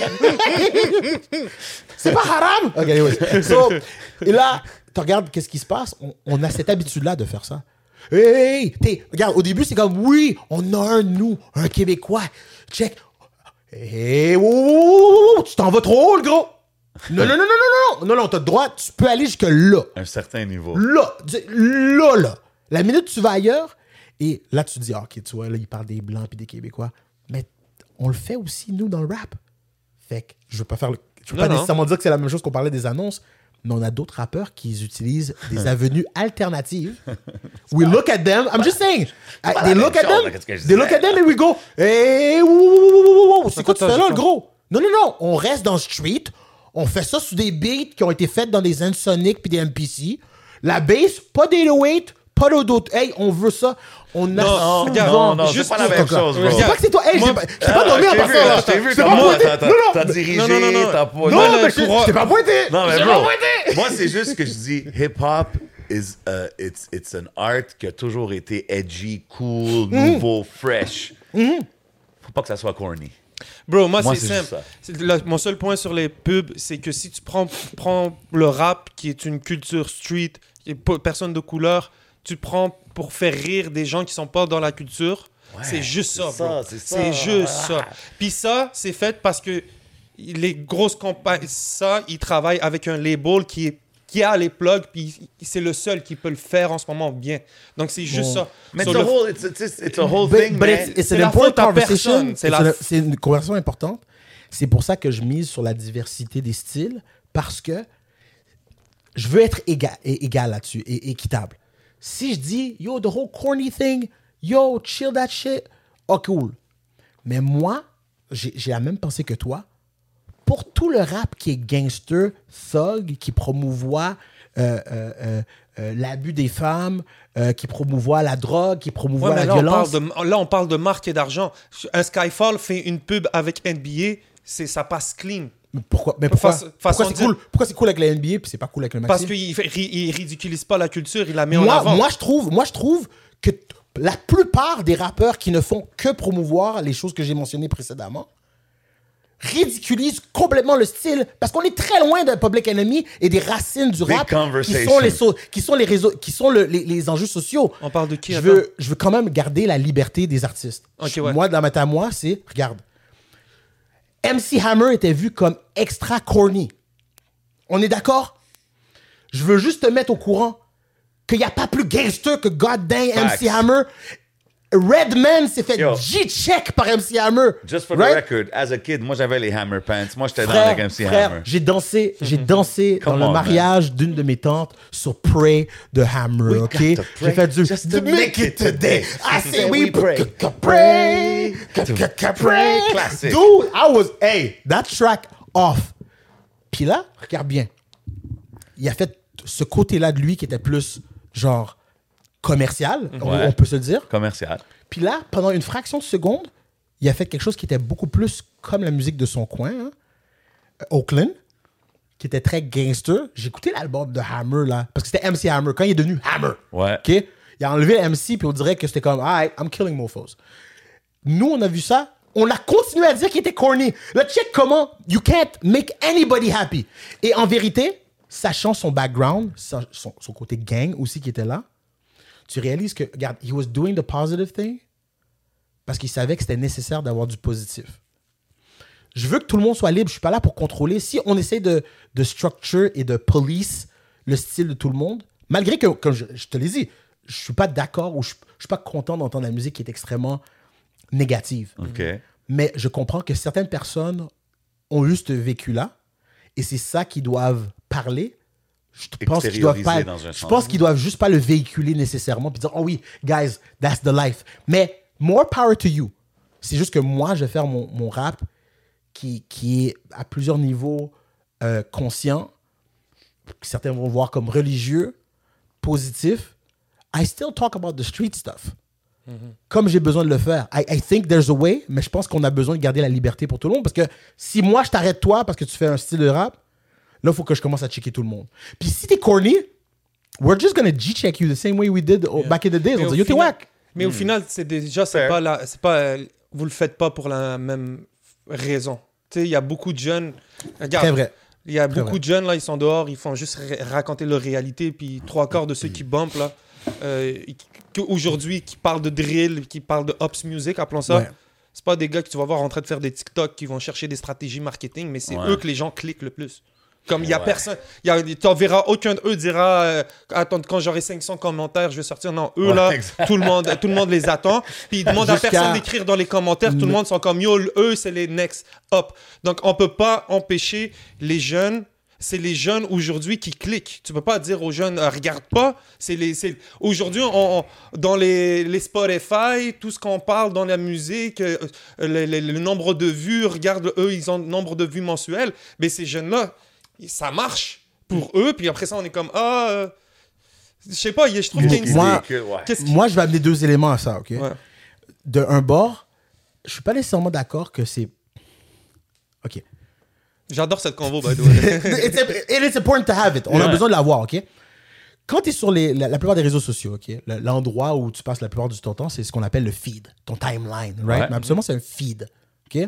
C'est pas haram! Ok, anyways. So, et là, tu regardes qu'est-ce qui se passe. On a cette habitude-là de faire ça. Hey! Regarde, au début, c'est comme, oui, on a un Québécois. Check. Hey, tu t'en vas trop haut, le gros! Non, t'as le droit, tu peux aller jusque là. Un certain niveau. Là. La minute tu vas ailleurs, et là, tu te dis, ok, tu vois, là, il parle des Blancs puis des Québécois. Mais on le fait aussi, nous, dans le rap. Fait que je veux pas nécessairement dire que c'est la même chose qu'on parlait des annonces, mais on a d'autres rappeurs qui utilisent des avenues alternatives. We look at them. I'm just saying. They look at them. They look at them and we go, hey, c'est quoi tu fais là, le gros? Non. On reste dans le street. On fait ça sur des beats qui ont été faits dans des Ensoniq puis des MPC. La bass, pas d'808, pas d'autres. Hey, on veut ça. On a Non, c'est pas la même chose, bro. Je sais pas que c'est toi. Hey, j'ai pas nommé en passant. Je t'ai vu, C'est pas pointé. t'as dirigé, Non. t'as pas... Non, mais je t'ai pas pointé. Non, mais bro, moi, c'est juste que je dis hip-hop is it's an art qui a toujours été edgy, cool, nouveau, fresh. Faut pas que ça soit corny. Bro, moi c'est c'est simple. juste Mon seul point sur les pubs, c'est que si tu prends le rap, qui est une culture street, qui est personne de couleur, tu prends pour faire rire des gens qui sont pas dans la culture, c'est juste ça, bro. C'est juste ça. Puis ça, c'est fait parce que les grosses compagnies, ils travaillent avec un label qui a les plugs, puis c'est le seul qui peut le faire en ce moment bien. Donc, c'est juste ça. Mais Sur it's a whole thing, But man. it's c'est an la important faute à conversation. personne. C'est une conversation importante. C'est pour ça que je mise sur la diversité des styles, parce que je veux être égal là-dessus et équitable. Si je dis, yo, the whole corny thing, yo, chill that shit, oh, cool. Mais moi, j'ai la même pensée que toi. Pour tout le rap qui est gangster, thug, qui promouvoit l'abus des femmes, qui promouvoit la drogue, qui promouvoit la violence. Là, on parle de marque et d'argent. Un Skyfall fait une pub avec NBA, ça passe clean. Pourquoi c'est cool avec la NBA puis c'est pas cool avec le Maxime? Parce qu'il ridiculise pas la culture, il la met en avant. Moi, je trouve que la plupart des rappeurs qui ne font que promouvoir les choses que j'ai mentionnées précédemment ridiculisent complètement le style parce qu'on est très loin d'un Public Enemy et des racines du rap qui sont les enjeux sociaux. On parle de qui? Je veux quand même garder la liberté des artistes. Moi, dans ma tête à moi, c'est, regarde, MC Hammer était vu comme extra corny. On est d'accord? Je veux juste te mettre au courant qu'il n'y a pas plus gangster que goddamn MC Hammer. Redman s'est fait G-check par MC Hammer. Just for the record, as a kid, moi j'avais les Hammer Pants. Moi j'étais dans avec MC Hammer. J'ai dansé dans le mariage d'une de mes tantes sur Pray de Hammer, ok? J'ai fait du Just to make it today. I say we pray. Classic. Dude, that track off. Puis là, regarde bien. Il a fait ce côté-là de lui qui était plus genre commercial, on peut se le dire. Commercial. Puis là, pendant une fraction de seconde, il a fait quelque chose qui était beaucoup plus comme la musique de son coin, hein? Oakland, qui était très gangster. J'ai écouté l'album de Hammer, là, parce que c'était MC Hammer, quand il est devenu Hammer. Ouais. OK? Il a enlevé MC, puis on dirait que c'était comme, I'm killing mofos. Nous, on a vu ça, on a continué à dire qu'il était corny. Là, check comment you can't make anybody happy. Et en vérité, sachant son background, son côté gang aussi qui était là, tu réalises que, regarde, he was doing the positive thing parce qu'il savait que c'était nécessaire d'avoir du positif. Je veux que tout le monde soit libre. Je suis pas là pour contrôler. Si on essaie de structure et de police le style de tout le monde, malgré que, comme je te l'ai dit, je suis pas d'accord ou je suis pas content d'entendre la musique qui est extrêmement négative. Okay. Mais je comprends que certaines personnes ont eu ce vécu-là et c'est ça qu'ils doivent parler. Je pense qu'ils doivent juste pas le véhiculer nécessairement puis dire oh oui guys that's the life, mais more power to you. C'est juste que moi je vais faire mon rap qui est à plusieurs niveaux conscient, certains vont voir comme religieux, positif. I still talk about the street stuff comme j'ai besoin de le faire. I think there's a way, mais je pense qu'on a besoin de garder la liberté pour tout le monde parce que si moi je t'arrête toi parce que tu fais un style de rap, là, il faut que je commence à checker tout le monde. Puis si t'es corny, we're just gonna G-check you the same way we did back in the days. On dit, yo, t'es whack. Mais au final, c'est vous le faites pas pour la même raison. Tu sais, il y a beaucoup de jeunes... Regarde, très vrai. Il y a beaucoup de jeunes, là, ils sont dehors, ils font juste raconter leur réalité, puis 3/4 de ceux qui bumpent, là, aujourd'hui, qui parlent de drill, qui parlent de ops music, appelons ça, c'est pas des gars que tu vas voir en train de faire des TikTok qui vont chercher des stratégies marketing, mais c'est eux que les gens cliquent le plus. Comme il y a personne, t'en verras aucun d'eux dira attends, quand j'aurai 500 commentaires, je vais sortir. Non, eux là, tout le monde les attend. Puis ils demandent à personne d'écrire dans les commentaires. Tout le monde sont comme yo, eux c'est les next up. Donc on peut pas empêcher les jeunes. c'est les jeunes aujourd'hui qui cliquent. Tu peux pas dire aux jeunes, regarde pas. Aujourd'hui, dans les Spotify, tout ce qu'on parle dans la musique, le nombre de vues, regarde, eux, ils ont le nombre de vues mensuelles. Mais ces jeunes-là, ça marche pour eux. Puis après ça, on est comme, je sais pas, je trouve qu'il y a une... Moi, je vais amener 2 éléments à ça, OK? Ouais. De un bord, je suis pas nécessairement d'accord que c'est... OK. J'adore cette convo, by the way. It's important to have it. On a besoin de l'avoir, OK? Quand tu es sur la plupart des réseaux sociaux, OK? L'endroit où tu passes la plupart du temps, c'est ce qu'on appelle le feed, ton timeline, right? Mais absolument, c'est un feed, OK?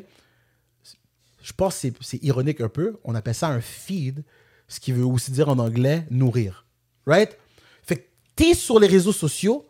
Je pense que c'est ironique un peu. On appelle ça un feed, ce qui veut aussi dire en anglais nourrir, right? Fait que tu es sur les réseaux sociaux,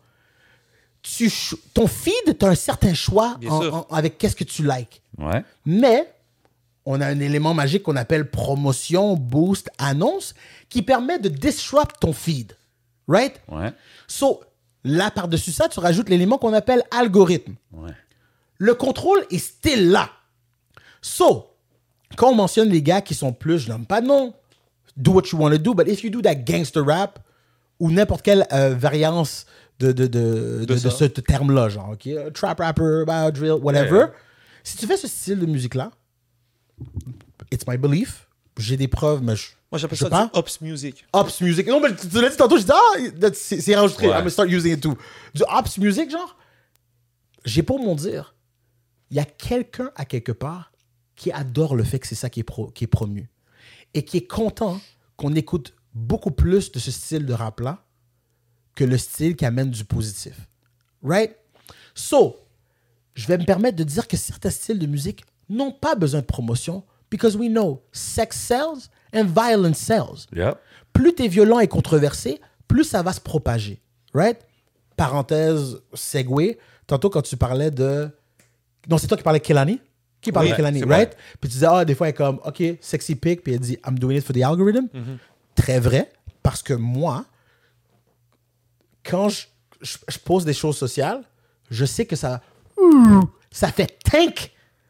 ton feed, tu as un certain choix avec qu'est-ce que tu likes. Ouais. Mais on a un élément magique qu'on appelle promotion, boost, annonce, qui permet de disrupt ton feed. Right? Ouais. So, là, par-dessus ça, tu rajoutes l'élément qu'on appelle algorithme. Ouais. Le contrôle est still là. So, quand on mentionne les gars qui sont plus, je nomme pas de nom, do what you want to do, but if you do that gangster rap ou n'importe quelle variance de ce terme-là, genre, OK? Trap rapper, drill, whatever. Si tu fais ce style de musique-là, it's my belief. J'ai des preuves, mais moi, j'appelle ça du Ops Music. Ops Music. Non, mais tu l'as dit tantôt, j'ai dit, c'est enregistré. I'm gonna start using it too. Du Ops Music, genre, j'ai pour mon dire, il y a quelqu'un à quelque part qui adore le fait que c'est ça qui est promu. Et qui est content qu'on écoute beaucoup plus de ce style de rap-là que le style qui amène du positif. Right? So, je vais me permettre de dire que certains styles de musique n'ont pas besoin de promotion because we know sex sells and violence sells. Yep. Plus t'es violent et controversé, plus ça va se propager. Right? Parenthèse, segue. Tantôt, quand tu parlais de... Non, c'est toi qui parlais de Kehlani? Qui parlait de Kehlani, right? Bon. Puis tu disais, des fois, elle est comme, OK, sexy pic, puis elle dit, I'm doing it for the algorithm. Mm-hmm. Très vrai, parce que moi, quand je pose des choses sociales, je sais que ça fait tank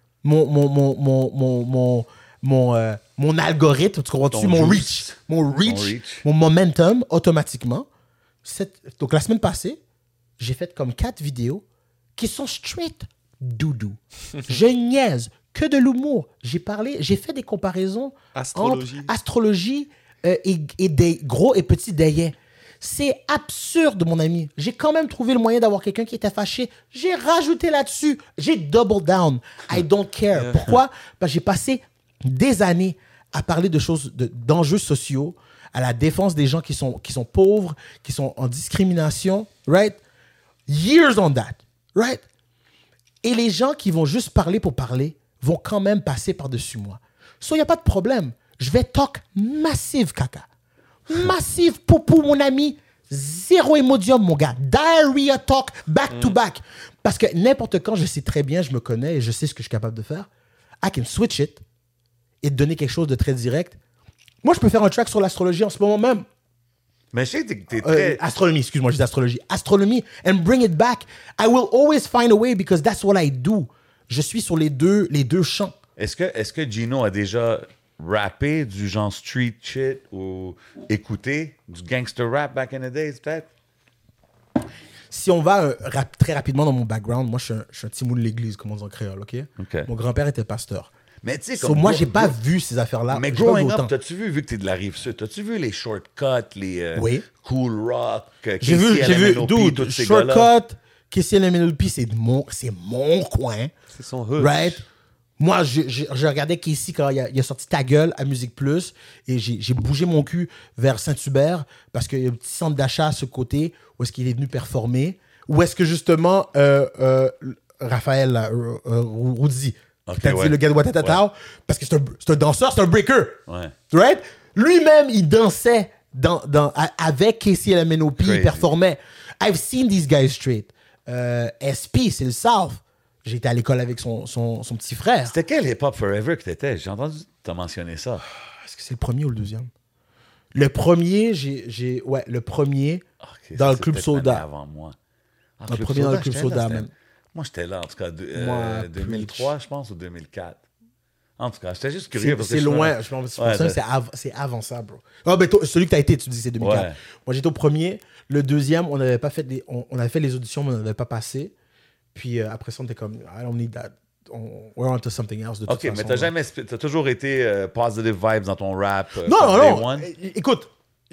mon algorithme, tu comprends-tu? Mon reach, mon momentum, automatiquement. Donc, la semaine passée, j'ai fait comme 4 vidéos qui sont straight doudou. Je niaise que de l'humour. J'ai fait des comparaisons entre astrologie et des gros et petits dayets. C'est absurde, mon ami. J'ai quand même trouvé le moyen d'avoir quelqu'un qui était fâché. J'ai rajouté là-dessus. J'ai double down. I don't care. Pourquoi? Parce que j'ai passé des années à parler de choses, d'enjeux sociaux, à la défense des gens qui sont pauvres, qui sont en discrimination. Right? Years on that. Right? Et les gens qui vont juste parler pour parler vont quand même passer par-dessus moi. So, il n'y a pas de problème. Je vais talk massive, caca. Massive, poupou, mon ami. Zéro émodium, mon gars. Diarrhea talk, back to back. Parce que n'importe quand, je sais très bien, je me connais et je sais ce que je suis capable de faire. I can switch it et te donner quelque chose de très direct. Moi, je peux faire un track sur l'astrologie en ce moment même. Mais je sais que t'es très... Astronomie, excuse-moi, je dis astrologie. Astronomie, and bring it back. I will always find a way because that's what I do. Je suis sur les deux champs. Est-ce que Gino a déjà rappé du genre street shit ou écouté du gangster rap back in the days, peut-être? Si on va très rapidement dans mon background, moi, je suis un petit mou de l'église, comme on dit en créole, OK? Mon grand-père était pasteur. Mais tu sais, comme moi, j'ai pas vu ces affaires-là. Mais growing up, t'as-tu vu que t'es de la Rive-Sud, t'as-tu vu les shortcuts, les Cool Rock, j'ai vu, dude, Shortcut, KCLMNOP, c'est mon coin. C'est son hood. Right? Moi, je regardais Casey quand il a sorti Ta Gueule à Musique Plus et j'ai bougé mon cul vers Saint-Hubert parce qu'il y a un petit centre d'achat à ce côté où est-ce qu'il est venu performer. Où est-ce que justement Raphaël Roudy, t'as dit le gars de Watatata, parce que c'est un danseur, c'est un breaker. Ouais. Right? Lui-même, il dansait avec KCLMNOP, il performait. I've seen these guys straight. SP, c'est le South. J'étais à l'école avec son petit frère. C'était quel Hip Hop Forever que t'étais? J'ai entendu t'as mentionné ça. Est-ce que c'est le premier ou le deuxième? Le premier, le premier dans le Club Soda. Avant moi. Le premier dans le Club Soda, même. Moi, j'étais là, en tout cas, 2003, je pense, ou 2004. En tout cas, j'étais juste curieux. parce que C'est je- loin. Je pense Ouais, que c'est avant ça, bro. Ah, ben, celui que t'as été, tu dis c'est 2004. Ouais. Moi, j'étais au premier. Le deuxième, on avait pas fait on avait fait les auditions, mais on n'avait pas passé. Puis après ça, on était comme, I don't need that. We're on to something else de toute OK, façon. mais t'as toujours été positive vibes dans ton rap. Non, from non, day non. one? Écoute,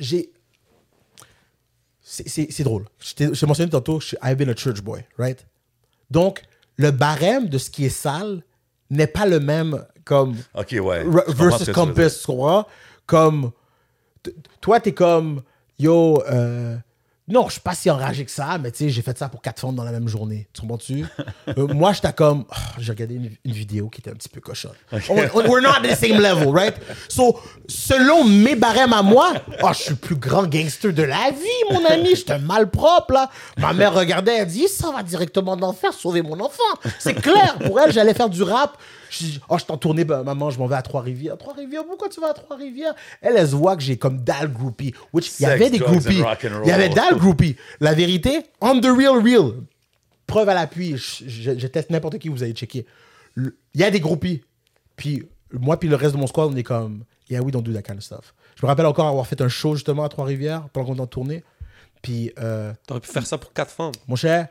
c'est drôle. J'ai mentionné tantôt, I've been a church boy, right? Donc, le barème de ce qui est sale n'est pas le même comme OK, ouais. Je comprends ce versus que tu veux Compass, tu comprends? Comme, toi, t'es comme, yo, non, je suis pas si enragé que ça, mais tu sais, j'ai fait ça pour 4 femmes dans la même journée. Tu comprends-tu? Moi, j'étais comme, j'ai regardé une vidéo qui était un petit peu cochonne. We're not at the same level, right? So, selon mes barèmes à moi, je suis le plus grand gangster de la vie, mon ami. J'étais malpropre, là. Ma mère regardait, elle dit, ça va directement dans l'enfer, sauver mon enfant. C'est clair. Pour elle, j'allais faire du rap. Je dis, je t'en tournais, maman, je m'en vais à Trois-Rivières. Trois-Rivières, pourquoi tu vas à Trois-Rivières? Elle se voit que j'ai comme dalle groupie. Il y avait des drugs and groupies. rock'n'roll. Il y avait dalle groupie. La vérité, on the real. Preuve à l'appui, je teste n'importe qui, vous allez checker. Il y a des groupies. Puis moi, puis le reste de mon squad, on est comme, yeah, we don't do that kind of stuff. Je me rappelle encore avoir fait un show justement à Trois-Rivières pendant qu'on était en tournée. Puis, T'aurais pu faire ça pour 4 femmes. mon cher,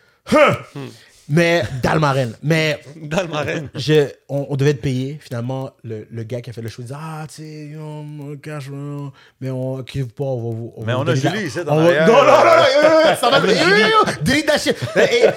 mais Dalmarène. Mais Dans le marin. on devait te payer. Finalement, le gars qui a fait le show dit, tu sais, on cash, mais on inquiétez-vous pas, on va vous. Mais on a donner Julie la- ici, on dans va- l'arrière. Non, ça va. Delete that shit.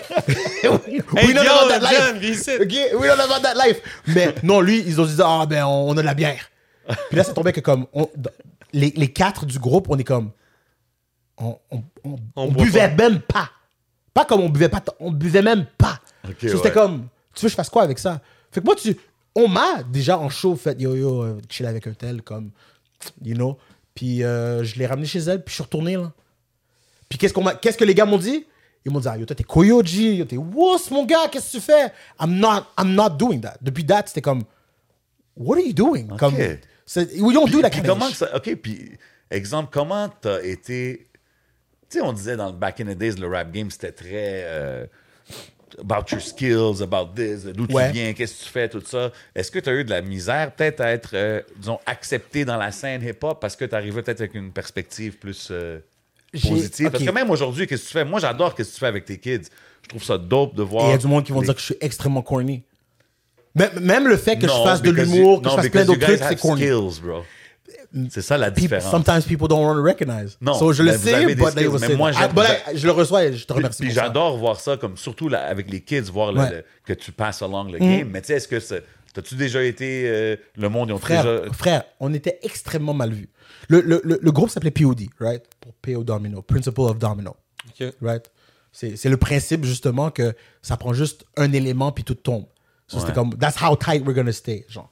We don't about that life. John, viens ici. OK, we don't about that life. Mais non, lui, ils ont dit, on a de la bière. Puis là, ça tombait que comme, les 4 du groupe, on est comme, on boit buvait même pas. Pas comme on buvait pas, on buvait même pas. Ok, So, c'était ouais. comme, tu veux que je fasse quoi avec ça? Fait que moi, on m'a déjà en show fait chill avec un tel, comme, you know. Puis je l'ai ramené chez elle, puis je suis retourné, là. Puis qu'est-ce que les gars m'ont dit? Ils m'ont dit, yo, toi, t'es Koyoji, yo, t'es wuss, mon gars, qu'est-ce que tu fais? I'm not doing that. Depuis date, c'était comme, what are you doing? Ok. Comme, we don't do that Puis kind of comment shit. ça... OK, puis exemple, comment t'as été... Tu sais, on disait dans le back in the days, le rap game, c'était très... about your skills, about this, d'où Ouais. tu viens, qu'est-ce que tu fais, tout ça. Est-ce que tu as eu de la misère peut-être à être, disons, accepté dans la scène hip-hop parce que tu arrivais peut-être avec une perspective plus positive? Ok. Parce que même aujourd'hui, qu'est-ce que tu fais? Moi, j'adore qu'est-ce que tu fais avec tes kids. Je trouve ça dope de Et voir... il y a du monde qui vont dire que je suis extrêmement corny. Même le fait que je Non, fasse de because l'humour, you- que je non, fasse plein because you d'autres guys trucs, c'est have corny. skills, bro. C'est ça la différence. Sometimes people don't want to recognize. Non, So, je le mais vous sais, avez des but they skills, will mais say moi, that. j'aime- But je le reçois et je te Puis, remercie. puis pour ça. j'adore voir ça, comme surtout avec les kids, voir Ouais. que tu passes along le game. Mais tu sais, est-ce que t'as-tu déjà été le monde, ils ont déjà... Frère, on était extrêmement mal vus. Le groupe s'appelait POD, right? Pour P.O. Domino, Principle of Domino, Ok. right? C'est le principe, justement, que ça prend juste un élément puis tout tombe. So, Ouais. C'était comme, that's how tight we're gonna stay, genre.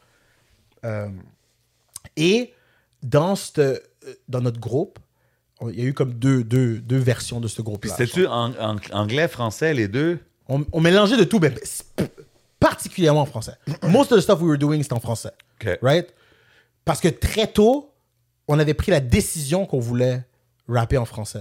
Et dans notre groupe, il y a eu comme deux versions de ce Puis groupe-là. c'était-tu anglais, français, les deux? On mélangeait de tout, mais particulièrement en français. Most of the stuff we were doing, c'était en français. OK. Right? Parce que très tôt, on avait pris la décision qu'on voulait rapper en français.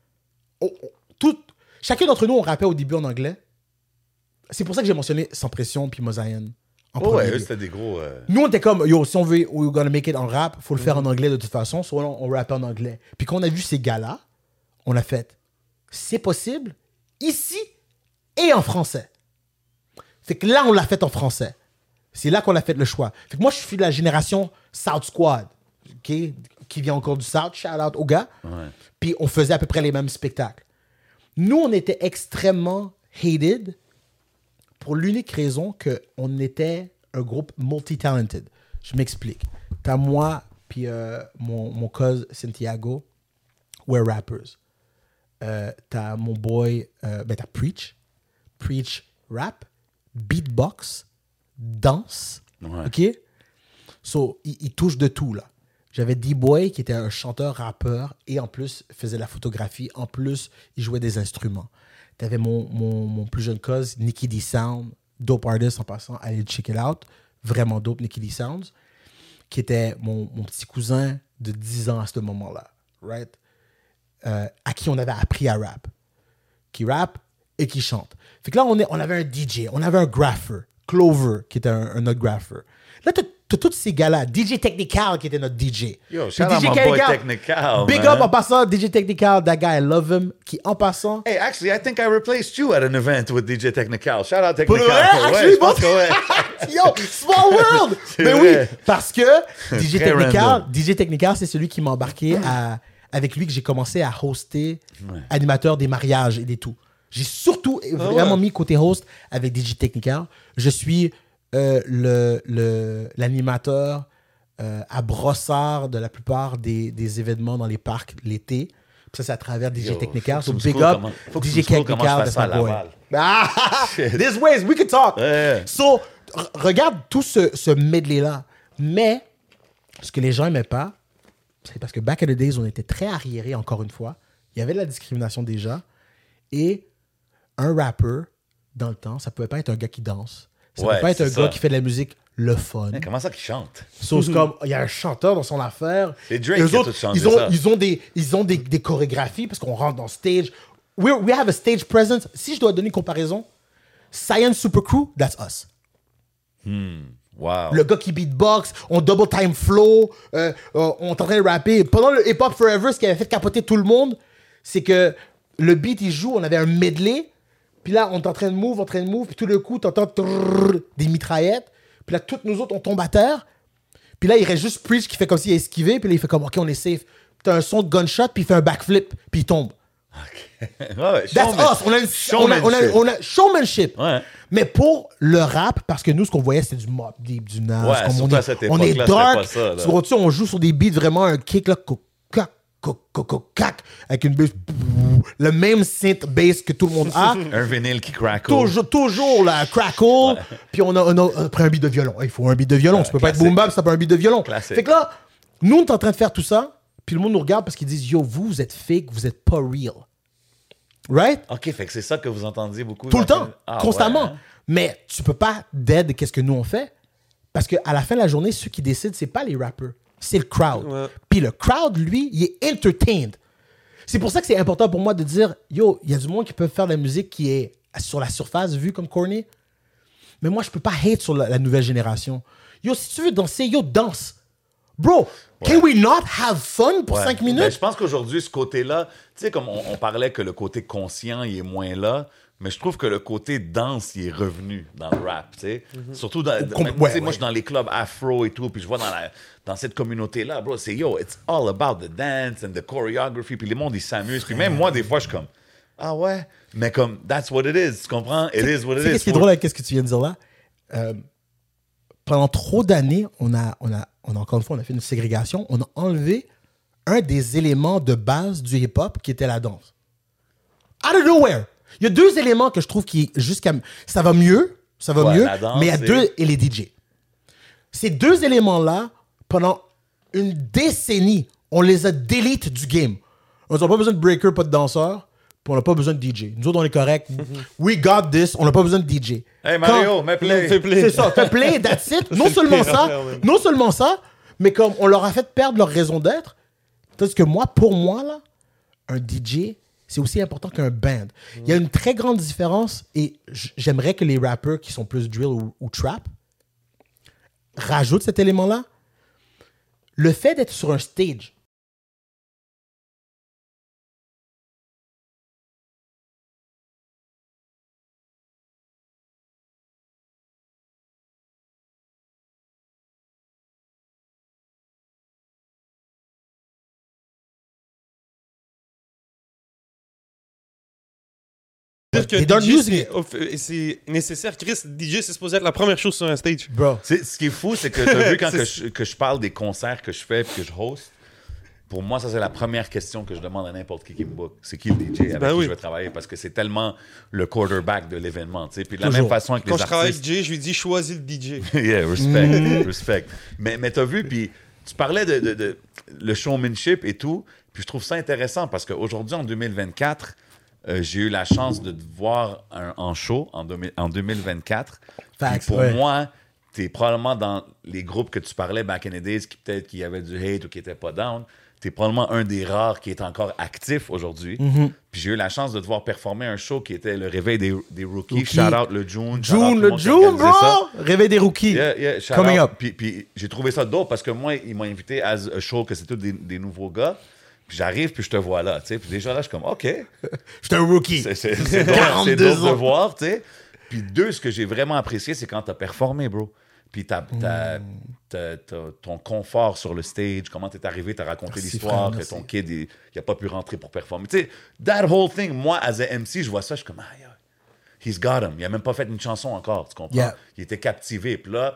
Chacun d'entre nous, on rappait au début en anglais. C'est pour ça que j'ai mentionné Sans Pression puis Mosaïen en Oh, premier ouais, eux, lieu. c'était des gros... Nous, on était comme, yo, si on veut, we're gonna make it en rap, faut le faire en anglais de toute façon, soit on rappait en anglais. Puis quand on a vu ces gars-là, on a fait, c'est possible, ici et en français. Fait que là, on l'a fait en français. C'est là qu'on a fait le choix. Fait que moi, je suis de la génération South Squad, OK, qui vient encore du South, shout out aux gars. Ouais. Puis on faisait à peu près les mêmes spectacles. Nous, on était extrêmement hated pour l'unique raison qu'on était un groupe multi-talented. Je m'explique. T'as moi, puis mon cousin Santiago, we're rappers. T'as mon boy, t'as Preach. Preach rap, beatbox, danse. Ouais. OK? So, il touche de tout, là. J'avais D-Boy qui était un chanteur-rappeur et en plus faisait la photographie. En plus, il jouait des instruments. T'avais mon plus jeune cousin, Nicky D Sound, dope artist en passant, allez check it out. Vraiment dope, Nicky D Sounds, qui était mon petit cousin de 10 ans à ce moment-là, right? À qui on avait appris à rap. Qui rappe et qui chante. Fait que là, on avait un DJ, on avait un grapher, Clover, qui était un autre grapher. Là, t'as tous ces gars-là. DJ Technical qui était notre DJ. Yo, Puis shout out my boy Technical, Big man. up en passant, DJ Technical, that guy, I love him. Qui en passant... Hey, actually, I think I replaced you at an event with DJ Technical. Shout out Pour Technical. le vrai, actually, je pense que ouais. Yo, small world! Mais vrai. oui, parce que DJ Très Technical, random. DJ Technical, c'est celui qui m'a embarqué avec lui que j'ai commencé à hoster animateur des mariages et des tout. J'ai surtout vraiment mis côté host avec DJ Technical. Je suis l'animateur à brossard de la plupart des événements dans les parcs l'été. Puis ça, c'est à travers DJ Yo, Technical. faut So que tu big me up, scrolles faut que tu DJ me scrolles Technical, comment je fais that's ça à my boy. Laval. Ah, this ways, we can talk. Ouais. So, regarde tout ce medley-là. Mais, ce que les gens n'aimaient pas, c'est parce que back in the days, on était très arriérés, encore une fois. Il y avait de la discrimination déjà. Et un rapper, dans le temps, ça pouvait pas être un gars qui danse. Ça Ouais, pouvait pas être un c'est gars ça. qui fait de la musique le fun. Hey, comment ça qu'il chante? So, c'est comme, il y a un chanteur dans son affaire. C'est Drake Eux qui a autres, tout chanté ils ont, ça. ils ont des chorégraphies parce qu'on rentre dans stage. We have a stage presence. Si je dois donner une comparaison, Science Super Crew, that's us. Wow. Le gars qui beatbox, on double time flow, on est en train de rapper. Pendant le Hip Hop Forever, ce qui avait fait capoter tout le monde, c'est que le beat, il joue, on avait un medley, puis là, on est en train de move, puis tout le coup, t'entends des mitraillettes, puis là, toutes nous autres, on tombe à terre, puis là, il reste juste Preach qui fait comme s'il a esquivé, puis là, il fait comme, OK, on est safe. Puis t'as un son de gunshot, puis il fait un backflip, puis il tombe. Ouais, That's us. On a showmanship. Ouais. Mais pour le rap, parce que nous, ce qu'on voyait, c'était du Mobb Deep, du Nas. Ouais, comme surtout à cette on est époque-là, dark. c'était pas ça, là. Sur au-dessus, on joue sur des beats vraiment un kick, là, avec une bass, le même synth bass que tout le monde a. Un vinyle qui crackle. Toujours la crackle. Puis on a pris un beat de violon. Il faut un beat de violon. Tu peux pas être classique. boom bap si t'as pas un beat de violon. Classique. Fait que là, nous, on est en train de faire tout ça. Puis le monde nous regarde parce qu'ils disent, yo, vous êtes fake, vous êtes pas real. Right? OK, fait que c'est ça que vous entendiez beaucoup. Tout le dans temps, Ah, constamment. ouais, hein? Mais tu peux pas dead qu'est-ce que nous on fait. Parce qu'à la fin de la journée, ceux qui décident, c'est pas les rappers, c'est le crowd. Ouais. Puis le crowd, lui, il est entertained. C'est pour ça que c'est important pour moi de dire, yo, il y a du monde qui peut faire de la musique qui est sur la surface, vu comme corny. Mais moi, je peux pas hate sur la nouvelle génération. Yo, si tu veux danser, yo, danse. Bro, can we not have fun pour Ouais. 5 Ben, minutes? je pense qu'aujourd'hui, ce côté-là, tu sais, comme on parlait que le côté conscient, il est moins là, mais je trouve que le côté danse, il est revenu dans le rap, tu sais. Surtout, dans, Com- même, ouais, tu sais, moi, ouais. je suis dans les clubs afro et tout, puis je vois dans cette communauté-là, bro, c'est yo, it's all about the dance and the choreography, puis les mondes, ils s'amusent. Puis même moi, des fois, je suis comme, ah ouais, mais comme, that's what it is, tu comprends? It is what it Tu sais, is. qu'est-ce qui est drôle avec ce que tu viens de dire là? Pendant trop d'années, on a encore une fois, on a fait une ségrégation. On a enlevé un des éléments de base du hip-hop qui était la danse. Out of nowhere! Il y a deux éléments que je trouve qui, jusqu'à... Ça va mieux, Ouais, mieux, la danse mais il y a et- deux... Et les DJ. Ces deux éléments-là, pendant une décennie, on les a delete du game. On n'a pas besoin de breaker, pas de danseur, puis on n'a pas besoin de DJ. Nous autres, on est correct. We got this, on n'a pas besoin de DJ. Hey Mario, Quand- mets play. Fais play. C'est ça, fait play, that's it. Non seulement ça, mais comme on leur a fait perdre leur raison d'être. Tandis que moi, pour moi, là, un DJ, c'est aussi important qu'un band. Il y a une très grande différence et j'aimerais que les rappers qui sont plus drill ou trap rajoutent cet élément-là. Le fait d'être sur un stage, Dire que They don't use DJ, c'est nécessaire. Chris, DJ, c'est supposé être la première chose sur un stage. bro. Ce qui est fou, c'est que tu as vu quand que je parle des concerts que je fais et que je host, pour moi, ça, c'est la première question que je demande à n'importe qui me book. C'est qui le DJ avec Ben qui oui. je vais travailler? Parce que c'est tellement le quarterback de l'événement. Tu sais. Puis de la Toujours. même façon avec Quand les je travaille artistes. avec Jay, je lui dis choisis le DJ. Yeah, respect, respect. Mais t'as vu, puis tu parlais de le showmanship et tout, puis je trouve ça intéressant parce qu'aujourd'hui, en 2024, j'ai eu la chance de te voir en show en 2024. Puis Facts, pour ouais. moi, t'es probablement dans les groupes que tu parlais back in the days qui peut-être qu'il y avait du hate ou qui n'étaient pas down. t'es probablement un des rares qui est encore actif aujourd'hui. Puis j'ai eu la chance de te voir performer un show qui était le réveil des rookies. Shout out le June. Le June, bro! Réveil des rookies. Yeah, shout Coming out. up. Puis j'ai trouvé ça dope parce que moi, ils m'ont invité à un show que c'est tous des nouveaux gars. Puis j'arrive, puis je te vois là, tu sais. Puis déjà là, je suis comme, OK. J'étais un rookie. C'est dope de voir, tu sais. Puis deux, ce que j'ai vraiment apprécié, c'est quand t'as performé, bro. Puis ton confort sur le stage, comment t'es arrivé, t'as raconté l'histoire, que ton kid, il a pas pu rentrer pour performer. Tu sais, that whole thing, moi, as a MC, je vois ça, je suis comme, he's got him. Il a même pas fait une chanson encore, tu comprends? Yeah. Il était captivé. Puis là,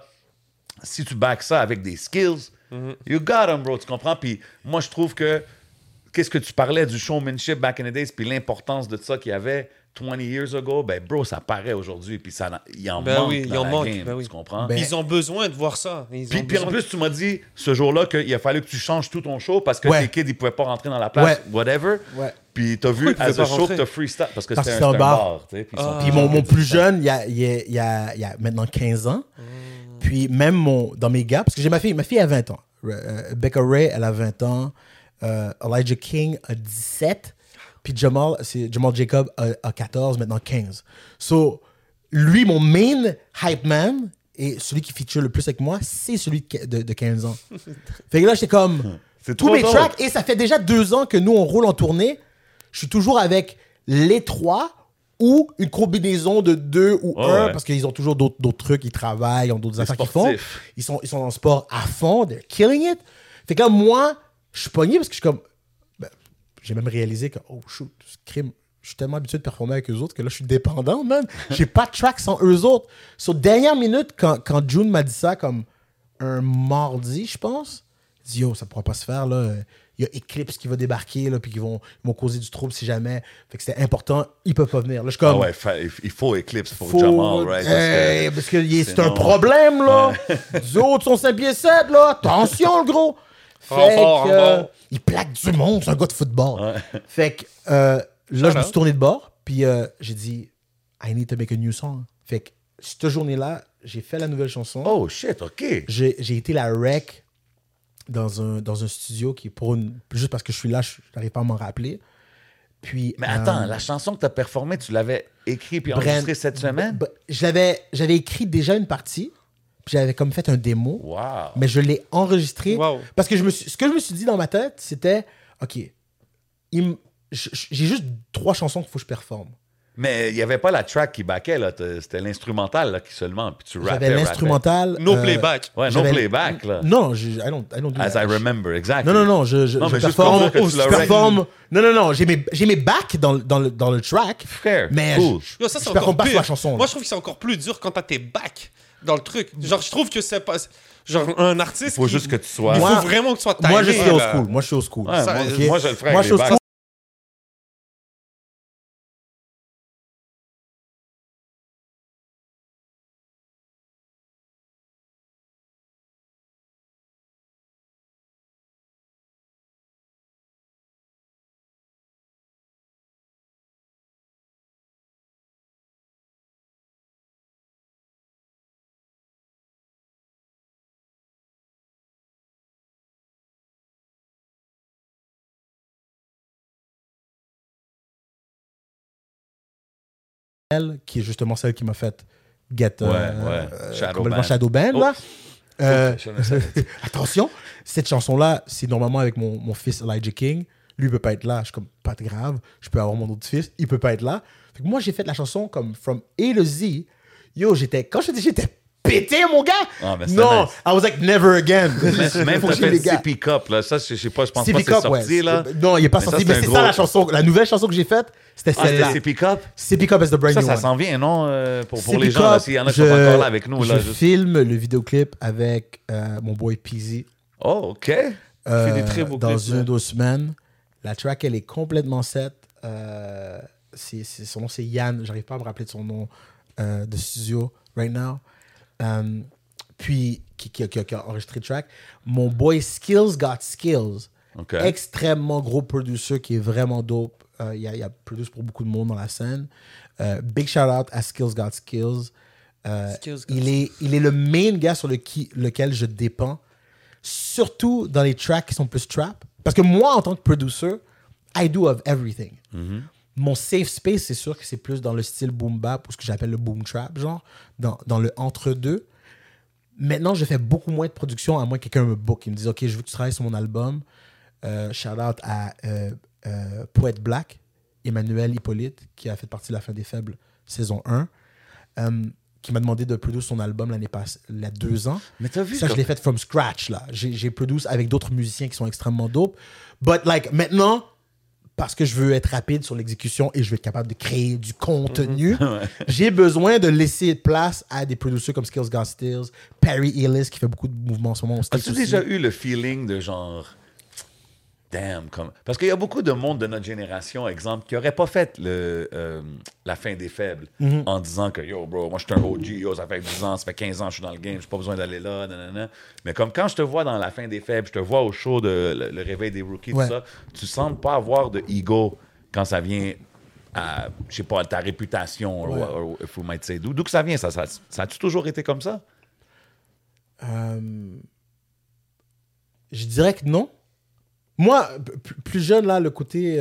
si tu backs ça avec des skills, you got him, bro, tu comprends? Puis moi, je trouve que, qu'est-ce que tu parlais du showmanship back in the days, puis l'importance de ça qu'il y avait 20 years ago, ben bro, ça paraît aujourd'hui, puis il en manque dans la game, tu comprends? Ils ont besoin de voir ça. Puis en plus, tu m'as dit ce jour-là qu'il a fallu que tu changes tout ton show parce que tes kids, ils pouvaient pas rentrer dans la place, whatever. Ouais. Puis t'as vu as a show que t'as freestyle parce que c'était un bar. Puis mon plus jeune, il y a maintenant 15 ans. Puis même dans mes gars, parce que j'ai ma fille a 20 ans. Becca Ray, elle a 20 ans. Elijah King a 17. Puis Jamal Jacob a 14, maintenant 15. So, lui, mon main hype man, et celui qui feature le plus avec moi, c'est celui de 15 ans. Fait que là, j'étais comme... tous mes tracks, et ça fait déjà 2 ans que nous, on roule en tournée. Je suis toujours avec les 3 ou une combinaison de 2 ou 1, parce qu'ils ont toujours d'autres trucs, ils travaillent, ils ont d'autres affaires qu'ils font. Ils sont dans le sport à fond, they're killing it. Fait que là, moi, je suis pogné parce que je suis comme... J'ai même réalisé que, oh shoot, ce crime, je suis tellement habitué de performer avec eux autres que là, je suis dépendant, man. J'ai pas de track sans eux autres. Dernière minute, quand June m'a dit ça, comme un mardi, je pense, il dit, yo, ça pourra pas se faire, là. Il y a Eclipse qui va débarquer, là, puis ils vont causer du trouble si jamais. Fait que c'était important, ils peuvent pas venir. Là, je suis comme... il faut Eclipse pour Jamal, right? Parce que c'est un problème, là. Les autres sont 5 pieds 7, là. Attention, le gros. Fait que... il plaque du monde, c'est un gars de football. Ouais. Fait que là, je me suis tourné de bord, puis j'ai dit, I need to make a new song. Fait que cette journée-là, j'ai fait la nouvelle chanson. Oh shit, OK. J'ai été la rec dans un studio qui est juste parce que je suis là, je n'arrive pas à m'en rappeler. Puis, mais attends, la chanson que tu as performée, tu l'avais écrite puis enregistrée cette semaine? J'avais écrit déjà une partie. J'avais comme fait un démo, mais je l'ai enregistré. Parce que ce que je me suis dit dans ma tête, c'était, OK, j'ai juste 3 chansons qu'il faut que je performe. Mais il n'y avait pas la track qui backait, là. C'était l'instrumental là, qui seulement, puis tu rappais. J'avais l'instrumental. No playback. Ouais, no playback, là. Non, I don't do As that. I remember, exactly. Non, je performe. Non, j'ai mes backs dans le track. Frère, mais cool. je performe pas sur la chanson. Moi, je trouve que c'est encore plus dur quand t'as tes backs dans le truc. Genre, je trouve que c'est pas... Genre, un artiste... Il faut juste que tu sois... Il faut vraiment que tu sois timé. Moi, je suis old school. Moi, je suis old school. Ouais, moi, je le ferais avec les backs. Qui est justement celle qui m'a fait get complètement Shadowban, là. Attention, cette chanson-là, c'est normalement avec mon fils Elijah King. Lui, il peut pas être là. Je suis comme, pas de grave. Je peux avoir mon autre fils. Il peut pas être là. Fait que moi, j'ai fait la chanson comme from A to Z. Yo, j'étais pété, mon gars. Non, nice. I was like, never again. Même t'as fait CP Cup, là. Ça, je sais pas, je pense pas que c'est sorti, là. Non, il est pas sorti, mais c'est ça la chanson. La nouvelle chanson que j'ai faite, c'était celle-là. C'était CP Cup? CP Cup is the brand new one. Ça s'en vient, non? Pour les gens, s'il y en a qui sont encore là avec nous. Je filme le vidéoclip avec mon boy Peasy. Oh, OK. Il fait des très beaux clips. Dans 1 ou 2 semaines. La track, elle est complètement set. Son nom, c'est Yann. J'arrive pas à me rappeler de son nom de studio right now. Puis, qui a enregistré le track. Mon boy Skills Got Skills. Okay. Extrêmement gros producer qui est vraiment dope. Il a produit pour beaucoup de monde dans la scène. Big shout out à Skills Got Skills. Il est le main gars sur lequel je dépends. surtout dans les tracks qui sont plus trap. Parce que moi, en tant que producer, I do of everything. Mon safe space, c'est sûr que c'est plus dans le style boom bap ou ce que j'appelle le boom trap, genre, dans le entre-deux. Maintenant, je fais beaucoup moins de production, à moins que quelqu'un me book. Il me dit, OK, je veux que tu travailles sur mon album. Shout-out à Poète Black, Emmanuel Hippolyte, qui a fait partie de La Fin des Faibles, saison 1, qui m'a demandé de produire son album l'année passée, il y a 2 ans. Mais t'as vu ça, je l'ai fait from scratch, là. J'ai produit avec d'autres musiciens qui sont extrêmement dope. But, like, maintenant, parce que je veux être rapide sur l'exécution et je veux être capable de créer du contenu, j'ai besoin de laisser place à des producteurs comme Skills Got Stills, Perry Ellis, qui fait beaucoup de mouvements en ce moment. As-tu déjà eu le feeling de genre... Damn, comme... Parce qu'il y a beaucoup de monde de notre génération, exemple, qui n'aurait pas fait La Fin des Faibles en disant que, yo, bro, moi, je suis un OG, yo, ça fait 10 ans, ça fait 15 ans, je suis dans le game, j'ai pas besoin d'aller là, nanana. Mais comme quand je te vois dans La Fin des Faibles, je te vois au show de le Réveil des Rookies, tout ça, tu sembles pas avoir de ego quand ça vient à, je sais pas, ta réputation, if we might say. D'où que ça vient, ça a-tu toujours été comme ça? Je dirais que non. Moi, plus jeune, là, le côté...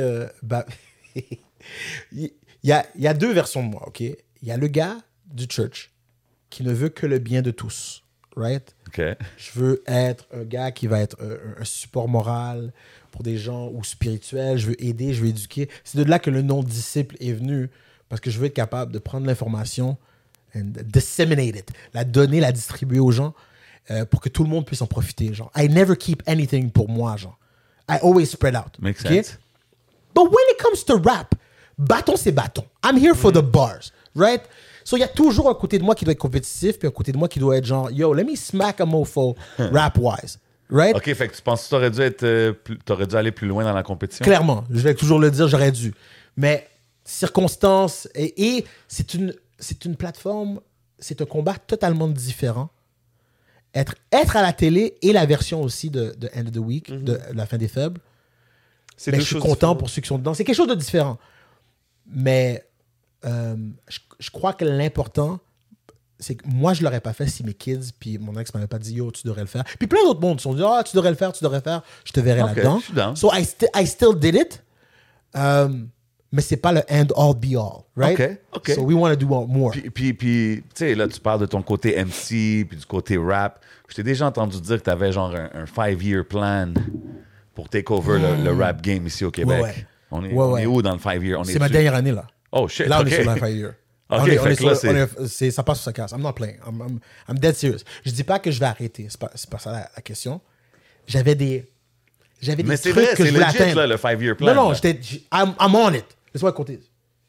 il y a 2 versions de moi, OK? Il y a le gars du church qui ne veut que le bien de tous, right? OK. Je veux être un gars qui va être un support moral pour des gens ou spirituel. Je veux aider, je veux éduquer. C'est de là que le nom disciple est venu, parce que je veux être capable de prendre l'information and disseminate it, la donner, la distribuer aux gens pour que tout le monde puisse en profiter. Genre, I never keep anything pour moi, genre. I always spread out. Makes okay? sense. But when it comes to rap, bâton, c'est bâton. I'm here for the bars, right? So, il y a toujours un côté de moi qui doit être compétitif, puis un côté de moi qui doit être genre, yo, let me smack a mofo rap-wise, right? OK, fait que tu penses que t'aurais dû aller plus loin dans la compétition? Clairement, je vais toujours le dire, j'aurais dû. Mais circonstances, et c'est une plateforme, c'est un combat totalement différent. Être à la télé et la version aussi de End of the Week, de La Fin des Faibles. C'est Mais deux je suis choses content différentes. pour ceux qui sont dedans. C'est quelque chose de différent. Mais je crois que l'important, c'est que moi, je ne l'aurais pas fait si mes kids, puis mon ex m'avait pas dit, yo, tu devrais le faire. Puis plein d'autres mondes se sont dit, ah, tu devrais le faire, je te verrai là-dedans. je suis down. So I still did it. Mais c'est pas le end all be all, right? OK. So we want to do more. Puis tu sais, là, tu parles de ton côté MC, puis du côté rap. Je t'ai déjà entendu dire que tu avais genre un 5-year plan pour take over le rap game ici au Québec. Ouais. On est où dans le 5-year? C'est ma dernière année, là. Oh, shit, Là, on OK. est sur la 5 year. OK, On est fait que là, ça passe ou ça casse. I'm not playing. I'm dead serious. Je dis pas que je vais arrêter. C'est pas ça la question. J'avais des Mais c'est trucs vrai, que je c'est voulais legit, atteindre. là, le 5-year plan. Non, là. I'm on it. Laisse-moi compter.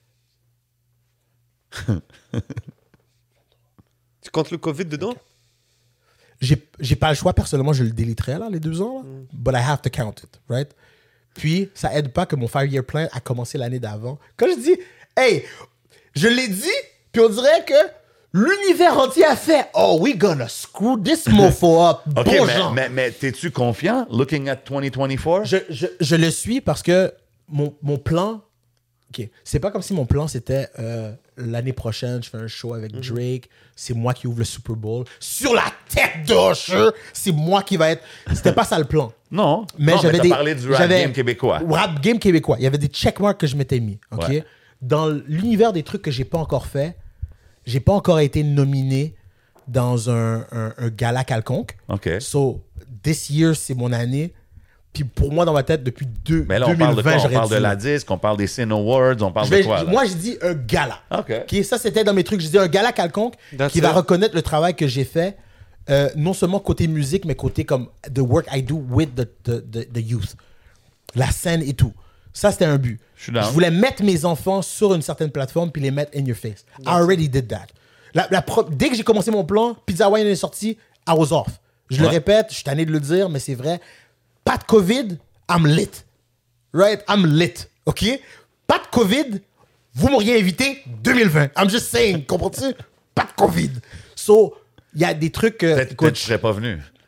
Tu comptes le COVID dedans? J'ai pas le choix, personnellement, je le déliterais, là, les 2 ans. Là. But I have to count it, right? Puis, ça aide pas que mon 5-year plan a commencé l'année d'avant. Quand je dis, hey, je l'ai dit, puis on dirait que l'univers entier a fait, oh, we gonna screw this mofo up. OK, Bon genre. mais t'es-tu confiant, looking at 2024? Je le suis parce que mon plan... OK, c'est pas comme si mon plan, c'était l'année prochaine, je fais un show avec Drake, c'est moi qui ouvre le Super Bowl. Sur la tête d'Usher, c'est moi qui va être... C'était pas ça le plan. Non, Mais non, j'avais t'as parlé du rap game québécois. Rap game québécois. Il y avait des checkmarks que je m'étais mis. OK? Ouais. Dans l'univers des trucs que j'ai pas encore fait, j'ai pas encore été nominé dans un gala quelconque. OK. So, this year, c'est mon année. Puis pour moi, dans ma tête, depuis Mais là, on 2020, parle de quoi? On j'aurais parle dû- de la disque, on parle des Cine Awards, on parle de quoi? Là? Moi, je dis un gala. OK. OK, ça, c'était dans mes trucs. Je dis un gala quelconque That's qui va it. reconnaître le travail que j'ai fait, non seulement côté musique, mais côté comme the work I do with the youth. La scène et tout. Ça, c'était un but. Je suis down. Je voulais mettre mes enfants sur une certaine plateforme puis les mettre in your face. I already did that. Dès que j'ai commencé mon plan, Pizza Wine est sorti, I was off. Je le Ouais. répète, je suis tanné de le dire, mais c'est vrai. Pas de COVID, I'm lit. Right? I'm lit. OK? Pas de COVID, vous m'auriez invité 2020. I'm just saying. Comprends-tu? Pas de COVID. So, il y a des trucs que... Peut-être que tu serais pas venu.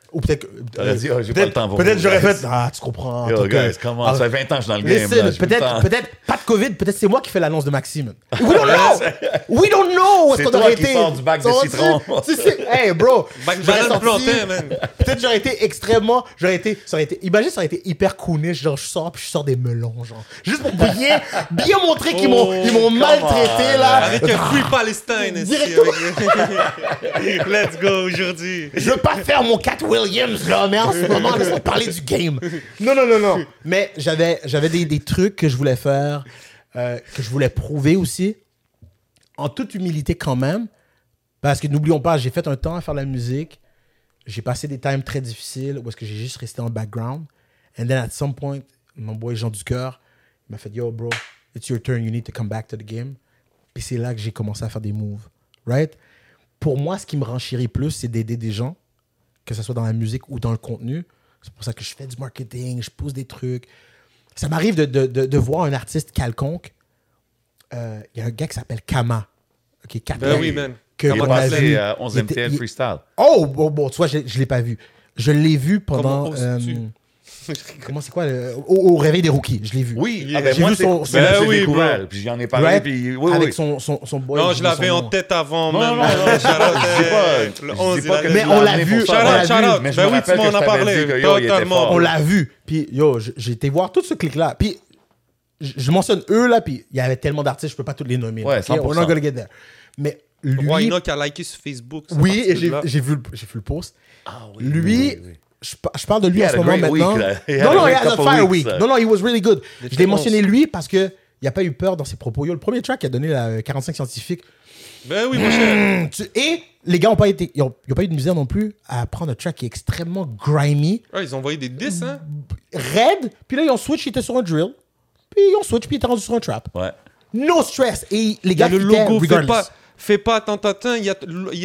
Ou peut-être... T'aurais dit, j'ai pas le temps pour Peut-être vous, j'aurais guys. fait... Ah, tu comprends. Yo, guys, comment? Ça fait 20 ans que je suis dans le game. Listen, Là, j'ai plus le temps. peut-être pas de COVID, peut-être c'est moi qui fais l'annonce de Maxime. We don't know! We don't know! C'est Est-ce qu'on toi aurait qui été... sors du bac de Tu citron. Hey, bro! Bac j'aurais banane sorti- plantain, man. Peut-être j'aurais été extrêmement... Imagine, ça aurait été hyper coonish. Genre, je sors puis je sors des melons, genre. Juste pour bien montrer qu'ils m'ont maltraité, là. Avec un Free Palestine ici. Directement. Let's go aujourd'hui. Je veux pas faire mon Cat Williams, là, mais en ce moment, laisse-moi parler du game. Non. Mais j'avais des trucs que je voulais faire, que je voulais prouver aussi, en toute humilité quand même, parce que n'oublions pas, j'ai fait un temps à faire la musique, j'ai passé des times très difficiles où est-ce que j'ai juste resté en background, and then at some point, mon boy Jean Ducoeur, il m'a fait « Yo, bro, it's your turn, you need to come back to the game ». Puis c'est là que j'ai commencé à faire des moves, right? Pour moi, ce qui me renchérit plus, c'est d'aider des gens, que ce soit dans la musique ou dans le contenu. C'est pour ça que je fais du marketing, je pose des trucs. Ça m'arrive de voir un artiste quelconque. Il y a un gars qui s'appelle Kama. Okay, Ben oui, man. Il est on a passé vu. à 11 MTL Freestyle. Oh, bon, tu vois, je ne l'ai pas vu. Je l'ai vu pendant... Comment oses-tu? Comment c'est quoi? Au réveil des rookies, je l'ai vu. Oui, J'ai moi, vu c'est son- c'est là que Ben j'ai oui, découvert. bro. Puis j'en ai parlé, Right? puis oui, Avec oui. son boy. Non, j'ai je oublié l'avais son en nom. tête avant, Non, man. non, je dis pas- Le je 11, dis pas que Mais je on l'ai l'a amené vu. pour ça. On l'a Shout out. Mais je Ben me oui, rappelle tu que m'en je as t'avais parlé. dit que, yo, il était Totalement. fort. On l'a vu. Puis, yo, j'ai été voir tout ce clic-là. Puis, je mentionne eux, là, puis il y avait tellement d'artistes, je peux pas tous les nommer. Ouais, ok? 100%. We're not gonna get there. Mais lui... Roy Enoch a liké sur Facebook. cette Oui, et partie-là. j'ai vu le post. Ah oui, Lui, oui, oui. je parle de lui He en had ce a moment great maintenant. week, là. He had Non, a non, he great had a couple fire weeks, week. là. Non, he was really good. Je l'ai mentionné onze. lui parce que il a pas eu peur dans ses propos. Yo, le premier track, il a donné la 45 scientifique. Ben oui, mon cher. Et les gars ont pas eu de misère non plus à prendre un track qui est extrêmement grimy, Ouais, ils ont envoyé des 10, hein? raide. Puis là, ils ont switch, il était sur un drill. Puis ils ont switch, puis il était rendu sur un trap. Ouais. No stress. Et les Il y gars, a le fittaient logo, regardless. fais pas, tant. Il y a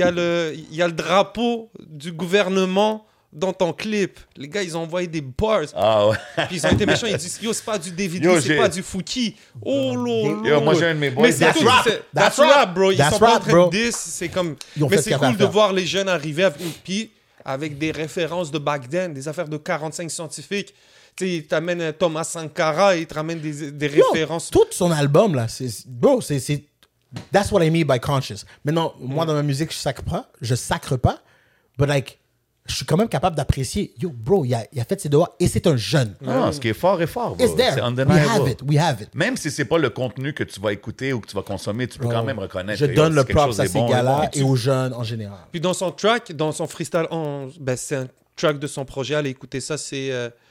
le drapeau du gouvernement dans ton clip. Les gars, ils ont envoyé des bars. Ah ouais. Puis ils ont été méchants. Ils disent, yo, c'est pas du David Yo, Lee, c'est j'ai- pas du Fouki. Oh, lolo. Yo, moi, j'ai un de mes boys. Mais c'est That's tout. rap. That's That's rap. rap, bro. Ils That's sont pas en rap, train bro. de diss. C'est comme... Ils ont Mais fait c'est ce qu'il y avait cool à de faire. voir les jeunes arriver puis avec des références de back then, des affaires de 45 scientifiques. Tu sais, ils t'amènent Thomas Sankara, ils te ramènent des Yo, références. tout son album, là, bro, c'est... That's what I mean by conscious. Maintenant, moi, dans ma musique, je sacre pas, but like, je suis quand même capable d'apprécier. Yo, bro, il a fait ses devoirs et c'est un jeune. Non, ce qui est fort est fort, bro. It's there. C'est We undeniable. have it. We have it. Même si c'est pas le contenu que tu vas écouter ou que tu vas consommer, tu peux quand même reconnaître. Je que, yo, donne si le quelque props chose à est ces bon, gars-là est et bon. aux jeunes en général. Puis dans son track, dans son freestyle, c'est un track de son projet. Allez écouter ça, c'est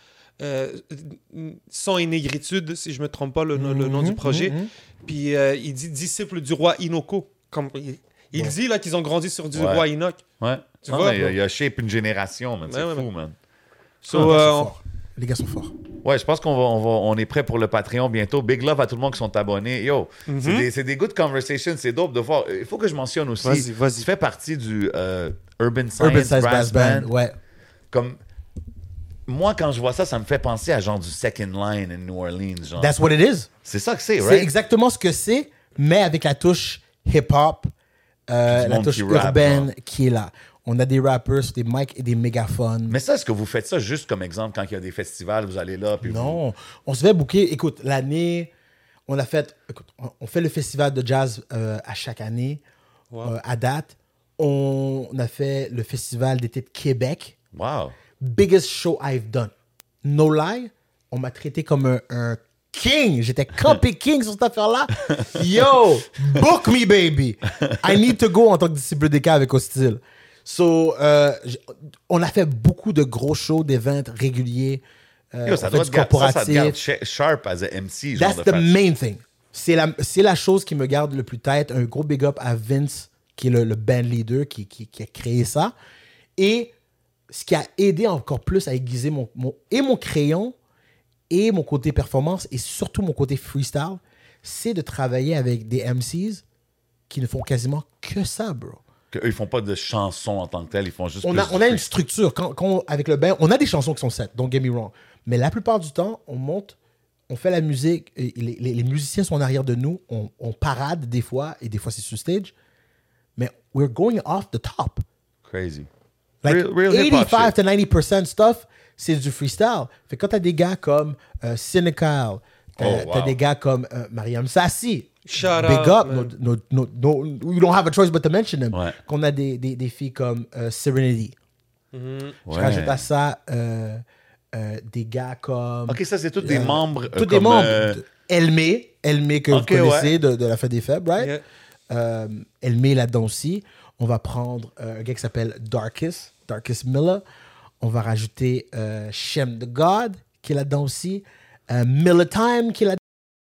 Son et Négritude, si je me trompe pas le nom du projet. Puis il dit disciple du roi Inoko. Comme, il dit là qu'ils ont grandi sur du Ouais. roi Enoch. Ouais. Tu Non, vois, mais bro. il a shape une génération, man. C'est Ouais, fou, ouais. man. So, Les gars sont forts. Les gars sont forts. Ouais, je pense on est prêt pour le Patreon bientôt. Big love à tout le monde qui sont abonnés. Yo, c'est des good conversations, c'est dope de voir. Il faut que je mentionne aussi. Vas-y. Tu fais partie du Urban Science Urban Size Brass Bass Band. Band, ouais. Comme moi, quand je vois ça, ça me fait penser à genre du Second Line in New Orleans. Genre. That's what it is. C'est ça que c'est, C'est right? exactement ce que c'est, mais avec la touche hip-hop, la monde touche qui rappe, urbaine genre. qui est là. On a des rappers sur des mics et des mégaphones. Mais ça, est-ce que vous faites ça juste comme exemple quand il y a des festivals, vous allez là, puis Non, on se fait booker. Écoute, l'année, on fait le festival de jazz à chaque année, à date. On a fait le festival d'été de Québec. Wow. Biggest show I've done. No lie, on m'a traité comme un king. J'étais campé king sur cette affaire-là. Yo, book me, baby. I need to go en tant que disciple DK avec Hostile. So, on a fait beaucoup de gros shows, d'événements réguliers. Yo, ça on fait doit du te garder- ça te corporatif. garde sharp as a MC. Genre That's de the faire- main thing. C'est la chose qui me garde le plus tête. Un gros big up à Vince, qui est le band leader, qui a créé ça. Et ce qui a aidé encore plus à aiguiser mon crayon et mon côté performance et surtout mon côté freestyle, c'est de travailler avec des MCs qui ne font quasiment que ça, bro. Qu'eux, ils font pas de chansons en tant que telles, ils font juste. On a une structure. Avec le band, on a des chansons qui sont set, don't get me wrong. Mais la plupart du temps, on monte, on fait la musique, et les musiciens sont en arrière de nous, on parade des fois, et des fois c'est sur stage. Mais we're going off the top. Crazy. Like, Real hip-hop 85 shit. to 90% stuff, c'est du freestyle. Fait que quand t'as des gars comme Cynical, t'as des gars comme Mariam Sassi, Shout big out, up, man. we don't have a choice but to mention them. Ouais. Qu'on a des filles comme Serenity. Je Ouais. rajoute à ça des gars comme... OK, ça, c'est tous des membres. tous des comme, membres. Elmé que Ok, vous connaissez ouais. de la Fête des Fêbles, right? Yeah. Elmé là-dedans aussi. On va prendre un gars qui s'appelle Darkest Miller. On va rajouter Shem the God, qui est là-dedans aussi. Miller Time, qui est là-dedans.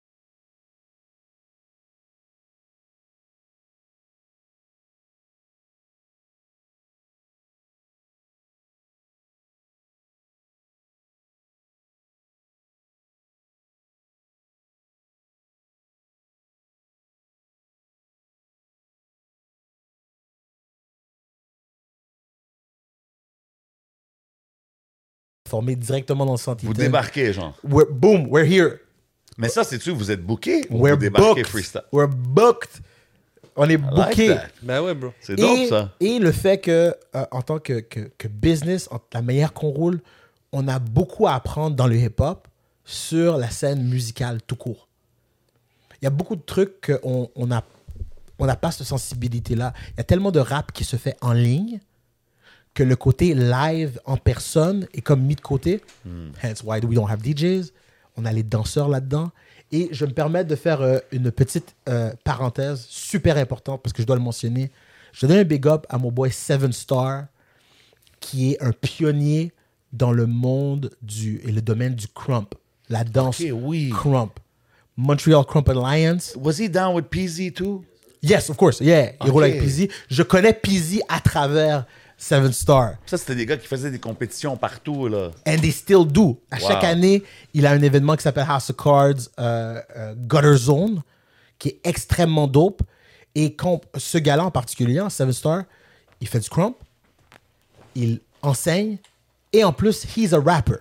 Formé directement dans le centre. Vous débarquez, genre. Boom, we're here. Mais ça, c'est-tu, vous êtes booké ou We're vous débarquez booked. freestyle? We're booked. On est I like booké. that. Ben ouais, bro. C'est dope, ça. Et le fait que, en tant que business, la manière qu'on roule, on a beaucoup à apprendre dans le hip-hop sur la scène musicale tout court. Il y a beaucoup de trucs qu'on n'a pas cette sensibilité-là. Il y a tellement de rap qui se fait en ligne que le côté live en personne est comme mis de côté. Hence why we don't have DJs. On a les danseurs là-dedans. Et je me permets de faire une petite parenthèse super importante parce que je dois le mentionner. Je donne un big up à mon boy Seven Star qui est un pionnier dans le monde et le domaine du crump. La danse Ok, oui. crump. Montreal Crump Alliance. Was he down with PZ too? Yes, of course. Yeah, il Ok. roule avec Pizzy. Je connais Pizzy à travers Seven Star. Ça, c'était des gars qui faisaient des compétitions partout, là. And they still do. À Wow. chaque année, il a un événement qui s'appelle House of Cards Gutter Zone, qui est extrêmement dope. Et ce gars-là en particulier, Seven Star, il fait du crump, il enseigne, et en plus, he's a rapper.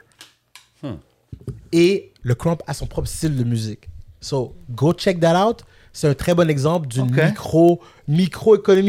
Et le crump a son propre style de musique. So, go check that out. C'est un très bon exemple d'une Ok. micro-économie,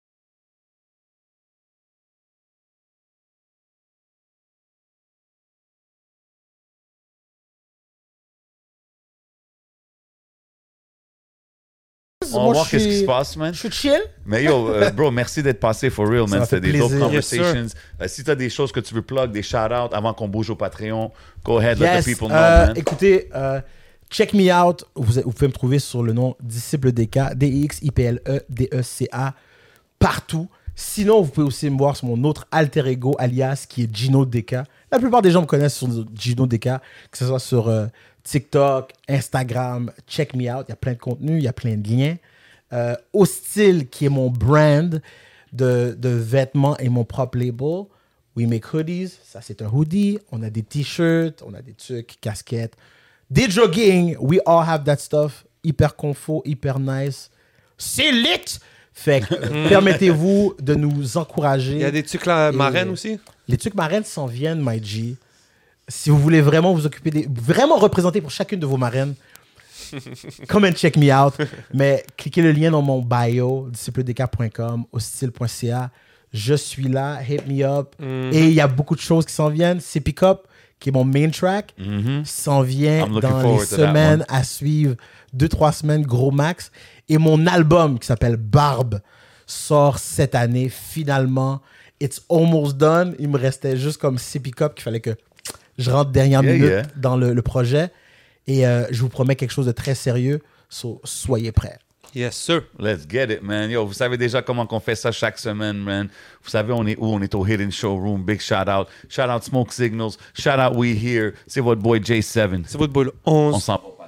On va Moi, voir je qu'est-ce qui suis- se passe, man. Je suis chill. Mais yo, bro, merci d'être passé for real, man. m'a fait C'était des dope plaisir. conversations. Yes, Si t'as des choses que tu veux plug, des shout-outs avant qu'on bouge au Patreon, go ahead, let Yes. the people know, man. Écoutez, check me out. Vous pouvez me trouver sur le nom Disciple DK, DIXIPLEDECA, partout. Sinon, vous pouvez aussi me voir sur mon autre alter ego, alias, qui est Gino DK. La plupart des gens me connaissent sur Gino DK, que ce soit sur TikTok, Instagram. Check me out. Il y a plein de contenu, il y a plein de liens. Hostile, qui est mon brand de vêtements et mon propre label. We make hoodies. Ça, c'est un hoodie. On a des t-shirts, on a des trucs, casquettes. Des jogging. We all have that stuff. Hyper confort, hyper nice. C'est lit! Fait que permettez-vous de nous encourager. Il y a des trucs là, Et- marraines aussi. Les trucs marraines s'en viennent, my G. Si vous voulez vraiment vous occuper vraiment représenter pour chacune de vos marraines, come and check me out. Mais cliquez le lien dans mon bio, discipledk.com, hostile.ca. Je suis là, hit me up. Et il y a beaucoup de choses qui s'en viennent. C'est Pick Up, qui est mon main track, s'en vient I'm looking dans les forward to that semaines one. à suivre. 2-3 semaines, gros max. Et mon album qui s'appelle Barbe sort cette année, finalement. It's almost done. Il me restait juste comme c'est Pick Up qu'il fallait que je rentre dernière Yeah, minute yeah. dans le projet. Et je vous promets quelque chose de très sérieux. So, soyez prêts. Yes, sir. Let's get it, man. Yo, vous savez déjà comment qu'on fait ça chaque semaine, man. Vous savez, on est où? On est au Hidden Showroom. Big shout out. Shout out Smoke Signals. Shout out We Here. C'est votre boy J7. C'est votre boy le 11. On s'en va.